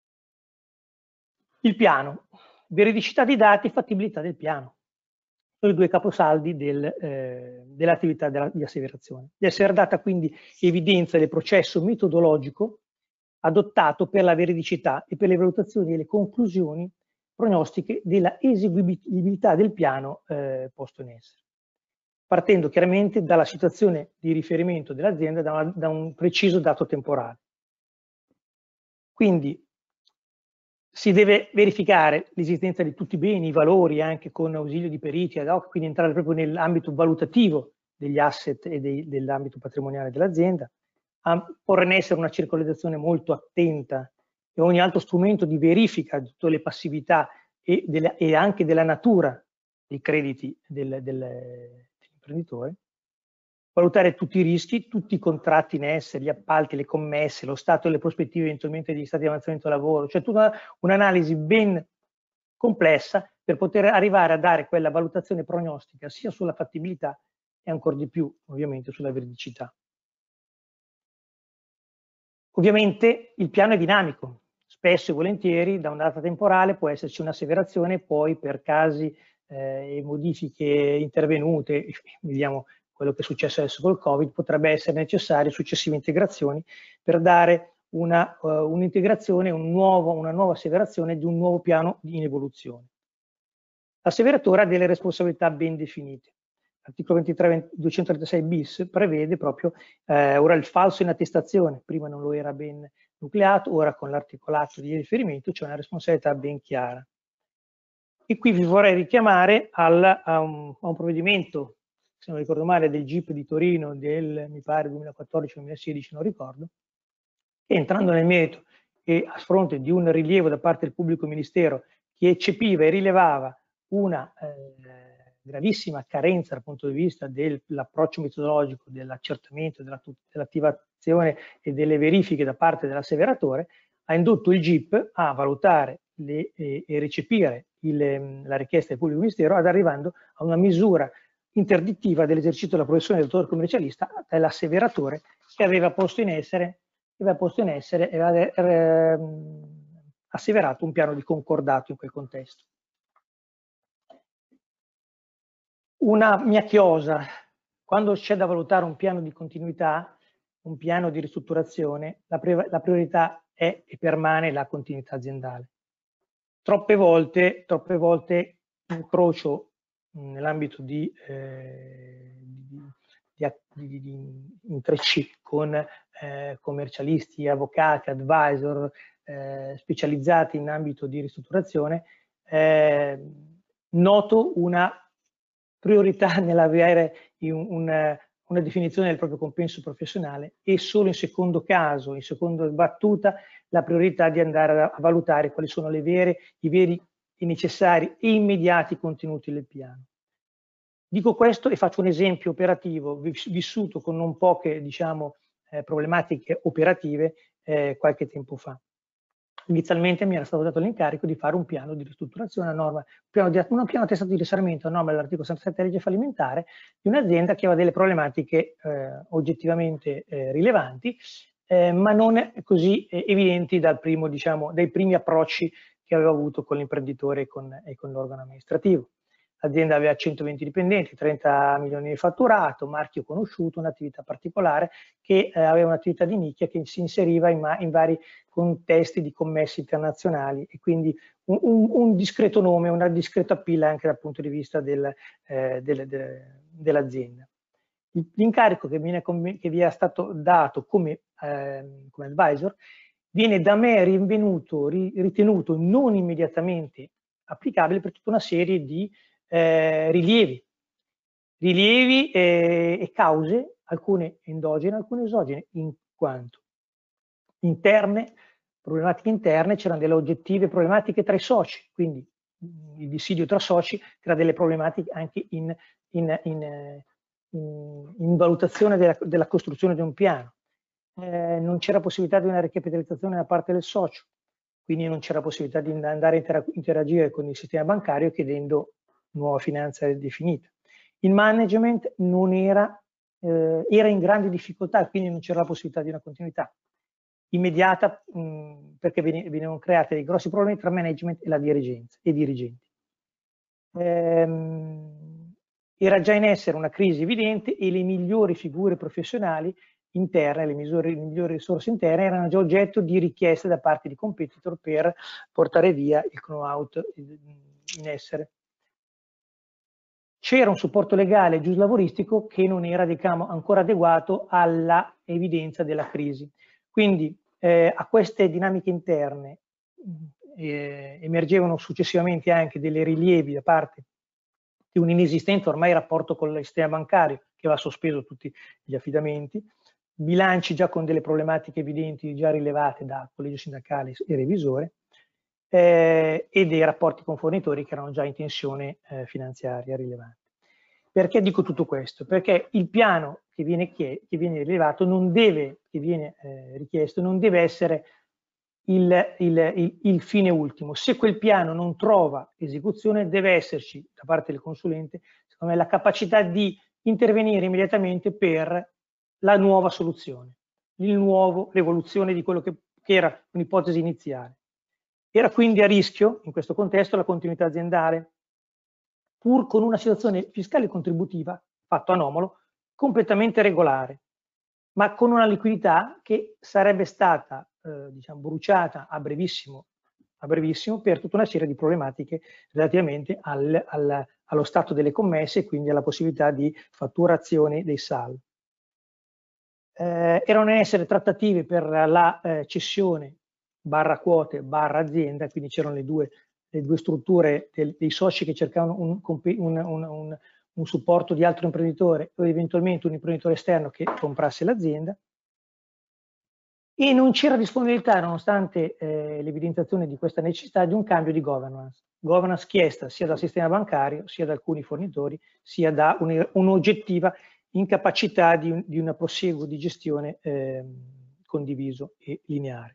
[SPEAKER 5] Il piano, veridicità dei dati e fattibilità del piano. Sono i due caposaldi dell'attività di asseverazione. Deve essere data quindi evidenza del processo metodologico adottato per la veridicità e per le valutazioni e le conclusioni prognostiche della eseguibilità del piano posto in essere, partendo chiaramente dalla situazione di riferimento dell'azienda, da un preciso dato temporale. Quindi si deve verificare l'esistenza di tutti i beni, i valori, anche con ausilio di periti ad hoc, quindi entrare proprio nell'ambito valutativo degli asset e dell'ambito patrimoniale dell'azienda, porre in essere una circolarizzazione molto attenta e ogni altro strumento di verifica di tutte le passività e anche della natura dei crediti dell'imprenditore, valutare tutti i rischi, tutti i contratti in essere, gli appalti, le commesse, lo stato e le prospettive eventualmente degli stati di avanzamento del lavoro, cioè tutta un'analisi ben complessa per poter arrivare a dare quella valutazione prognostica sia sulla fattibilità e ancora di più ovviamente sulla veridicità. Ovviamente il piano è dinamico, spesso e volentieri da una data temporale può esserci un'asseverazione, poi per casi e modifiche intervenute, vediamo quello che è successo adesso col Covid, potrebbe essere necessarie successive integrazioni per dare un'integrazione, una nuova asseverazione di un nuovo piano in evoluzione. L'asseveratore ha delle responsabilità ben definite. L'articolo 236 bis prevede proprio ora il falso in attestazione, prima non lo era ben nucleato, ora con l'articolato di riferimento c'è una responsabilità ben chiara. E qui vi vorrei richiamare a un provvedimento, se non ricordo male, del GIP di Torino del, mi pare, 2014-2016, non ricordo, che entrando nel merito e a fronte di un rilievo da parte del pubblico ministero che eccepiva e rilevava una gravissima carenza dal punto di vista dell'approccio metodologico, dell'accertamento, dell'attivazione e delle verifiche da parte dell'asseveratore, ha indotto il GIP a valutare e recepire la richiesta del pubblico ministero, ad arrivando a una misura interdittiva dell'esercizio della professione del dottore commercialista dell'asseveratore che aveva posto in essere asseverato un piano di concordato in quel contesto. Una mia chiosa: quando c'è da valutare un piano di continuità, un piano di ristrutturazione, la priorità è e permane la continuità aziendale. Troppe volte incrocio nell'ambito di intrecci con commercialisti, avvocati, advisor specializzati in ambito di ristrutturazione, noto una priorità nell'avere una definizione del proprio compenso professionale e solo in secondo caso, in seconda battuta, la priorità di andare a valutare quali sono i veri e necessari e immediati contenuti del piano. Dico questo e faccio un esempio operativo vissuto con non poche, diciamo, problematiche operative qualche tempo fa. Inizialmente mi era stato dato l'incarico di fare un piano di ristrutturazione a norma, un piano attestato di risanamento a norma dell'articolo 67 della legge fallimentare di un'azienda che aveva delle problematiche oggettivamente rilevanti, ma non così evidenti dai primi approcci che avevo avuto con l'imprenditore e con l'organo amministrativo. L'azienda aveva 120 dipendenti, 30 milioni di fatturato, marchio conosciuto, un'attività particolare che aveva un'attività di nicchia che si inseriva in vari contesti di commessi internazionali e quindi un discreto nome, una discreta appeal anche dal punto di vista dell'azienda. L'incarico che vi è stato dato come advisor viene da me ritenuto non immediatamente applicabile per tutta una serie di rilievi e cause, alcune endogene, alcune esogene, in quanto problematiche interne, c'erano delle oggettive problematiche tra i soci, quindi il dissidio tra soci crea delle problematiche anche in valutazione della costruzione di un piano. Non c'era possibilità di una ricapitalizzazione da parte del socio, quindi non c'era possibilità di andare a interagire con il sistema bancario chiedendo nuova finanza definita. Il management non era in grande difficoltà, quindi non c'era la possibilità di una continuità immediata perché venivano creati dei grossi problemi tra management e la dirigenza e i dirigenti. Era già in essere una crisi evidente e le migliori figure professionali interne, le migliori risorse interne erano già oggetto di richieste da parte di competitor per portare via il know-how in essere. C'era un supporto legale e giuslavoristico che non era, diciamo, ancora adeguato alla evidenza della crisi. Quindi a queste dinamiche interne emergevano successivamente anche dei rilievi da parte di un inesistente ormai rapporto con il sistema bancario che aveva sospeso tutti gli affidamenti, bilanci già con delle problematiche evidenti già rilevate da collegio sindacale e revisore, e dei rapporti con fornitori che erano già in tensione finanziaria rilevante. Perché dico tutto questo? Perché il piano che viene rilevato che viene richiesto non deve essere il fine ultimo. Se quel piano non trova esecuzione, deve esserci da parte del consulente, secondo me, la capacità di intervenire immediatamente per la nuova soluzione, l'evoluzione di quello che era un'ipotesi iniziale. Era quindi a rischio, in questo contesto, la continuità aziendale, pur con una situazione fiscale e contributiva, fatto anomalo, completamente regolare, ma con una liquidità che sarebbe stata diciamo, bruciata a brevissimo per tutta una serie di problematiche relativamente allo stato delle commesse e quindi alla possibilità di fatturazione dei saldi. Erano in essere trattative per la cessione / quote / azienda, quindi c'erano le due le due strutture dei soci che cercavano un supporto di altro imprenditore o eventualmente un imprenditore esterno che comprasse l'azienda, e non c'era disponibilità, nonostante l'evidenziazione di questa necessità, di un cambio di governance chiesta sia dal sistema bancario, sia da alcuni fornitori, sia da un'oggettiva incapacità di un proseguo di gestione condiviso e lineare.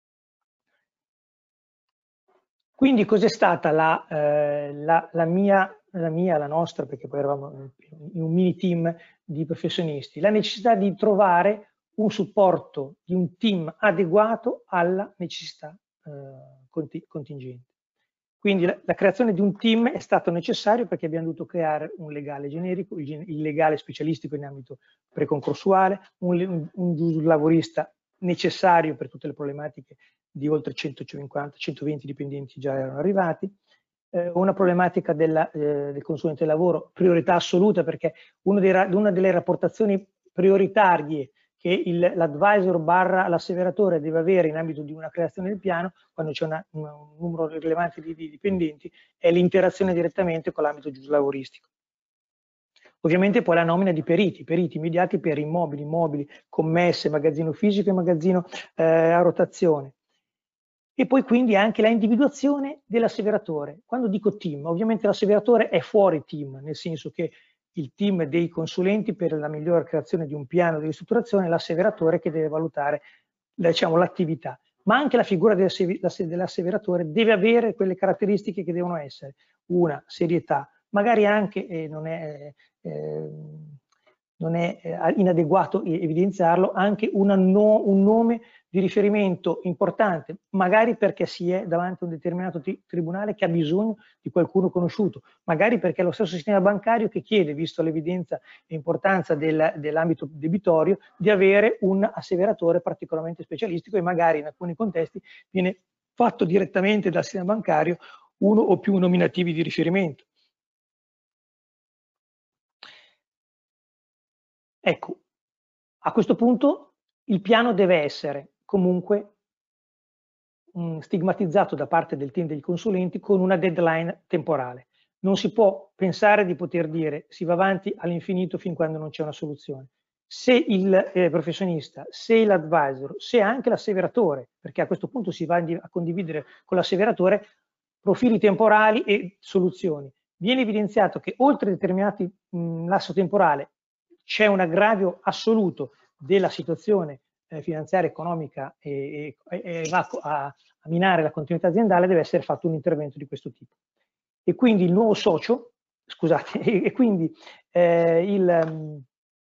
[SPEAKER 5] Quindi cos'è stata la nostra, perché poi eravamo in un mini team di professionisti, la necessità di trovare un supporto di un team adeguato alla necessità contingente. Quindi la creazione di un team è stato necessario perché abbiamo dovuto creare un legale generico, il legale specialistico in ambito preconcorsuale, un giuslavorista necessario per tutte le problematiche di oltre 150-120 dipendenti già erano arrivati, una problematica del consulente del lavoro, priorità assoluta, perché una delle rapportazioni prioritarie che l'advisor / l'asseveratore deve avere in ambito di una creazione del piano, quando c'è un numero rilevante di dipendenti, è l'interazione direttamente con l'ambito giuslavoristico. Ovviamente poi la nomina di periti immediati per immobili, commesse, magazzino fisico e magazzino a rotazione. E poi quindi anche la individuazione dell'asseveratore. Quando dico team, ovviamente l'asseveratore è fuori team, nel senso che il team dei consulenti per la migliore creazione di un piano di ristrutturazione è l'asseveratore che deve valutare, diciamo, l'attività. Ma anche la figura dell'asseveratore deve avere quelle caratteristiche che devono essere: una serietà, magari anche, non è inadeguato evidenziarlo, anche un nome di riferimento importante, magari perché si è davanti a un determinato tribunale che ha bisogno di qualcuno conosciuto, magari perché è lo stesso sistema bancario che chiede, visto l'evidenza e l'importanza dell'ambito debitorio, di avere un asseveratore particolarmente specialistico, e magari in alcuni contesti viene fatto direttamente dal sistema bancario uno o più nominativi di riferimento. Ecco, a questo punto il piano deve essere comunque stigmatizzato da parte del team degli consulenti con una deadline temporale. Non si può pensare di poter dire si va avanti all'infinito fin quando non c'è una soluzione. Se il professionista, se l'advisor, se anche l'asseveratore, perché a questo punto si va a condividere con l'asseveratore profili temporali e soluzioni, viene evidenziato che oltre determinati lasso temporale c'è un aggravio assoluto della situazione finanziaria, economica e va a minare la continuità aziendale, deve essere fatto un intervento di questo tipo. E quindi il nuovo socio, scusate, e quindi il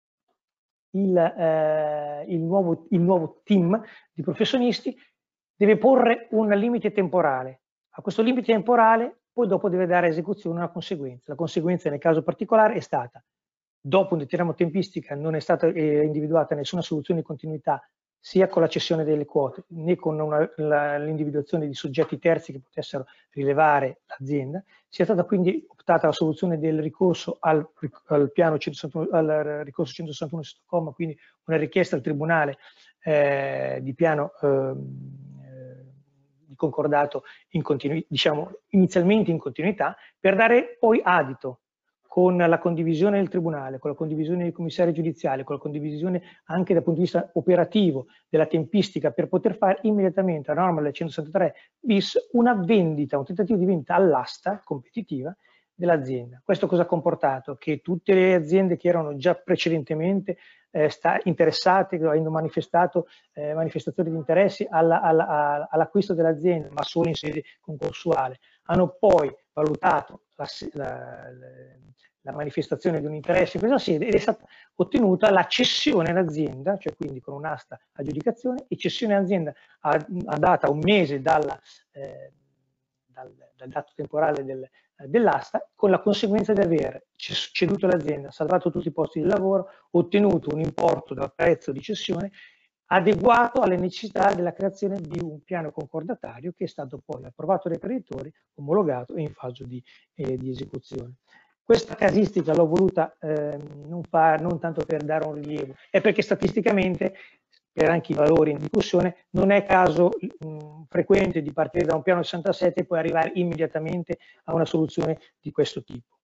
[SPEAKER 5] nuovo team di professionisti deve porre un limite temporale. A questo limite temporale poi dopo deve dare esecuzione a una conseguenza. La conseguenza nel caso particolare è stata: dopo un determinato tempistica non è stata individuata nessuna soluzione di continuità, sia con la cessione delle quote né con l'individuazione di soggetti terzi che potessero rilevare l'azienda, sia stata quindi optata la soluzione del ricorso al piano 161, al ricorso 161 comma, quindi una richiesta al tribunale di piano di concordato diciamo inizialmente in continuità, per dare poi adito con la condivisione del tribunale, con la condivisione dei commissari giudiziali, con la condivisione anche dal punto di vista operativo della tempistica, per poter fare immediatamente a norma del 163 bis una vendita, un tentativo di vendita all'asta competitiva dell'azienda. Questo cosa ha comportato? Che tutte le aziende che erano già precedentemente interessate, avendo manifestato manifestazioni di interessi all'acquisto dell'azienda, ma solo in sede concorsuale, hanno poi valutato la manifestazione di un interesse in questa sede ed è stata ottenuta la cessione all'azienda, cioè quindi con un'asta aggiudicazione, e cessione all'azienda a data un mese dal dato temporale dell'asta, con la conseguenza di aver ceduto l'azienda, salvato tutti i posti di lavoro, ottenuto un importo dal prezzo di cessione adeguato alle necessità della creazione di un piano concordatario che è stato poi approvato dai creditori, omologato e in fase di esecuzione. Questa casistica l'ho voluta non tanto per dare un rilievo, è perché statisticamente per anche i valori in discussione, non è caso frequente di partire da un piano 67 e poi arrivare immediatamente a una soluzione di questo tipo.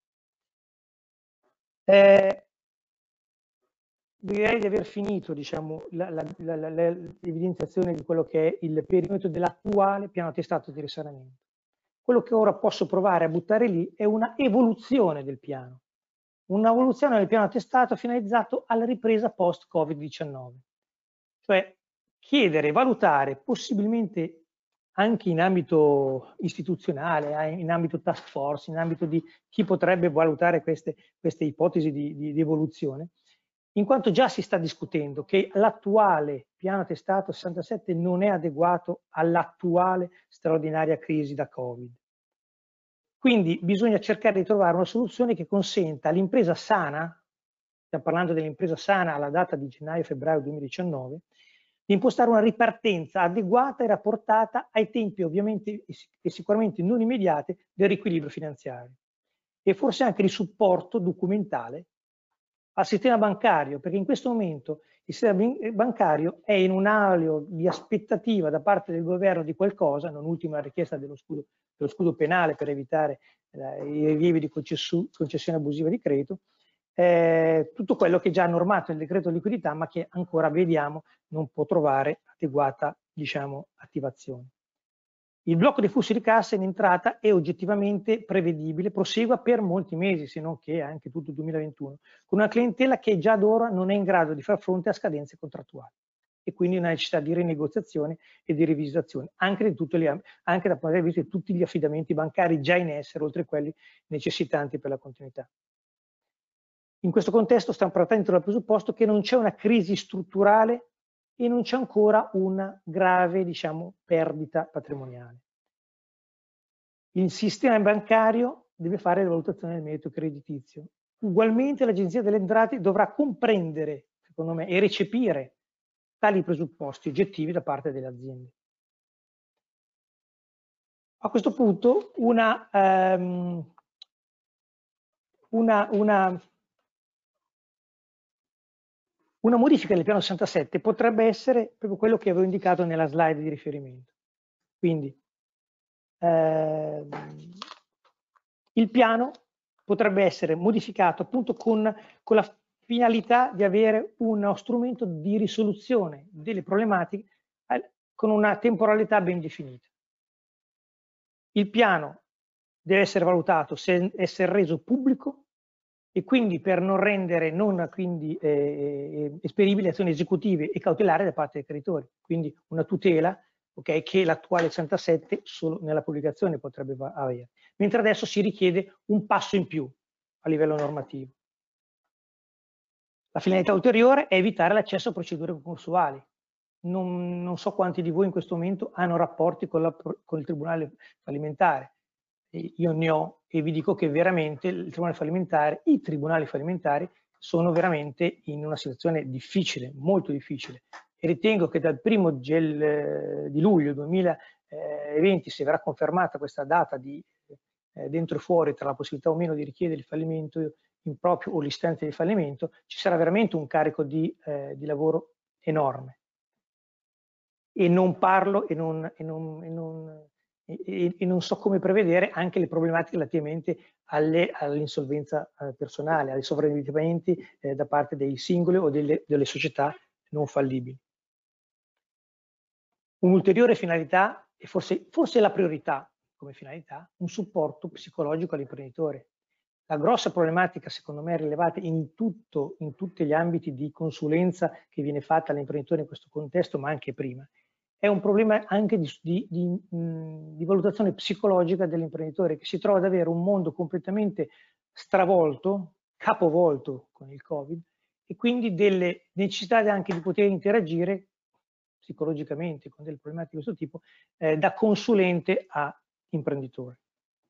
[SPEAKER 5] Direi di aver finito, diciamo, l'evidenziazione di quello che è il perimetro dell'attuale piano attestato di risanamento. Quello che ora posso provare a buttare lì è una evoluzione del piano. Un'evoluzione del piano attestato finalizzato alla ripresa post-Covid-19. Cioè chiedere, valutare, possibilmente anche in ambito istituzionale, in ambito task force, in ambito di chi potrebbe valutare queste ipotesi di evoluzione, in quanto già si sta discutendo che l'attuale piano attestato 67 non è adeguato all'attuale straordinaria crisi da Covid. Quindi bisogna cercare di trovare una soluzione che consenta all'impresa sana, stiamo parlando dell'impresa sana alla data di gennaio-febbraio 2019, di impostare una ripartenza adeguata e rapportata ai tempi ovviamente e sicuramente non immediati del riequilibrio finanziario e forse anche di supporto documentale al sistema bancario, perché in questo momento il sistema bancario è in un alveo di aspettativa da parte del governo di qualcosa, non ultima la richiesta dello scudo penale per evitare i rilievi di concessione abusiva di credito, tutto quello che è già normato nel decreto liquidità ma che ancora vediamo non può trovare adeguata, diciamo, attivazione. Il blocco dei flussi di cassa in entrata è oggettivamente prevedibile, prosegua per molti mesi, se non che anche tutto il 2021, con una clientela che già d'ora non è in grado di far fronte a scadenze contrattuali e quindi una necessità di rinegoziazione e di rivisitazione, anche dal punto di vista di tutti gli affidamenti bancari già in essere, oltre a quelli necessitanti per la continuità. In questo contesto stiamo partendo dal presupposto che non c'è una crisi strutturale e non c'è ancora una grave, diciamo, perdita patrimoniale. Il sistema bancario deve fare la valutazione del merito creditizio. Ugualmente l'Agenzia delle Entrate dovrà comprendere, secondo me, e recepire tali presupposti oggettivi da parte delle aziende. A questo punto una modifica del piano 67 potrebbe essere proprio quello che avevo indicato nella slide di riferimento. Quindi il piano potrebbe essere modificato appunto con la finalità di avere uno strumento di risoluzione delle problematiche con una temporalità ben definita. Il piano deve essere valutato se essere reso pubblico e quindi per non rendere esperibili azioni esecutive e cautelari da parte dei creditori, quindi una tutela, okay, che l'attuale 67 solo nella pubblicazione potrebbe avere, mentre adesso si richiede un passo in più a livello normativo. La finalità ulteriore è evitare l'accesso a procedure concorsuali. Non so quanti di voi in questo momento hanno rapporti con il Tribunale fallimentare. Io ne ho e vi dico che veramente i tribunali fallimentari sono veramente in una situazione difficile, molto difficile. E ritengo che dal 1° di luglio 2020, se verrà confermata questa data di dentro e fuori tra la possibilità o meno di richiedere il fallimento improprio o l'istanza di fallimento, ci sarà veramente un carico di lavoro enorme. E non parlo e non so come prevedere anche le problematiche relativamente all'insolvenza personale, ai sovraindebitamenti da parte dei singoli o delle società non fallibili. Un'ulteriore finalità, e forse la priorità come finalità, un supporto psicologico all'imprenditore. La grossa problematica, secondo me, rilevata in tutti gli ambiti di consulenza che viene fatta all'imprenditore in questo contesto, ma anche prima, è un problema anche di valutazione psicologica dell'imprenditore, che si trova ad avere un mondo completamente stravolto, capovolto con il Covid, e quindi delle necessità anche di poter interagire psicologicamente con delle problematiche di questo tipo da consulente a imprenditore.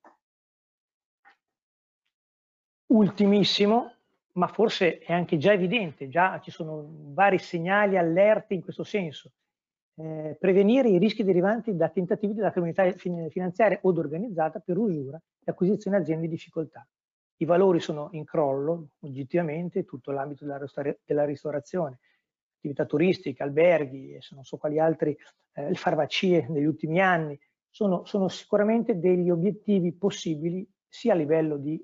[SPEAKER 5] Ultimissimo, ma forse è anche già evidente, già ci sono vari segnali allerte in questo senso, prevenire i rischi derivanti da tentativi della criminalità finanziaria od organizzata per usura e acquisizione di aziende in difficoltà. I valori sono in crollo, oggettivamente, tutto l'ambito della ristorazione. attività turistica, alberghi, e non so quali altri, le farmacie negli ultimi anni, sono sicuramente degli obiettivi possibili sia a livello di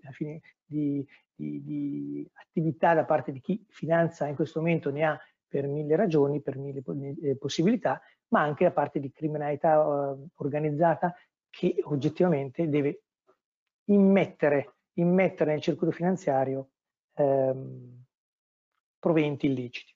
[SPEAKER 5] attività da parte di chi finanza in questo momento ne ha per 1000 ragioni, per 1000 possibilità, ma anche da parte di criminalità organizzata che oggettivamente deve immettere nel circuito finanziario proventi illeciti.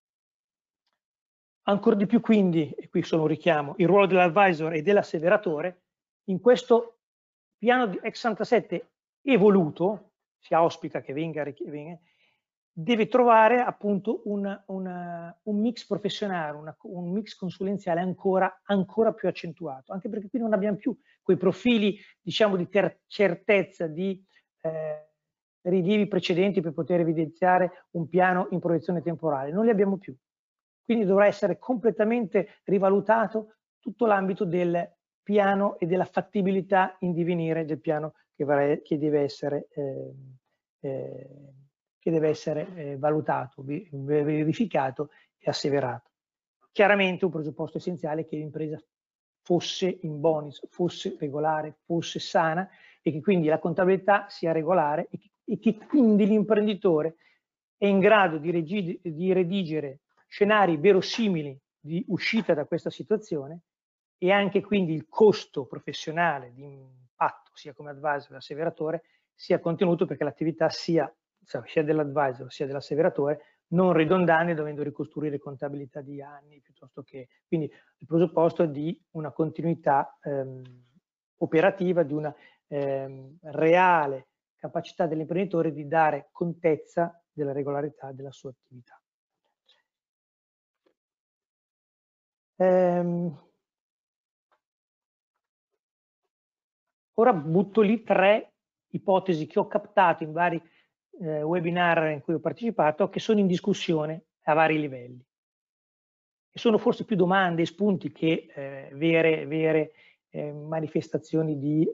[SPEAKER 5] Ancora di più quindi, e qui sono un richiamo, il ruolo dell'advisor e dell'asseveratore in questo piano di X67 evoluto, si auspica che venga, deve trovare appunto un mix professionale, un mix consulenziale ancora più accentuato, anche perché qui non abbiamo più quei profili, diciamo, di certezza, di rilievi precedenti per poter evidenziare un piano in proiezione temporale, non li abbiamo più. Quindi dovrà essere completamente rivalutato tutto l'ambito del piano e della fattibilità in divenire del piano che deve essere valutato, verificato e asseverato. Chiaramente un presupposto essenziale è che l'impresa fosse in bonis, fosse regolare, fosse sana e che quindi la contabilità sia regolare e che quindi l'imprenditore è in grado di redigere scenari verosimili di uscita da questa situazione e anche quindi il costo professionale di impatto sia come advisor che asseveratore sia contenuto, perché l'attività sia dell'advisor sia dell'asseveratore non ridondante, dovendo ricostruire contabilità di anni piuttosto che, quindi il presupposto di una continuità operativa, di una reale capacità dell'imprenditore di dare contezza della regolarità della sua attività. Ora butto lì 3 ipotesi che ho captato in vari webinar in cui ho partecipato, che sono in discussione a vari livelli. E sono forse più domande e spunti che vere manifestazioni di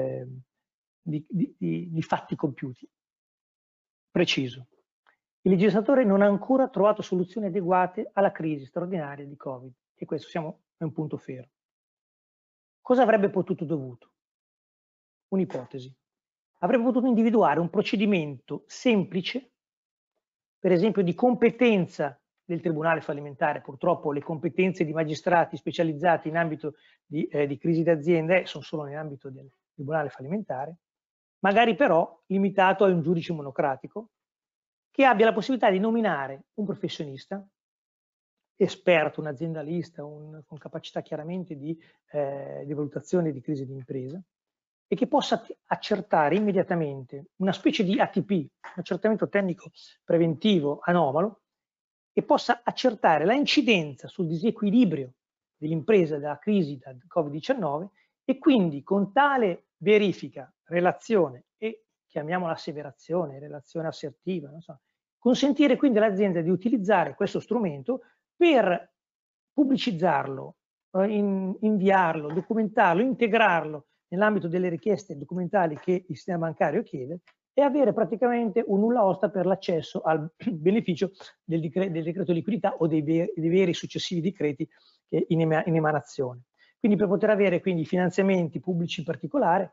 [SPEAKER 5] fatti compiuti. Preciso. Il legislatore non ha ancora trovato soluzioni adeguate alla crisi straordinaria di Covid, e questo è un punto fermo. Cosa avrebbe potuto dovuto? Un'ipotesi. Avrebbe potuto individuare un procedimento semplice, per esempio di competenza del Tribunale fallimentare. Purtroppo le competenze di magistrati specializzati in ambito di crisi d'azienda sono solo nell'ambito del Tribunale fallimentare, magari però limitato a un giudice monocratico che abbia la possibilità di nominare un professionista esperto, un aziendalista, con capacità chiaramente di valutazione di crisi di impresa, e che possa accertare immediatamente una specie di ATP, un accertamento tecnico preventivo anomalo, e possa accertare la incidenza sul disequilibrio dell'impresa della crisi da Covid-19 e quindi con tale verifica, relazione e chiamiamola asseverazione, relazione assertiva, non so, consentire quindi all'azienda di utilizzare questo strumento per pubblicizzarlo, inviarlo, documentarlo, integrarlo nell'ambito delle richieste documentali che il sistema bancario chiede e avere praticamente un nulla osta per l'accesso al beneficio del decreto liquidità o dei veri successivi decreti in emanazione. Quindi per poter avere quindi finanziamenti pubblici in particolare,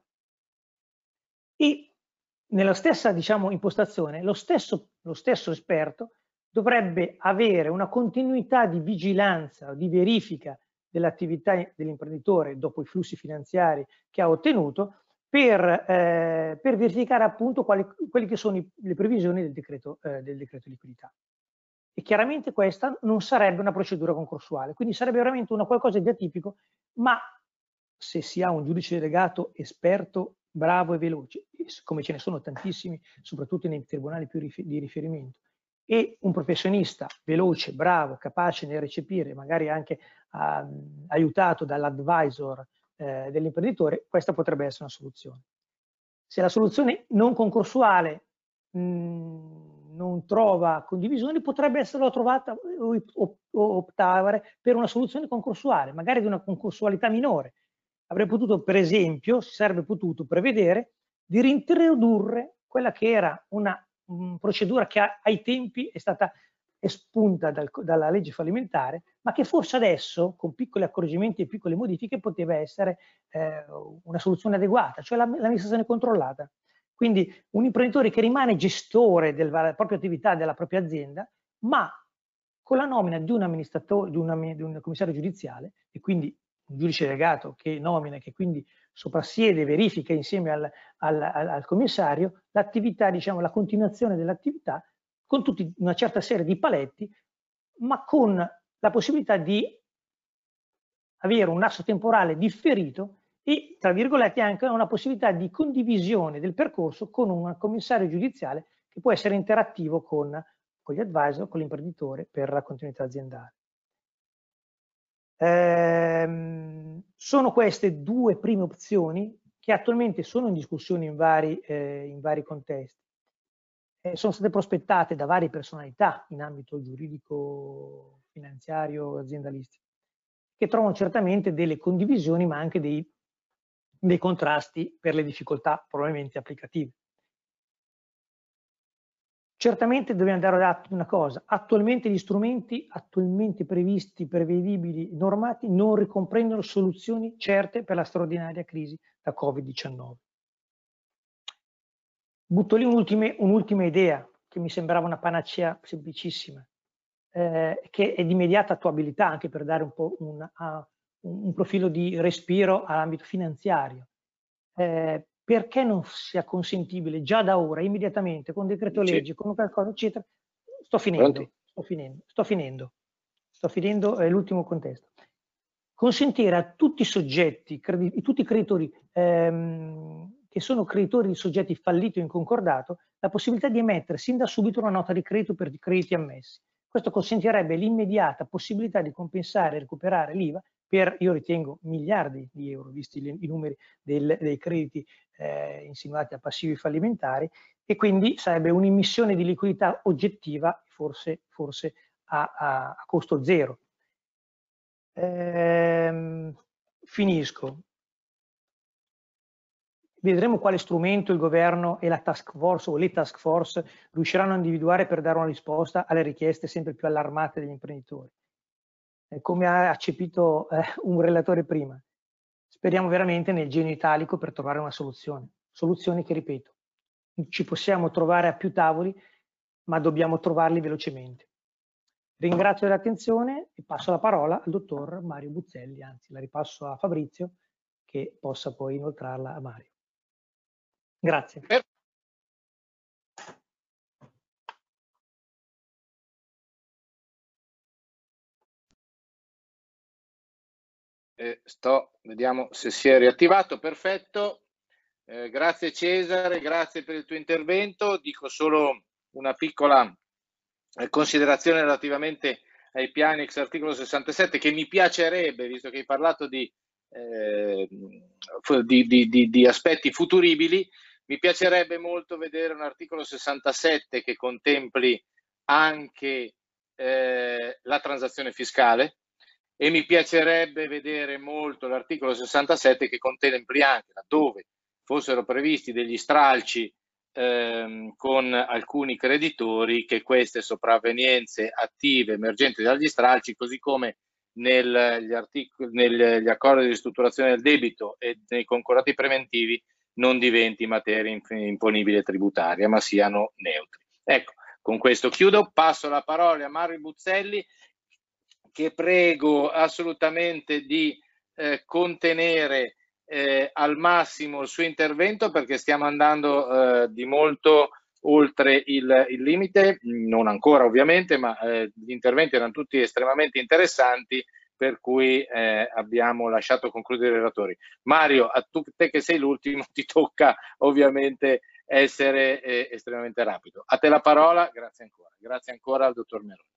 [SPEAKER 5] e nella stessa, diciamo, impostazione lo stesso esperto dovrebbe avere una continuità di vigilanza o di verifica dell'attività dell'imprenditore dopo i flussi finanziari che ha ottenuto per verificare appunto quelle che sono le previsioni del decreto liquidità. E chiaramente questa non sarebbe una procedura concorsuale, quindi sarebbe veramente qualcosa di atipico, ma se si ha un giudice delegato esperto, bravo e veloce, come ce ne sono tantissimi, soprattutto nei tribunali più di riferimento, e un professionista veloce, bravo, capace nel recepire, magari anche aiutato dall'advisor dell'imprenditore, questa potrebbe essere una soluzione. Se la soluzione non concorsuale non trova condivisione, potrebbe essere trovata o optare per una soluzione concorsuale, magari di una concorsualità minore. Avrei potuto, per esempio, si sarebbe potuto prevedere di reintrodurre quella che era una procedura che ai tempi è stata espunta dalla legge fallimentare, ma che forse adesso, con piccoli accorgimenti e piccole modifiche, poteva essere una soluzione adeguata, cioè l'amministrazione controllata. Quindi un imprenditore che rimane gestore della propria attività, della propria azienda, ma con la nomina di un amministratore, di un commissario giudiziale, e quindi un giudice delegato che nomina e che quindi soprassiede e verifica insieme al commissario l'attività, diciamo, la continuazione dell'attività con una certa serie di paletti, ma con la possibilità di avere un lasso temporale differito e, tra virgolette, anche una possibilità di condivisione del percorso con un commissario giudiziale che può essere interattivo con gli advisor, con l'imprenditore per la continuità aziendale. Sono queste due prime opzioni che attualmente sono in discussione in vari contesti. Sono state prospettate da varie personalità in ambito giuridico, finanziario, aziendalistico, che trovano certamente delle condivisioni ma anche dei contrasti per le difficoltà probabilmente applicative. Certamente dobbiamo dare atto di una cosa: attualmente gli strumenti attualmente previsti, prevedibili, normati non ricomprendono soluzioni certe per la straordinaria crisi da Covid-19. Butto lì un'ultima idea che mi sembrava una panacea semplicissima, che è di immediata attuabilità anche per dare un po' un profilo di respiro all'ambito finanziario. Perché non sia consentibile già da ora, immediatamente, con decreto legge, con qualcosa, eccetera? Sto finendo, è l'ultimo contesto. Consentire a tutti i soggetti, tutti i creditori che sono creditori di soggetti falliti o in concordato, la possibilità di emettere sin da subito una nota di credito per i crediti ammessi. Questo consentirebbe l'immediata possibilità di compensare e recuperare l'IVA per, io ritengo, miliardi di euro, visti i numeri dei crediti insinuati a passivi fallimentari, e quindi sarebbe un'immissione di liquidità oggettiva, forse a costo zero. Finisco. Vedremo quale strumento il governo e la task force o le task force riusciranno a individuare per dare una risposta alle richieste sempre più allarmate degli imprenditori. Come ha accepito un relatore prima, speriamo veramente nel genio italico per trovare una soluzione. Soluzioni che, ripeto, ci possiamo trovare a più tavoli, ma dobbiamo trovarli velocemente. Ringrazio dell'attenzione e passo la parola al dottor Mario Buzzelli, anzi la ripasso a Fabrizio che possa poi inoltrarla a Mario. Grazie.
[SPEAKER 1] Vediamo se si è riattivato. Perfetto. Grazie Cesare, grazie per il tuo intervento. Dico solo una piccola considerazione relativamente ai piani ex articolo 67 che mi piacerebbe, visto che hai parlato di aspetti futuribili, mi piacerebbe molto vedere un articolo 67 che contempli anche la transazione fiscale, e mi piacerebbe vedere molto l'articolo 67 che contempli anche, laddove fossero previsti degli stralci con alcuni creditori, che queste sopravvenienze attive emergenti dagli stralci, così come negli accordi di ristrutturazione del debito e nei concordati preventivi, non diventi materia imponibile tributaria, ma siano neutri. Ecco, con questo chiudo, passo la parola a Mario Buzzelli, che prego assolutamente di contenere al massimo il suo intervento, perché stiamo andando di molto oltre il limite, non ancora ovviamente, ma gli interventi erano tutti estremamente interessanti, per cui abbiamo lasciato concludere i relatori. Mario, a te che sei l'ultimo, ti tocca ovviamente essere estremamente rapido. A te la parola, grazie ancora al dottor Meroni.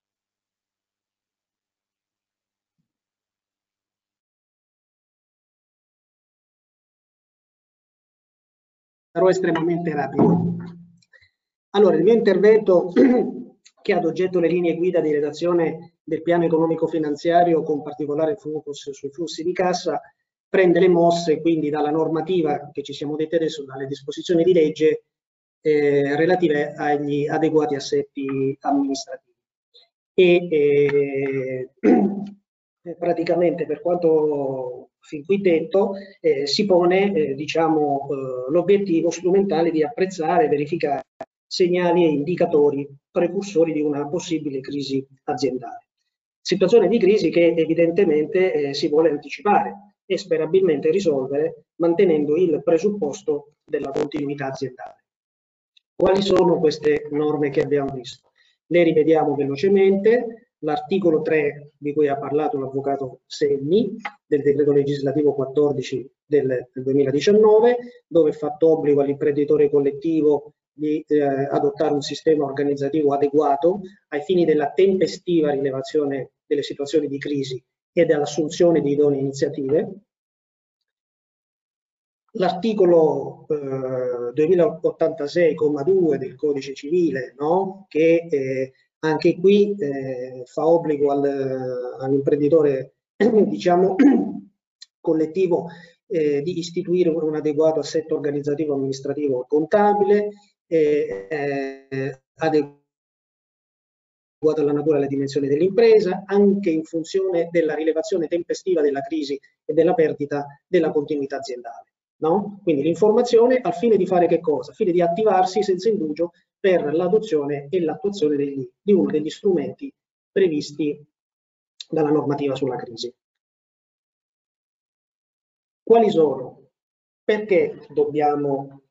[SPEAKER 6] Sarò estremamente rapido. Allora, il mio intervento, che ha ad oggetto le linee guida di redazione del piano economico-finanziario, con particolare focus sui flussi di cassa, prende le mosse quindi dalla normativa che ci siamo detti adesso, dalle disposizioni di legge relative agli adeguati assetti amministrativi. e praticamente, per quanto fin qui detto, si pone diciamo, l'obiettivo strumentale di apprezzare e verificare segnali e indicatori precursori di una possibile crisi aziendale. Situazione di crisi che evidentemente si vuole anticipare e sperabilmente risolvere mantenendo il presupposto della continuità aziendale. Quali sono queste norme che abbiamo visto? Le rivediamo velocemente. L'articolo 3 di cui ha parlato l'avvocato Senni del decreto legislativo 14 del 2019, dove è fatto obbligo all'imprenditore collettivo di adottare un sistema organizzativo adeguato ai fini della tempestiva rilevazione delle situazioni di crisi e dell'assunzione di idonee iniziative. L'articolo 2086,2 del Codice Civile, no? Che anche qui fa obbligo all'imprenditore diciamo, collettivo di istituire un adeguato assetto organizzativo, amministrativo e contabile, adeguato alla natura e alle dimensioni dell'impresa, anche in funzione della rilevazione tempestiva della crisi e della perdita della continuità aziendale. No? Quindi l'informazione al fine di fare che cosa? Al fine di attivarsi senza indugio per l'adozione e l'attuazione di uno degli strumenti previsti dalla normativa sulla crisi. Quali sono? Perché dobbiamo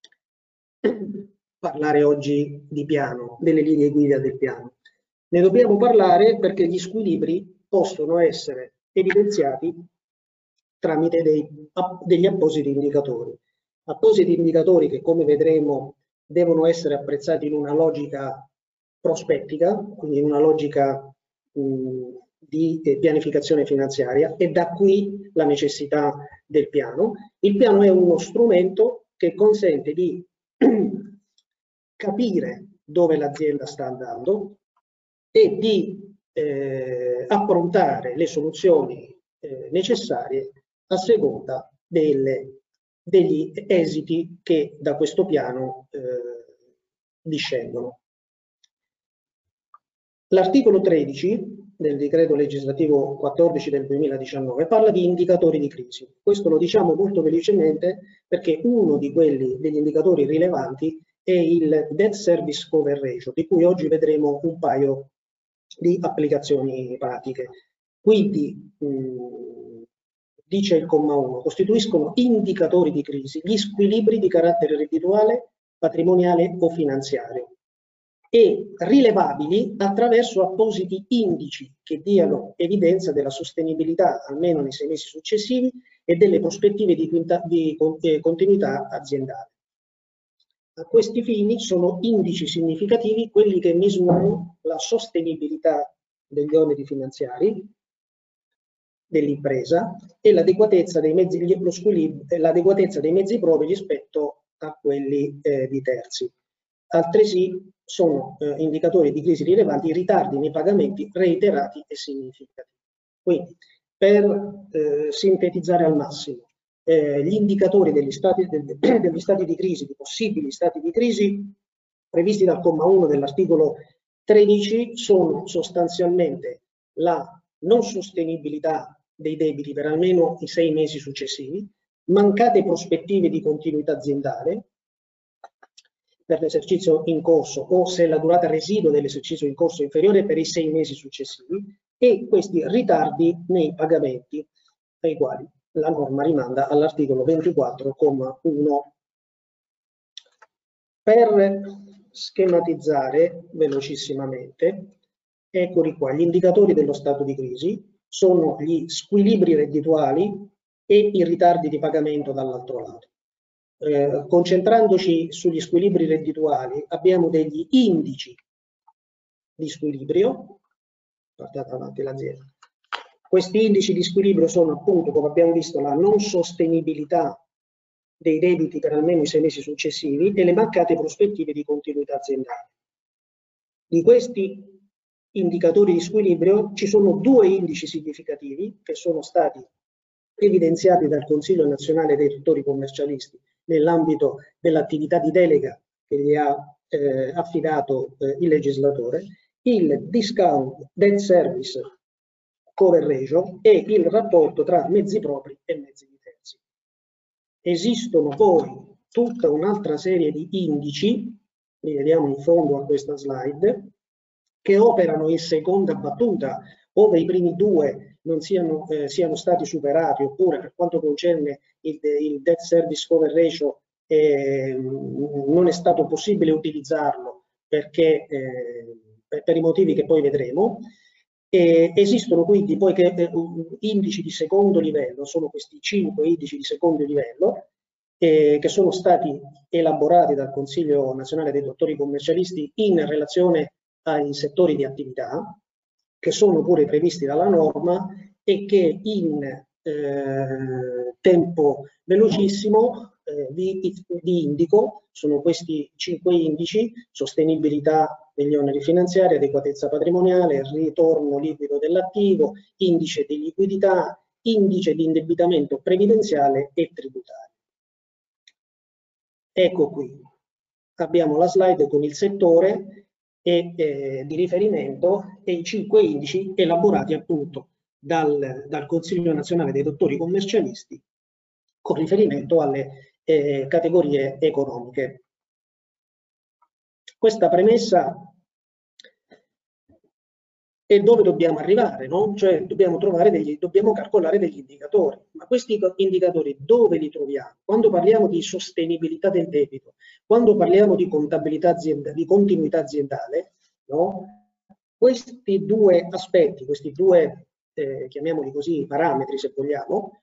[SPEAKER 6] parlare oggi di piano, delle linee guida del piano? Ne dobbiamo parlare perché gli squilibri possono essere evidenziati tramite degli appositi indicatori che, come vedremo, devono essere apprezzati in una logica prospettica, quindi in una logica di pianificazione finanziaria, e da qui la necessità del piano. Il piano è uno strumento che consente di capire dove l'azienda sta andando e di approntare le soluzioni necessarie a seconda degli esiti che da questo piano discendono. L'articolo 13 del decreto legislativo 14 del 2019 parla di indicatori di crisi. Questo lo diciamo molto velocemente perché uno degli indicatori rilevanti è il Debt Service Cover Ratio, di cui oggi vedremo un paio di applicazioni pratiche. Quindi, dice il comma 1, costituiscono indicatori di crisi gli squilibri di carattere reddituale, patrimoniale o finanziario e rilevabili attraverso appositi indici che diano evidenza della sostenibilità almeno nei 6 mesi successivi e delle prospettive di continuità aziendale. A questi fini sono indici significativi quelli che misurano la sostenibilità degli oneri finanziari dell'impresa e l'adeguatezza dei mezzi propri rispetto a quelli di terzi. Altresì sono indicatori di crisi rilevanti i ritardi nei pagamenti reiterati e significativi. Quindi, per sintetizzare al massimo, gli indicatori degli stati di crisi, di possibili stati di crisi previsti dal comma 1 dell'articolo 13 sono sostanzialmente la non sostenibilità dei debiti per almeno i 6 mesi successivi, mancate prospettive di continuità aziendale per l'esercizio in corso o se la durata residua dell'esercizio in corso è inferiore per i 6 mesi successivi e questi ritardi nei pagamenti ai quali la norma rimanda all'articolo 24,1. Per schematizzare velocissimamente, eccoli qua, gli indicatori dello stato di crisi sono gli squilibri reddituali e i ritardi di pagamento dall'altro lato. Concentrandoci sugli squilibri reddituali abbiamo degli indici di squilibrio, guardate avanti l'azienda. Questi indici di squilibrio sono appunto, come abbiamo visto, la non sostenibilità dei debiti per almeno i 6 mesi successivi e le mancate prospettive di continuità aziendale. Di questi indicatori di squilibrio ci sono 2 indici significativi che sono stati evidenziati dal Consiglio nazionale dei rettori commercialisti nell'ambito dell'attività di delega che gli ha affidato il legislatore. il discount debt service cover ratio e il rapporto tra mezzi propri e mezzi di terzi. Esistono poi tutta un'altra serie di indici, li vediamo in fondo a questa slide, che operano in seconda battuta, ove i primi due non siano stati superati, oppure per quanto concerne il debt service cover ratio non è stato possibile utilizzarlo perché per i motivi che poi vedremo. Esistono quindi poi indici di secondo livello, sono questi 5 indici di secondo livello che sono stati elaborati dal Consiglio Nazionale dei Dottori Commercialisti in relazione ai settori di attività, che sono pure previsti dalla norma e che in tempo velocissimo vi indico. Sono questi 5 indici: sostenibilità degli oneri finanziari, adeguatezza patrimoniale, ritorno liquido dell'attivo, indice di liquidità, indice di indebitamento previdenziale e tributario. Ecco qui, abbiamo la slide con il settore di riferimento e i 5 indici elaborati appunto dal Consiglio Nazionale dei Dottori Commercialisti con riferimento alle categorie economiche. Questa premessa è dove dobbiamo arrivare, no? Cioè dobbiamo calcolare degli indicatori. Ma questi indicatori dove li troviamo? Quando parliamo di sostenibilità del debito, quando parliamo di contabilità aziendale, di continuità aziendale, no? Questi due aspetti, questi due, chiamiamoli così, parametri se vogliamo,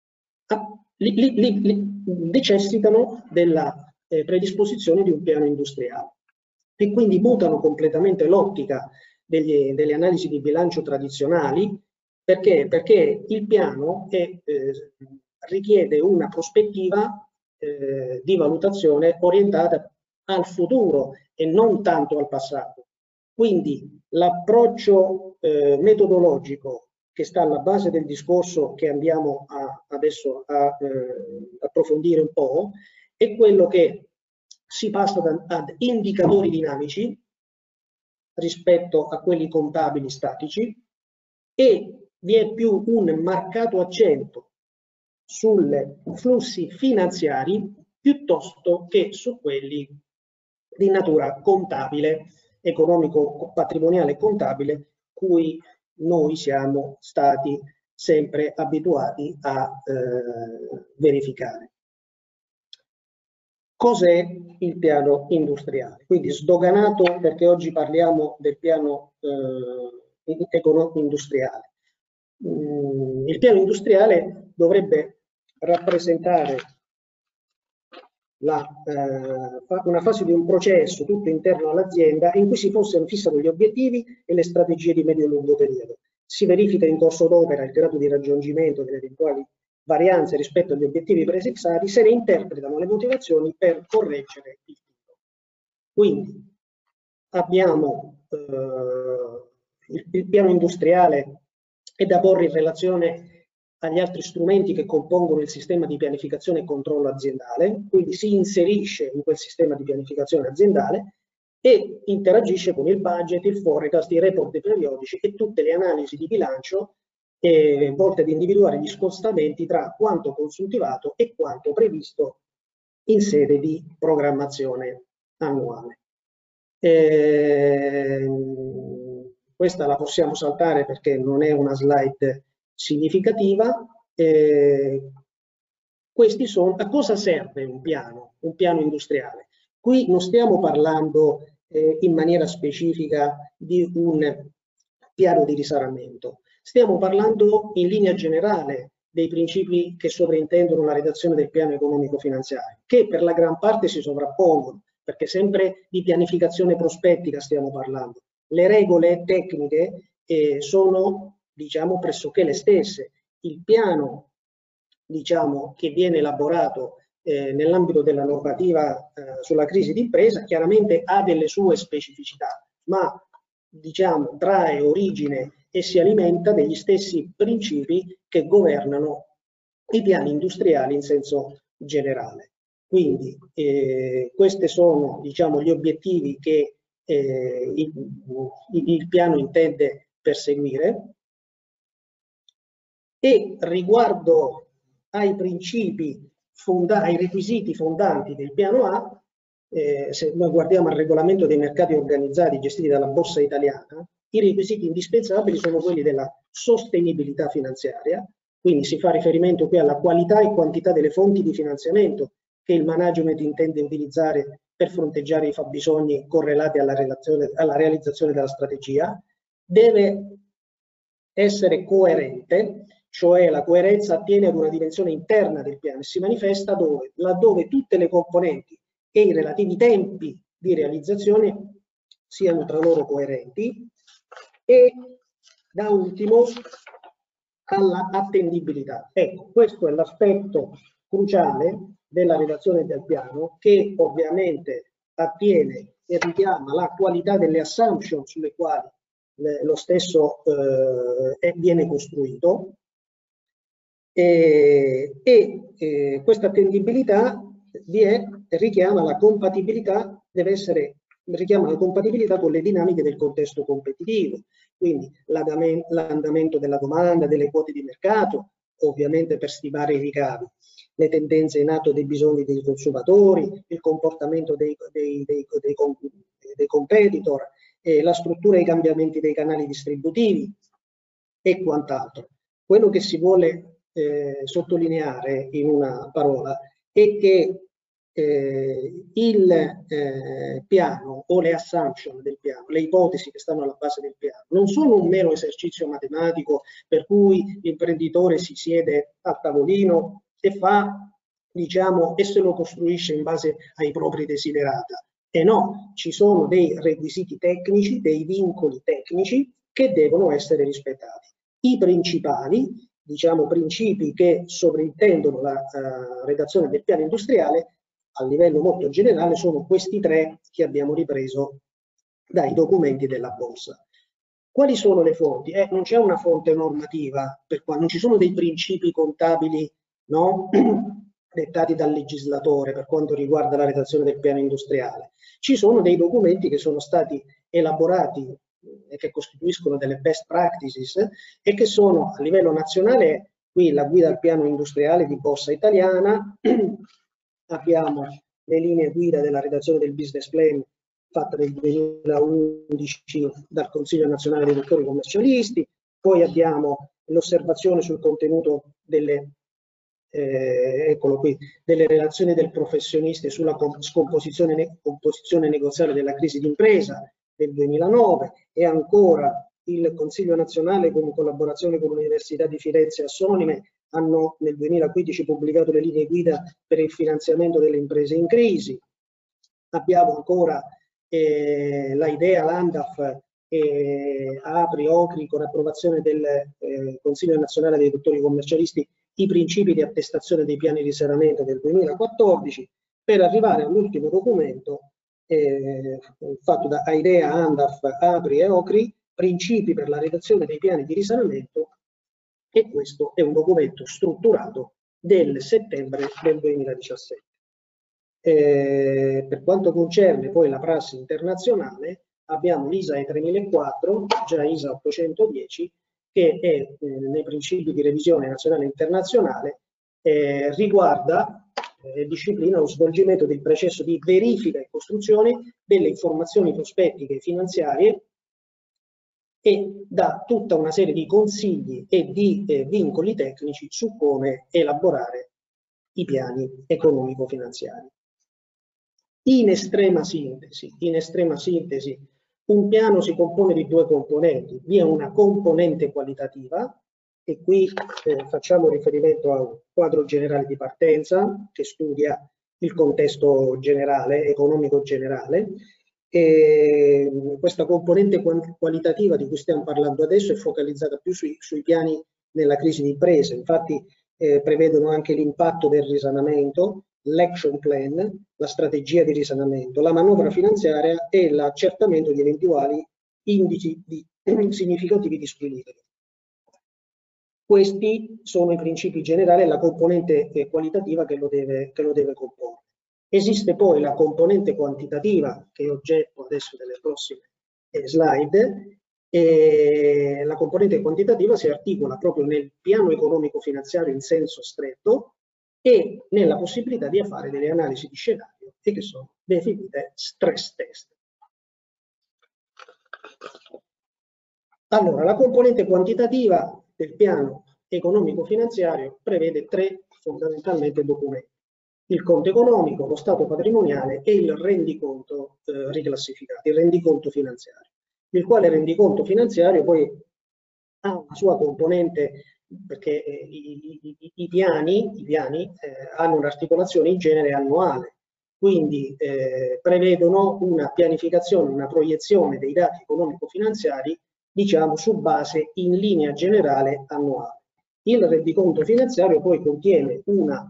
[SPEAKER 6] necessitano della predisposizione di un piano industriale e quindi mutano completamente l'ottica delle analisi di bilancio tradizionali. Perché? Perché il piano richiede una prospettiva di valutazione orientata al futuro e non tanto al passato. Quindi l'approccio metodologico che sta alla base del discorso che andiamo adesso a approfondire un po' è quello che si passa ad indicatori dinamici rispetto a quelli contabili statici e vi è più un marcato accento sui flussi finanziari piuttosto che su quelli di natura contabile, economico, patrimoniale e contabile, cui noi siamo stati sempre abituati a verificare. Cos'è il piano industriale? Quindi sdoganato, perché oggi parliamo del piano industriale. Il piano industriale dovrebbe rappresentare una fase di un processo tutto interno all'azienda in cui si fissano gli obiettivi e le strategie di medio e lungo periodo. Si verifica in corso d'opera il grado di raggiungimento delle eventuali varianze rispetto agli obiettivi prefissati, se ne interpretano le motivazioni per correggere il tiro. Quindi abbiamo il piano industriale è da porre in relazione agli altri strumenti che compongono il sistema di pianificazione e controllo aziendale, quindi si inserisce in quel sistema di pianificazione aziendale e interagisce con il budget, il forecast, i report periodici e tutte le analisi di bilancio volte ad individuare gli scostamenti tra quanto consuntivato e quanto previsto in sede di programmazione annuale. Questa la possiamo saltare perché non è una slide significativa. Questi sono, a cosa serve un piano industriale? Qui non stiamo parlando in maniera specifica di un piano di risanamento, stiamo parlando in linea generale dei principi che sovrintendono la redazione del piano economico finanziario, che per la gran parte si sovrappongono, perché sempre di pianificazione prospettica stiamo parlando. Le regole tecniche sono, diciamo, pressoché le stesse. Il piano, diciamo, che viene elaborato nell'ambito della normativa sulla crisi d'impresa chiaramente ha delle sue specificità, ma diciamo trae origine e si alimenta degli stessi principi che governano i piani industriali in senso generale. Quindi questi sono, diciamo, gli obiettivi che il piano intende perseguire. E riguardo ai principi, ai requisiti fondanti del piano A, se noi guardiamo al regolamento dei mercati organizzati gestiti dalla Borsa Italiana, i requisiti indispensabili sono quelli della sostenibilità finanziaria, quindi si fa riferimento qui alla qualità e quantità delle fonti di finanziamento che il management intende utilizzare per fronteggiare i fabbisogni correlati alla realizzazione della strategia. Deve essere coerente, cioè la coerenza attiene ad una dimensione interna del piano e si manifesta laddove tutte le componenti e i relativi tempi di realizzazione siano tra loro coerenti, e da ultimo alla attendibilità. Ecco, questo è l'aspetto cruciale della redazione del piano, che ovviamente attiene e richiama la qualità delle assumption sulle quali lo stesso viene costruito, e questa attendibilità richiama la compatibilità, richiama la compatibilità con le dinamiche del contesto competitivo, quindi l'andamento della domanda, delle quote di mercato, ovviamente per stimare i ricavi, le tendenze in atto dei bisogni dei consumatori, il comportamento dei competitor, la struttura e i cambiamenti dei canali distributivi e quant'altro. Quello che si vuole sottolineare in una parola è che il piano o le assumption del piano, le ipotesi che stanno alla base del piano, non sono un mero esercizio matematico per cui l'imprenditore si siede a tavolino e fa, diciamo, e se lo costruisce in base ai propri desiderata. E no, ci sono dei requisiti tecnici, dei vincoli tecnici che devono essere rispettati. I principali, diciamo, principi che sovrintendono la redazione del piano industriale a livello molto generale sono questi tre che abbiamo ripreso dai documenti della borsa. Quali sono le fonti? Non c'è una fonte normativa, non ci sono dei principi contabili, no? Dettati dal legislatore per quanto riguarda la redazione del piano industriale. Ci sono dei documenti che sono stati elaborati e che costituiscono delle best practices e che sono a livello nazionale, qui la guida al piano industriale di Borsa Italiana, abbiamo le linee guida della redazione del business plan fatta nel 2011 dal Consiglio Nazionale dei Dottori Commercialisti, poi abbiamo l'osservazione sul contenuto delle eccolo qui, delle relazioni del professionista sulla composizione negoziale della crisi d'impresa del 2009, e ancora il Consiglio Nazionale, con collaborazione con l'Università di Firenze e Assolime, hanno nel 2015 pubblicato le linee guida per il finanziamento delle imprese in crisi. Abbiamo ancora l'IDEA, l'ANDAF, APRI, OCRI, con approvazione del Consiglio Nazionale dei Dottori Commercialisti, i principi di attestazione dei piani di risanamento del 2014, per arrivare all'ultimo documento fatto da IDEA, ANDAF, APRI e OCRI, principi per la redazione dei piani di risanamento, e questo è un documento strutturato del settembre del 2017. Per quanto concerne poi la prassi internazionale, abbiamo l'ISAE 3004, già ISA 810, che è nei principi di revisione nazionale e internazionale, riguarda e disciplina lo svolgimento del processo di verifica e costruzione delle informazioni prospettiche e finanziarie, e dà tutta una serie di consigli e di vincoli tecnici su come elaborare i piani economico-finanziari. In estrema sintesi, un piano si compone di due componenti. Vi è una componente qualitativa, e qui facciamo riferimento a un quadro generale di partenza che studia il contesto generale, economico generale. Questa componente qualitativa di cui stiamo parlando adesso è focalizzata più sui piani nella crisi di impresa. Infatti prevedono anche l'impatto del risanamento, l'action plan, la strategia di risanamento, la manovra finanziaria e l'accertamento di eventuali indici significativi di squilibrio. Questi sono i principi generali e la componente qualitativa che lo deve comporre. Esiste poi la componente quantitativa, che è oggetto adesso delle prossime slide, e la componente quantitativa si articola proprio nel piano economico finanziario in senso stretto e nella possibilità di fare delle analisi di scenario e che sono definite stress test. Allora, la componente quantitativa del piano economico finanziario prevede tre fondamentalmente documenti: il conto economico, lo stato patrimoniale e il rendiconto riclassificato, il rendiconto finanziario, il quale rendiconto finanziario poi ha una sua componente, perché i piani hanno un'articolazione in genere annuale, quindi prevedono una pianificazione, una proiezione dei dati economico-finanziari, diciamo, su base in linea generale annuale. Il rendiconto finanziario poi contiene una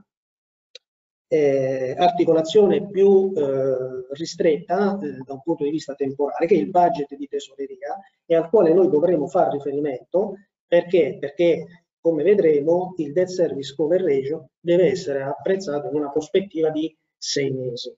[SPEAKER 6] articolazione più ristretta da un punto di vista temporale, che è il budget di tesoreria, e al quale noi dovremo fare riferimento perché come vedremo il debt service cover ratio deve essere apprezzato in una prospettiva di 6 mesi.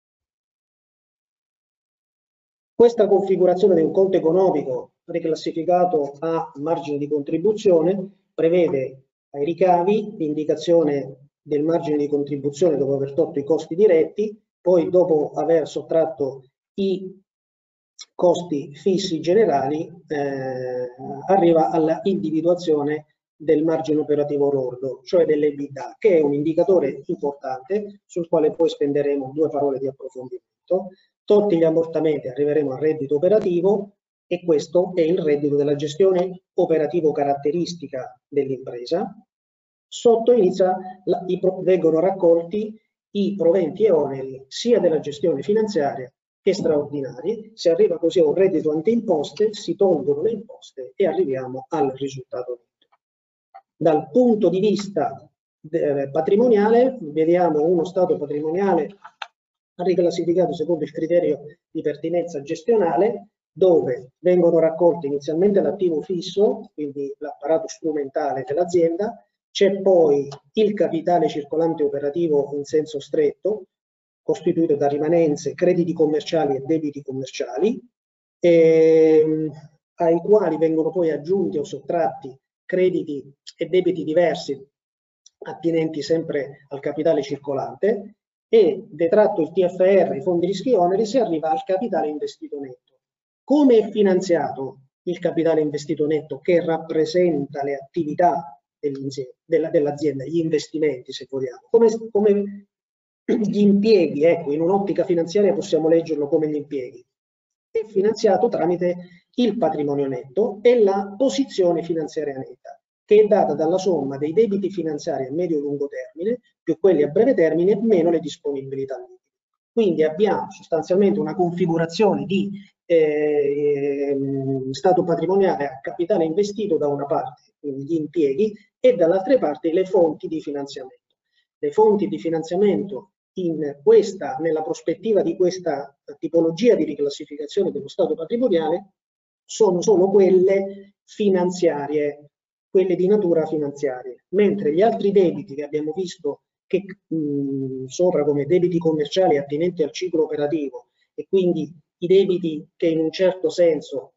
[SPEAKER 6] Questa configurazione di un conto economico riclassificato a margine di contribuzione prevede ai ricavi l'indicazione del margine di contribuzione dopo aver tolto i costi diretti, poi dopo aver sottratto i costi fissi generali arriva alla individuazione del margine operativo lordo, cioè dell'EBITDA, che è un indicatore importante sul quale poi spenderemo 2 parole di approfondimento. Tolti gli ammortamenti arriveremo al reddito operativo, e questo è il reddito della gestione operativo caratteristica dell'impresa. Sotto vengono raccolti i proventi e oneri sia della gestione finanziaria che straordinari. Si arriva così a un reddito ante imposte, si tolgono le imposte e arriviamo al risultato netto. Dal punto di vista patrimoniale vediamo uno stato patrimoniale riclassificato secondo il criterio di pertinenza gestionale, dove vengono raccolti inizialmente l'attivo fisso, quindi l'apparato strumentale dell'azienda, c'è poi il capitale circolante operativo in senso stretto, costituito da rimanenze, crediti commerciali e debiti commerciali, ai quali vengono poi aggiunti o sottratti crediti e debiti diversi attinenti sempre al capitale circolante, e detratto il TFR, i fondi rischi oneri, si arriva al capitale investito netto. Come è finanziato il capitale investito netto, che rappresenta le attività dell'azienda, gli investimenti se vogliamo, come gli impieghi, ecco, in un'ottica finanziaria possiamo leggerlo come gli impieghi, è finanziato tramite il patrimonio netto e la posizione finanziaria netta, che è data dalla somma dei debiti finanziari a medio e lungo termine più quelli a breve termine meno le disponibilità liquide. Quindi abbiamo sostanzialmente una configurazione di stato patrimoniale a capitale investito da una parte, quindi gli impieghi, e dall'altra parte le fonti di finanziamento. Le fonti di finanziamento nella prospettiva di questa tipologia di riclassificazione dello stato patrimoniale sono solo quelle finanziarie, quelle di natura finanziaria, mentre gli altri debiti che abbiamo visto che sopra come debiti commerciali attinenti al ciclo operativo, e quindi i debiti che in un certo senso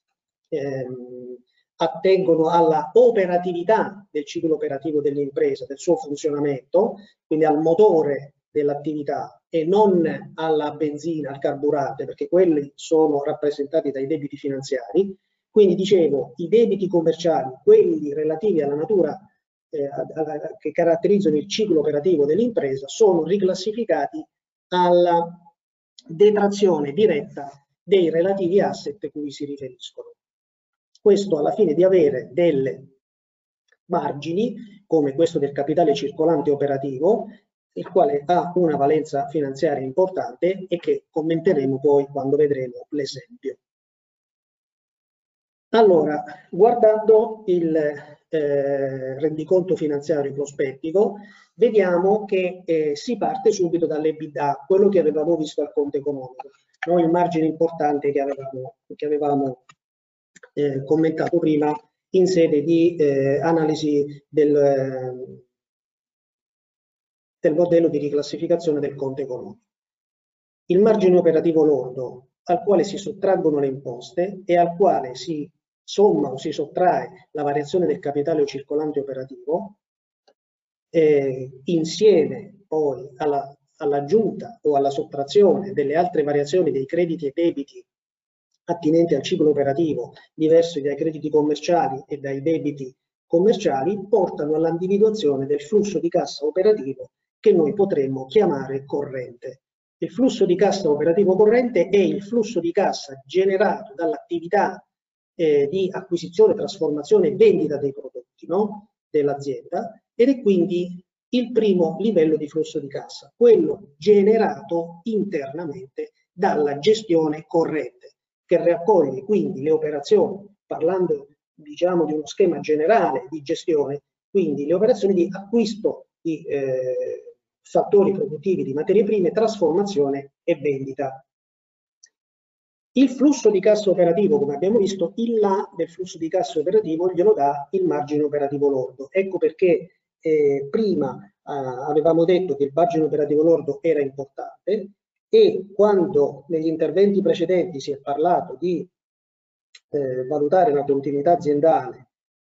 [SPEAKER 6] attengono alla operatività del ciclo operativo dell'impresa, del suo funzionamento, quindi al motore dell'attività e non alla benzina, al carburante, perché quelli sono rappresentati dai debiti finanziari. Quindi dicevo, i debiti commerciali, quelli relativi alla natura che caratterizzano il ciclo operativo dell'impresa, sono riclassificati alla detrazione diretta dei relativi asset cui si riferiscono. Questo alla fine di avere delle margini, come questo del capitale circolante operativo, il quale ha una valenza finanziaria importante e che commenteremo poi quando vedremo l'esempio. Allora, guardando il rendiconto finanziario prospettico, vediamo che si parte subito dall'EBITDA, quello che avevamo visto al conto economico, no? Il margine importante che avevamo commentato prima in sede di analisi del modello di riclassificazione del conto economico. Il margine operativo lordo al quale si sottraggono le imposte e al quale si somma o si sottrae la variazione del capitale circolante operativo, insieme poi all'aggiunta o alla sottrazione delle altre variazioni dei crediti e debiti attinenti al ciclo operativo, diversi dai crediti commerciali e dai debiti commerciali, portano all'individuazione del flusso di cassa operativo che noi potremmo chiamare corrente. Il flusso di cassa operativo corrente è il flusso di cassa generato dall'attività di acquisizione, trasformazione e vendita dei prodotti, no? Dell'azienda, ed è quindi il primo livello di flusso di cassa, quello generato internamente dalla gestione corrente, che raccoglie quindi le operazioni, parlando diciamo di uno schema generale di gestione, quindi le operazioni di acquisto di fattori produttivi di materie prime, trasformazione e vendita. Il flusso di cassa operativo, come abbiamo visto, il là del flusso di cassa operativo glielo dà il margine operativo lordo. Ecco perché prima avevamo detto che il margine operativo lordo era importante, e quando negli interventi precedenti si è parlato di valutare la continuità aziendale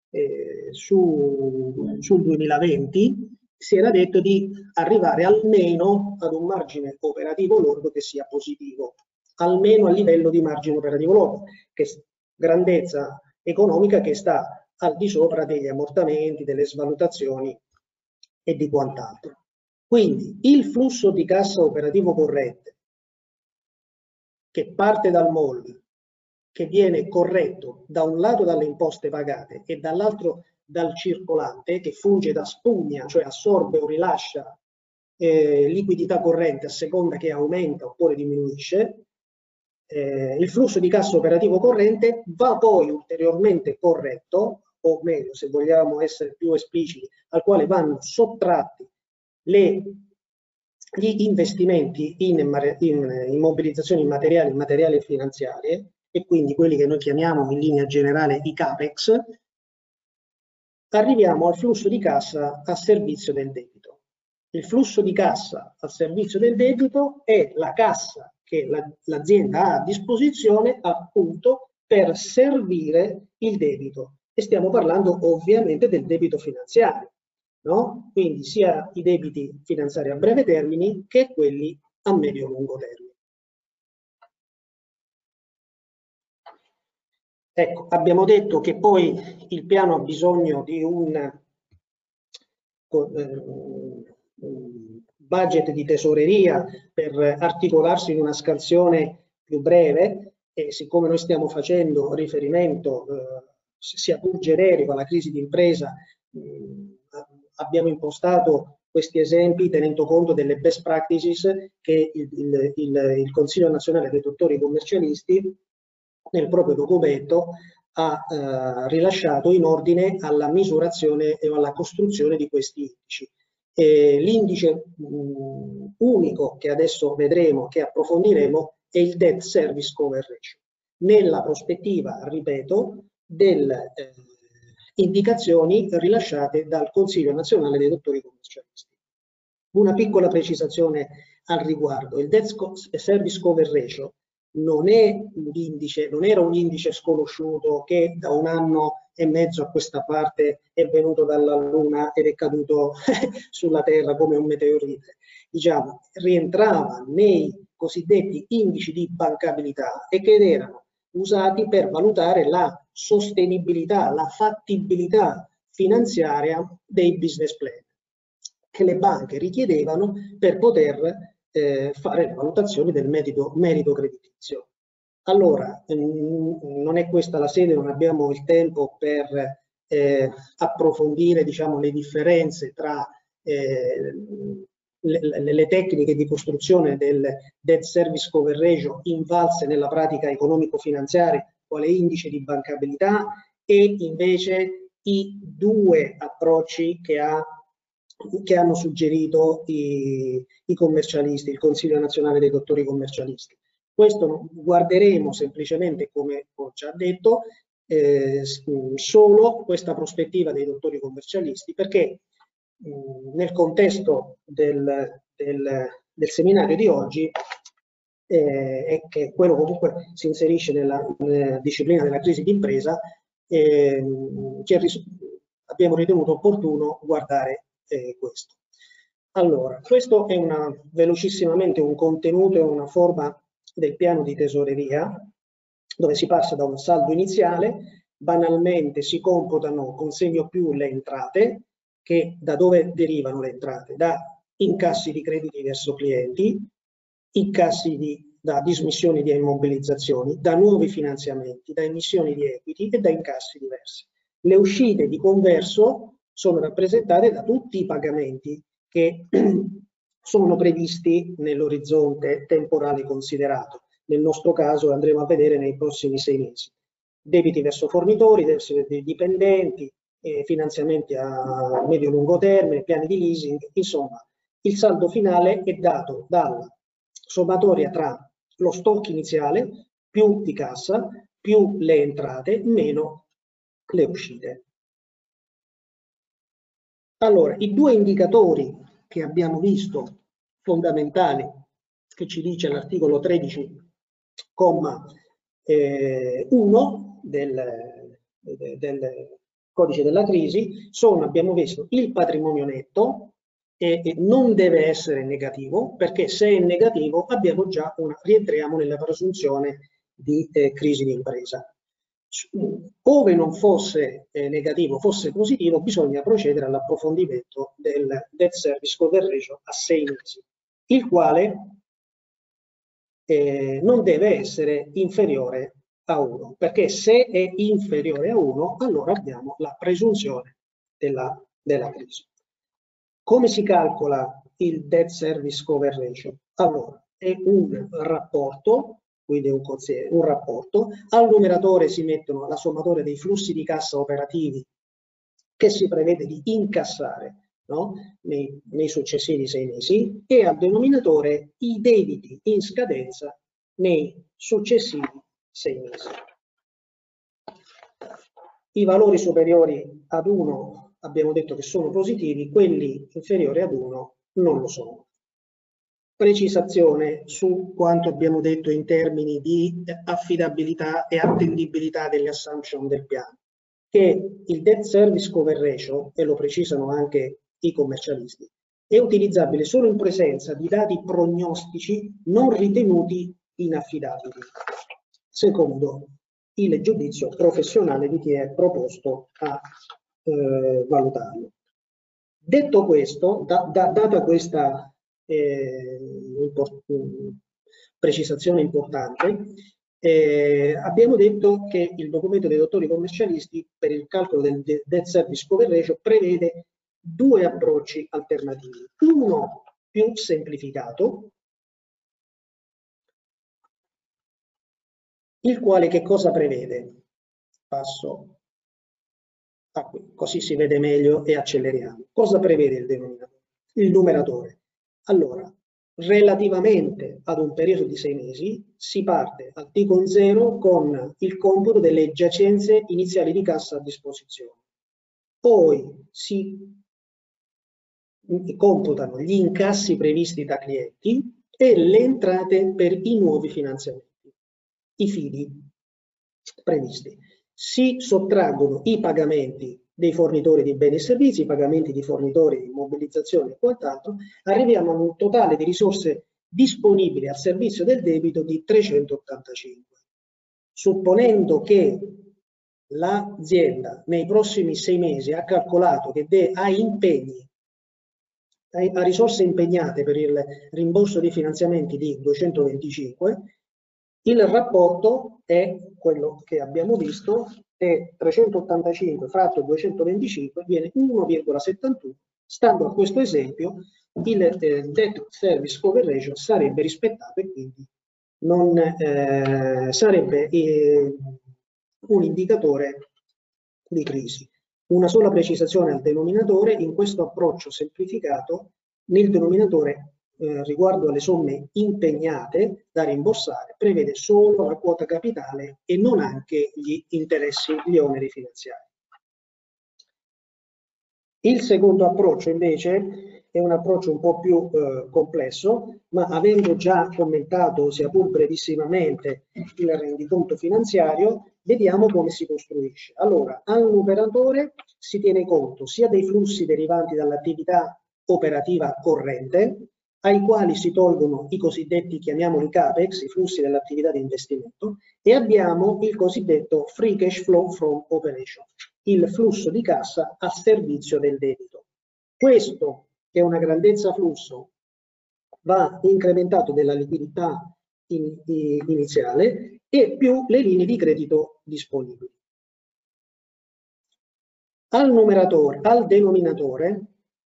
[SPEAKER 6] sul 2020, si era detto di arrivare almeno ad un margine operativo lordo che sia positivo, almeno a livello di margine operativo lordo, che è grandezza economica che sta al di sopra degli ammortamenti, delle svalutazioni e di quant'altro. Quindi il flusso di cassa operativo corrente, che parte dal MOL, che viene corretto da un lato dalle imposte pagate e dall'altro dal circolante, che funge da spugna, cioè assorbe o rilascia liquidità corrente a seconda che aumenta oppure diminuisce, il flusso di cassa operativo corrente va poi ulteriormente corretto, o meglio, se vogliamo essere più espliciti, al quale vanno sottratti gli investimenti in immobilizzazioni immateriali e finanziarie, e quindi quelli che noi chiamiamo in linea generale i CAPEX, arriviamo al flusso di cassa a servizio del debito. Il flusso di cassa a servizio del debito è la cassa che l'azienda ha a disposizione appunto per servire il debito, e stiamo parlando ovviamente del debito finanziario, no? Quindi sia i debiti finanziari a breve termine che quelli a medio-lungo termine. Ecco, abbiamo detto che poi il piano ha bisogno di un budget di tesoreria per articolarsi in una scansione più breve, e siccome noi stiamo facendo riferimento, sia pur generico, alla crisi di impresa, abbiamo impostato questi esempi tenendo conto delle best practices che il Consiglio Nazionale dei Dottori Commercialisti nel proprio documento ha rilasciato in ordine alla misurazione e alla costruzione di questi indici. L'indice unico che adesso vedremo, che approfondiremo, è il Debt Service Cover Ratio, nella prospettiva, ripeto, delle indicazioni rilasciate dal Consiglio Nazionale dei Dottori Commercialisti. Una piccola precisazione al riguardo: il Debt Service Cover Ratio non è un indice, non era un indice sconosciuto che da un anno e mezzo a questa parte è venuto dalla Luna ed è caduto sulla Terra come un meteorite. Diciamo, rientrava nei cosiddetti indici di bancabilità e che erano usati per valutare la sostenibilità, la fattibilità finanziaria dei business plan che le banche richiedevano per poter fare le valutazioni del merito creditizio. Allora, non è questa la sede, non abbiamo il tempo per approfondire, diciamo, le differenze tra le tecniche di costruzione del Debt Service Cover Ratio invalse nella pratica economico-finanziaria, quale indice di bancabilità, e invece i due approcci che hanno suggerito i commercialisti, il Consiglio Nazionale dei Dottori Commercialisti. Questo guarderemo semplicemente, come ho già detto, solo questa prospettiva dei dottori commercialisti, perché nel contesto del seminario di oggi e che quello comunque si inserisce nella disciplina della crisi d'impresa, abbiamo ritenuto opportuno guardare questo. Allora, questo è velocissimamente un contenuto e una forma del piano di tesoreria, dove si passa da un saldo iniziale, banalmente si computano con segno più le entrate, che da dove derivano le entrate? Da incassi di crediti verso clienti, incassi da dismissioni di immobilizzazioni, da nuovi finanziamenti, da emissioni di equity e da incassi diversi. Le uscite di converso sono rappresentate da tutti i pagamenti che sono previsti nell'orizzonte temporale considerato. Nel nostro caso andremo a vedere nei prossimi 6 mesi. Debiti verso fornitori, dipendenti, finanziamenti a medio-lungo termine, piani di leasing, insomma, il saldo finale è dato dalla sommatoria tra lo stock iniziale più di cassa, più le entrate, meno le uscite. Allora, i due indicatori che abbiamo visto fondamentali, che ci dice l'articolo 13,1 del codice della crisi, sono, abbiamo visto, il patrimonio netto, e non deve essere negativo, perché se è negativo rientriamo nella presunzione di crisi di impresa. Ove non fosse negativo, fosse positivo, bisogna procedere all'approfondimento del debt service cover ratio a 6 mesi, il quale non deve essere inferiore a 1, perché se è inferiore a 1, allora abbiamo la presunzione della crisi. Come si calcola il debt service cover ratio? Allora, è un rapporto, quindi un rapporto. Al numeratore si mettono la sommatoria dei flussi di cassa operativi che si prevede di incassare, no? nei successivi 6 mesi, e al denominatore i debiti in scadenza nei successivi 6 mesi. I valori superiori ad 1 abbiamo detto che sono positivi, quelli inferiori ad 1 non lo sono. Precisazione su quanto abbiamo detto in termini di affidabilità e attendibilità delle assumption del piano, che il debt service cover ratio, e lo precisano anche i commercialisti, è utilizzabile solo in presenza di dati prognostici non ritenuti inaffidabili, secondo il giudizio professionale di chi è proposto a valutarlo. Detto questo, data questa precisazione importante, abbiamo detto che il documento dei dottori commercialisti per il calcolo del debt service cover ratio prevede 2 approcci alternativi. Uno più semplificato, il quale che cosa prevede? Passo a qui, così si vede meglio e acceleriamo. Cosa prevede il denominatore? Il numeratore. Allora, relativamente ad un periodo di 6 mesi, si parte al T con 0 con il computo delle giacenze iniziali di cassa a disposizione. Poi si computano gli incassi previsti da clienti e le entrate per i nuovi finanziamenti, i fidi previsti. Si sottraggono i pagamenti dei fornitori di beni e servizi, i pagamenti di fornitori di mobilizzazione e quant'altro, arriviamo a un totale di risorse disponibili al servizio del debito di 385. Supponendo che l'azienda nei prossimi 6 mesi ha calcolato che ha risorse impegnate per il rimborso dei finanziamenti di 225, il rapporto è quello che abbiamo visto, è 385 fratto 225 viene 1,71. Stando a questo esempio, il debt service cover ratio sarebbe rispettato e quindi non sarebbe un indicatore di crisi. Una sola precisazione al denominatore: in questo approccio semplificato, nel denominatore riguardo alle somme impegnate da rimborsare, prevede solo la quota capitale e non anche gli interessi, gli oneri finanziari. Il secondo approccio invece è un approccio un po' più complesso, ma avendo già commentato, sia pur brevissimamente, il rendiconto finanziario, vediamo come si costruisce. Allora, a un operatore si tiene conto sia dei flussi derivanti dall'attività operativa corrente, ai quali si tolgono i cosiddetti, chiamiamoli CAPEX, i flussi dell'attività di investimento, e abbiamo il cosiddetto Free Cash Flow from Operation, il flusso di cassa a servizio del debito. Questo, che è una grandezza flusso, va incrementato della liquidità iniziale e più le linee di credito disponibili. Al denominatore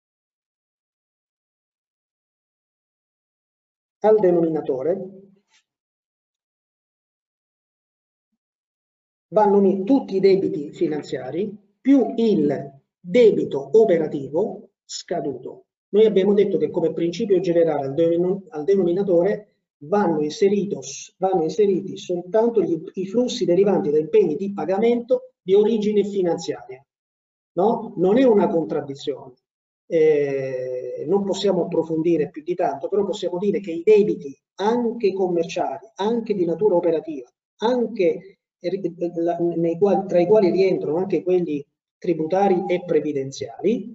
[SPEAKER 6] vanno tutti i debiti finanziari più il debito operativo scaduto. Noi abbiamo detto che come principio generale al denominatore vanno inseriti soltanto i flussi derivanti da impegni di pagamento di origine finanziaria. No? Non è una contraddizione. Non possiamo approfondire più di tanto, però possiamo dire che i debiti anche commerciali, anche di natura operativa, anche tra i quali rientrano anche quelli tributari e previdenziali,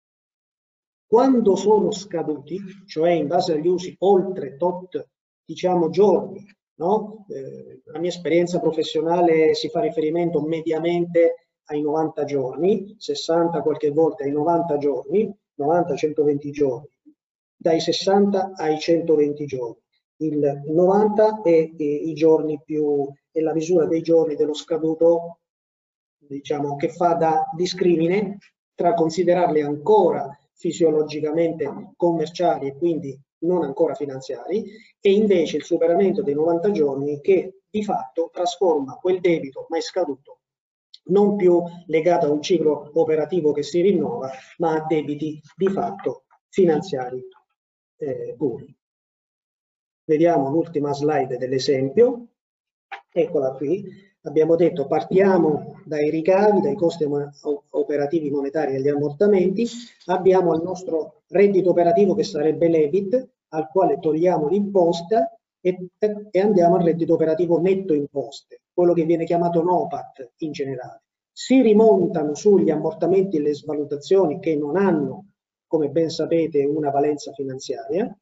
[SPEAKER 6] quando sono scaduti, cioè in base agli usi oltre tot, diciamo, giorni, no? La mia esperienza professionale si fa riferimento mediamente ai 90 giorni, 60 qualche volta ai 90 giorni, 90-120 giorni, dai 60 ai 120 giorni. Il 90 è i giorni più, è la misura dei giorni dello scaduto, diciamo, che fa da discrimine tra considerarli ancora fisiologicamente commerciali e quindi non ancora finanziari, e invece il superamento dei 90 giorni che di fatto trasforma quel debito mai scaduto non più legato a un ciclo operativo che si rinnova, ma a debiti di fatto finanziari puri. Vediamo l'ultima slide dell'esempio, eccola qui. Abbiamo detto partiamo dai ricavi, dai costi operativi monetari e agli ammortamenti, abbiamo il nostro reddito operativo che sarebbe l'EBIT, al quale togliamo l'imposta e andiamo al reddito operativo netto imposte, quello che viene chiamato NOPAT in generale. Si rimontano sugli ammortamenti e le svalutazioni che non hanno, come ben sapete, una valenza finanziaria,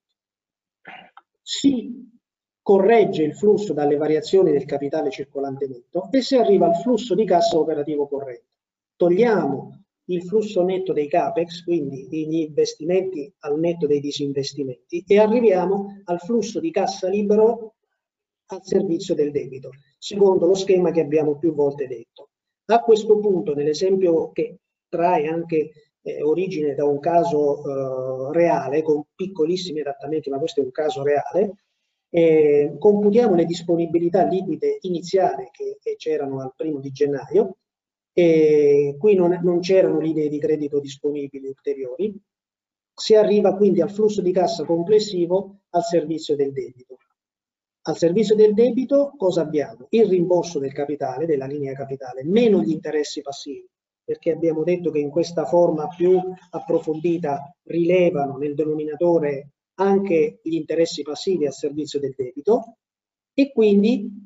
[SPEAKER 6] si corregge il flusso dalle variazioni del capitale circolante netto e si arriva al flusso di cassa operativo corrente. Togliamo il flusso netto dei CAPEX, quindi gli investimenti al netto dei disinvestimenti, e arriviamo al flusso di cassa libero al servizio del debito, secondo lo schema che abbiamo più volte detto. A questo punto, nell'esempio che trae anche origine da un caso reale, con piccolissimi adattamenti, ma questo è un caso reale, computiamo le disponibilità liquide iniziali che c'erano al 1° di gennaio, e qui non c'erano linee di credito disponibili ulteriori. Si arriva quindi al flusso di cassa complessivo al servizio del debito. Al servizio del debito cosa abbiamo? Il rimborso del capitale, della linea capitale, meno gli interessi passivi, perché abbiamo detto che in questa forma più approfondita rilevano nel denominatore anche gli interessi passivi al servizio del debito, e quindi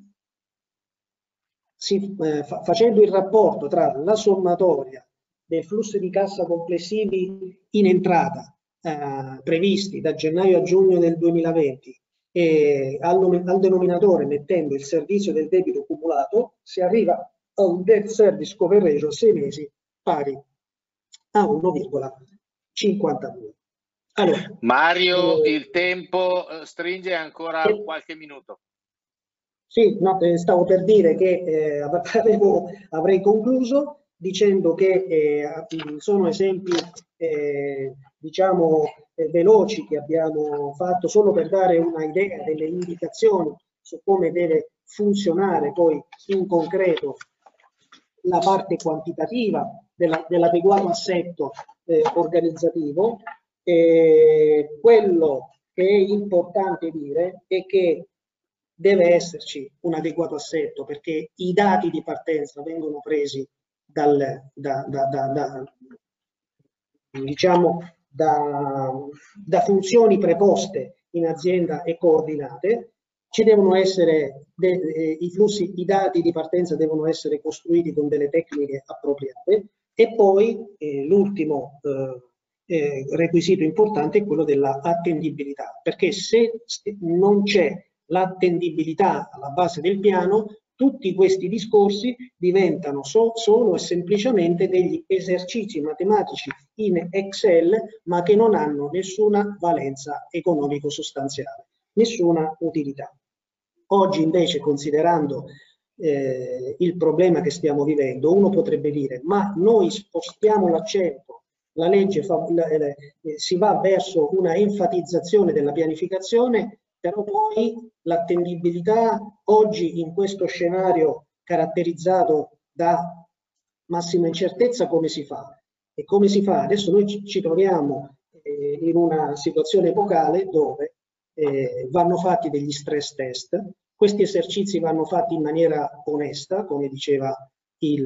[SPEAKER 6] facendo il rapporto tra la sommatoria dei flussi di cassa complessivi in entrata previsti da gennaio a giugno del 2020 e al denominatore mettendo il servizio del debito cumulato, si arriva a un debt service cover ratio a 6 mesi pari a 1,52. Allora,
[SPEAKER 1] Mario, il tempo stringe ancora qualche minuto.
[SPEAKER 6] Sì, no, stavo per dire che avrei concluso dicendo che sono esempi diciamo veloci che abbiamo fatto solo per dare un'idea delle indicazioni su come deve funzionare poi in concreto la parte quantitativa dell'adeguato assetto organizzativo. Quello che è importante dire è che deve esserci un adeguato assetto, perché i dati di partenza vengono presi diciamo, da funzioni preposte in azienda e coordinate. Ci devono essere i flussi, i dati di partenza devono essere costruiti con delle tecniche appropriate, e poi l'ultimo requisito importante è quello della attendibilità, perché se non c'è l'attendibilità alla base del piano, tutti questi discorsi diventano solo e semplicemente degli esercizi matematici in Excel, ma che non hanno nessuna valenza economico-sostanziale, nessuna utilità. Oggi invece, considerando il problema che stiamo vivendo, uno potrebbe dire: ma noi spostiamo l'accento, la legge si va verso una enfatizzazione della pianificazione, però poi l'attendibilità oggi in questo scenario caratterizzato da massima incertezza come si fa? E come si fa? Adesso noi ci troviamo in una situazione epocale dove vanno fatti degli stress test. Questi esercizi vanno fatti in maniera onesta, come diceva chi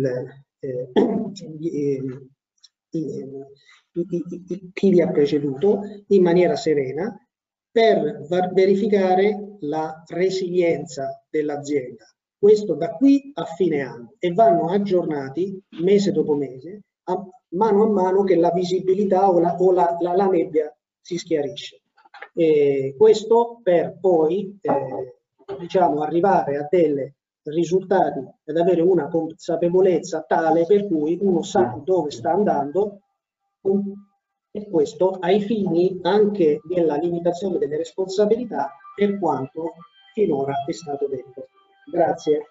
[SPEAKER 6] vi ha preceduto, in maniera serena, per verificare la resilienza dell'azienda. Questo da qui a fine anno, e vanno aggiornati mese dopo mese, mano a mano che la visibilità o la nebbia si schiarisce. Questo per poi diciamo, arrivare a dei risultati ed avere una consapevolezza tale per cui uno sa dove sta andando, e questo ai fini anche della limitazione delle responsabilità, per quanto finora è stato detto. Grazie.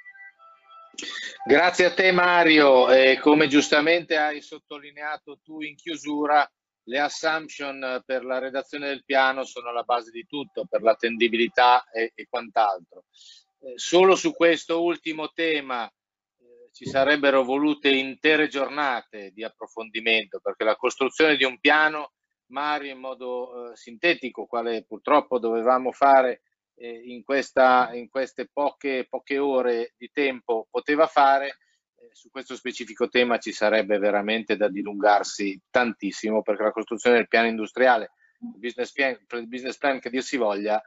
[SPEAKER 1] Grazie a te Mario, come giustamente hai sottolineato tu in chiusura, le assumption per la redazione del piano sono alla base di tutto, per l'attendibilità e quant'altro. Solo su questo ultimo tema ci sarebbero volute intere giornate di approfondimento, perché la costruzione di un piano, Mario, in modo sintetico, quale purtroppo dovevamo fare in queste poche ore di tempo, poteva fare. Su questo specifico tema ci sarebbe veramente da dilungarsi tantissimo, perché la costruzione del piano industriale, il business plan che dir si voglia,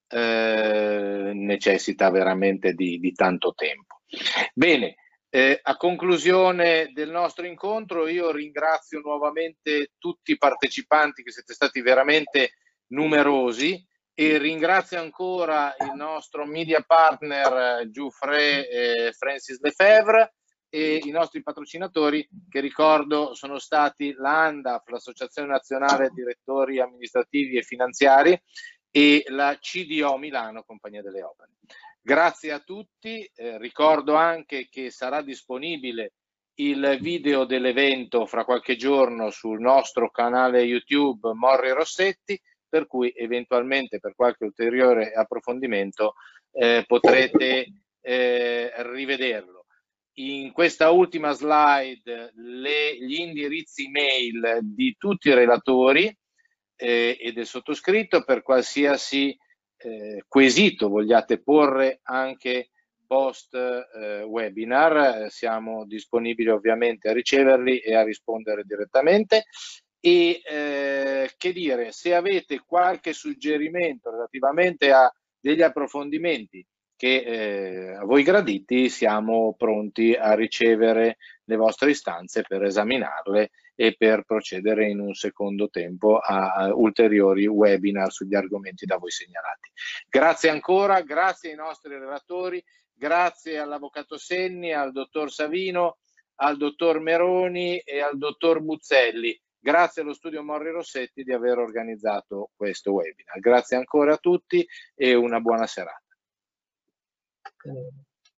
[SPEAKER 1] necessita veramente di tanto tempo. Bene, a conclusione del nostro incontro io ringrazio nuovamente tutti i partecipanti, che siete stati veramente numerosi, e ringrazio ancora il nostro media partner Giuffre Francis Lefebvre e i nostri patrocinatori, che ricordo sono stati l'ANDAF, l'Associazione Nazionale Direttori Amministrativi e Finanziari, e la CDO Milano, Compagnia delle Opere. Grazie a tutti, ricordo anche che sarà disponibile il video dell'evento fra qualche giorno sul nostro canale YouTube Morri Rossetti, per cui eventualmente per qualche ulteriore approfondimento potrete rivederlo. In questa ultima slide gli indirizzi mail di tutti i relatori e del sottoscritto per qualsiasi quesito vogliate porre anche post webinar. Siamo disponibili ovviamente a riceverli e a rispondere direttamente. E che dire, se avete qualche suggerimento relativamente a degli approfondimenti che a voi graditi, siamo pronti a ricevere le vostre istanze per esaminarle e per procedere in un secondo tempo a ulteriori webinar sugli argomenti da voi segnalati. Grazie ancora, grazie ai nostri relatori, grazie all'Avvocato Senni, al Dottor Savino, al Dottor Meroni e al Dottor Buzzelli. Grazie allo studio Morri Rossetti di aver organizzato questo webinar. Grazie ancora a tutti e una buona serata.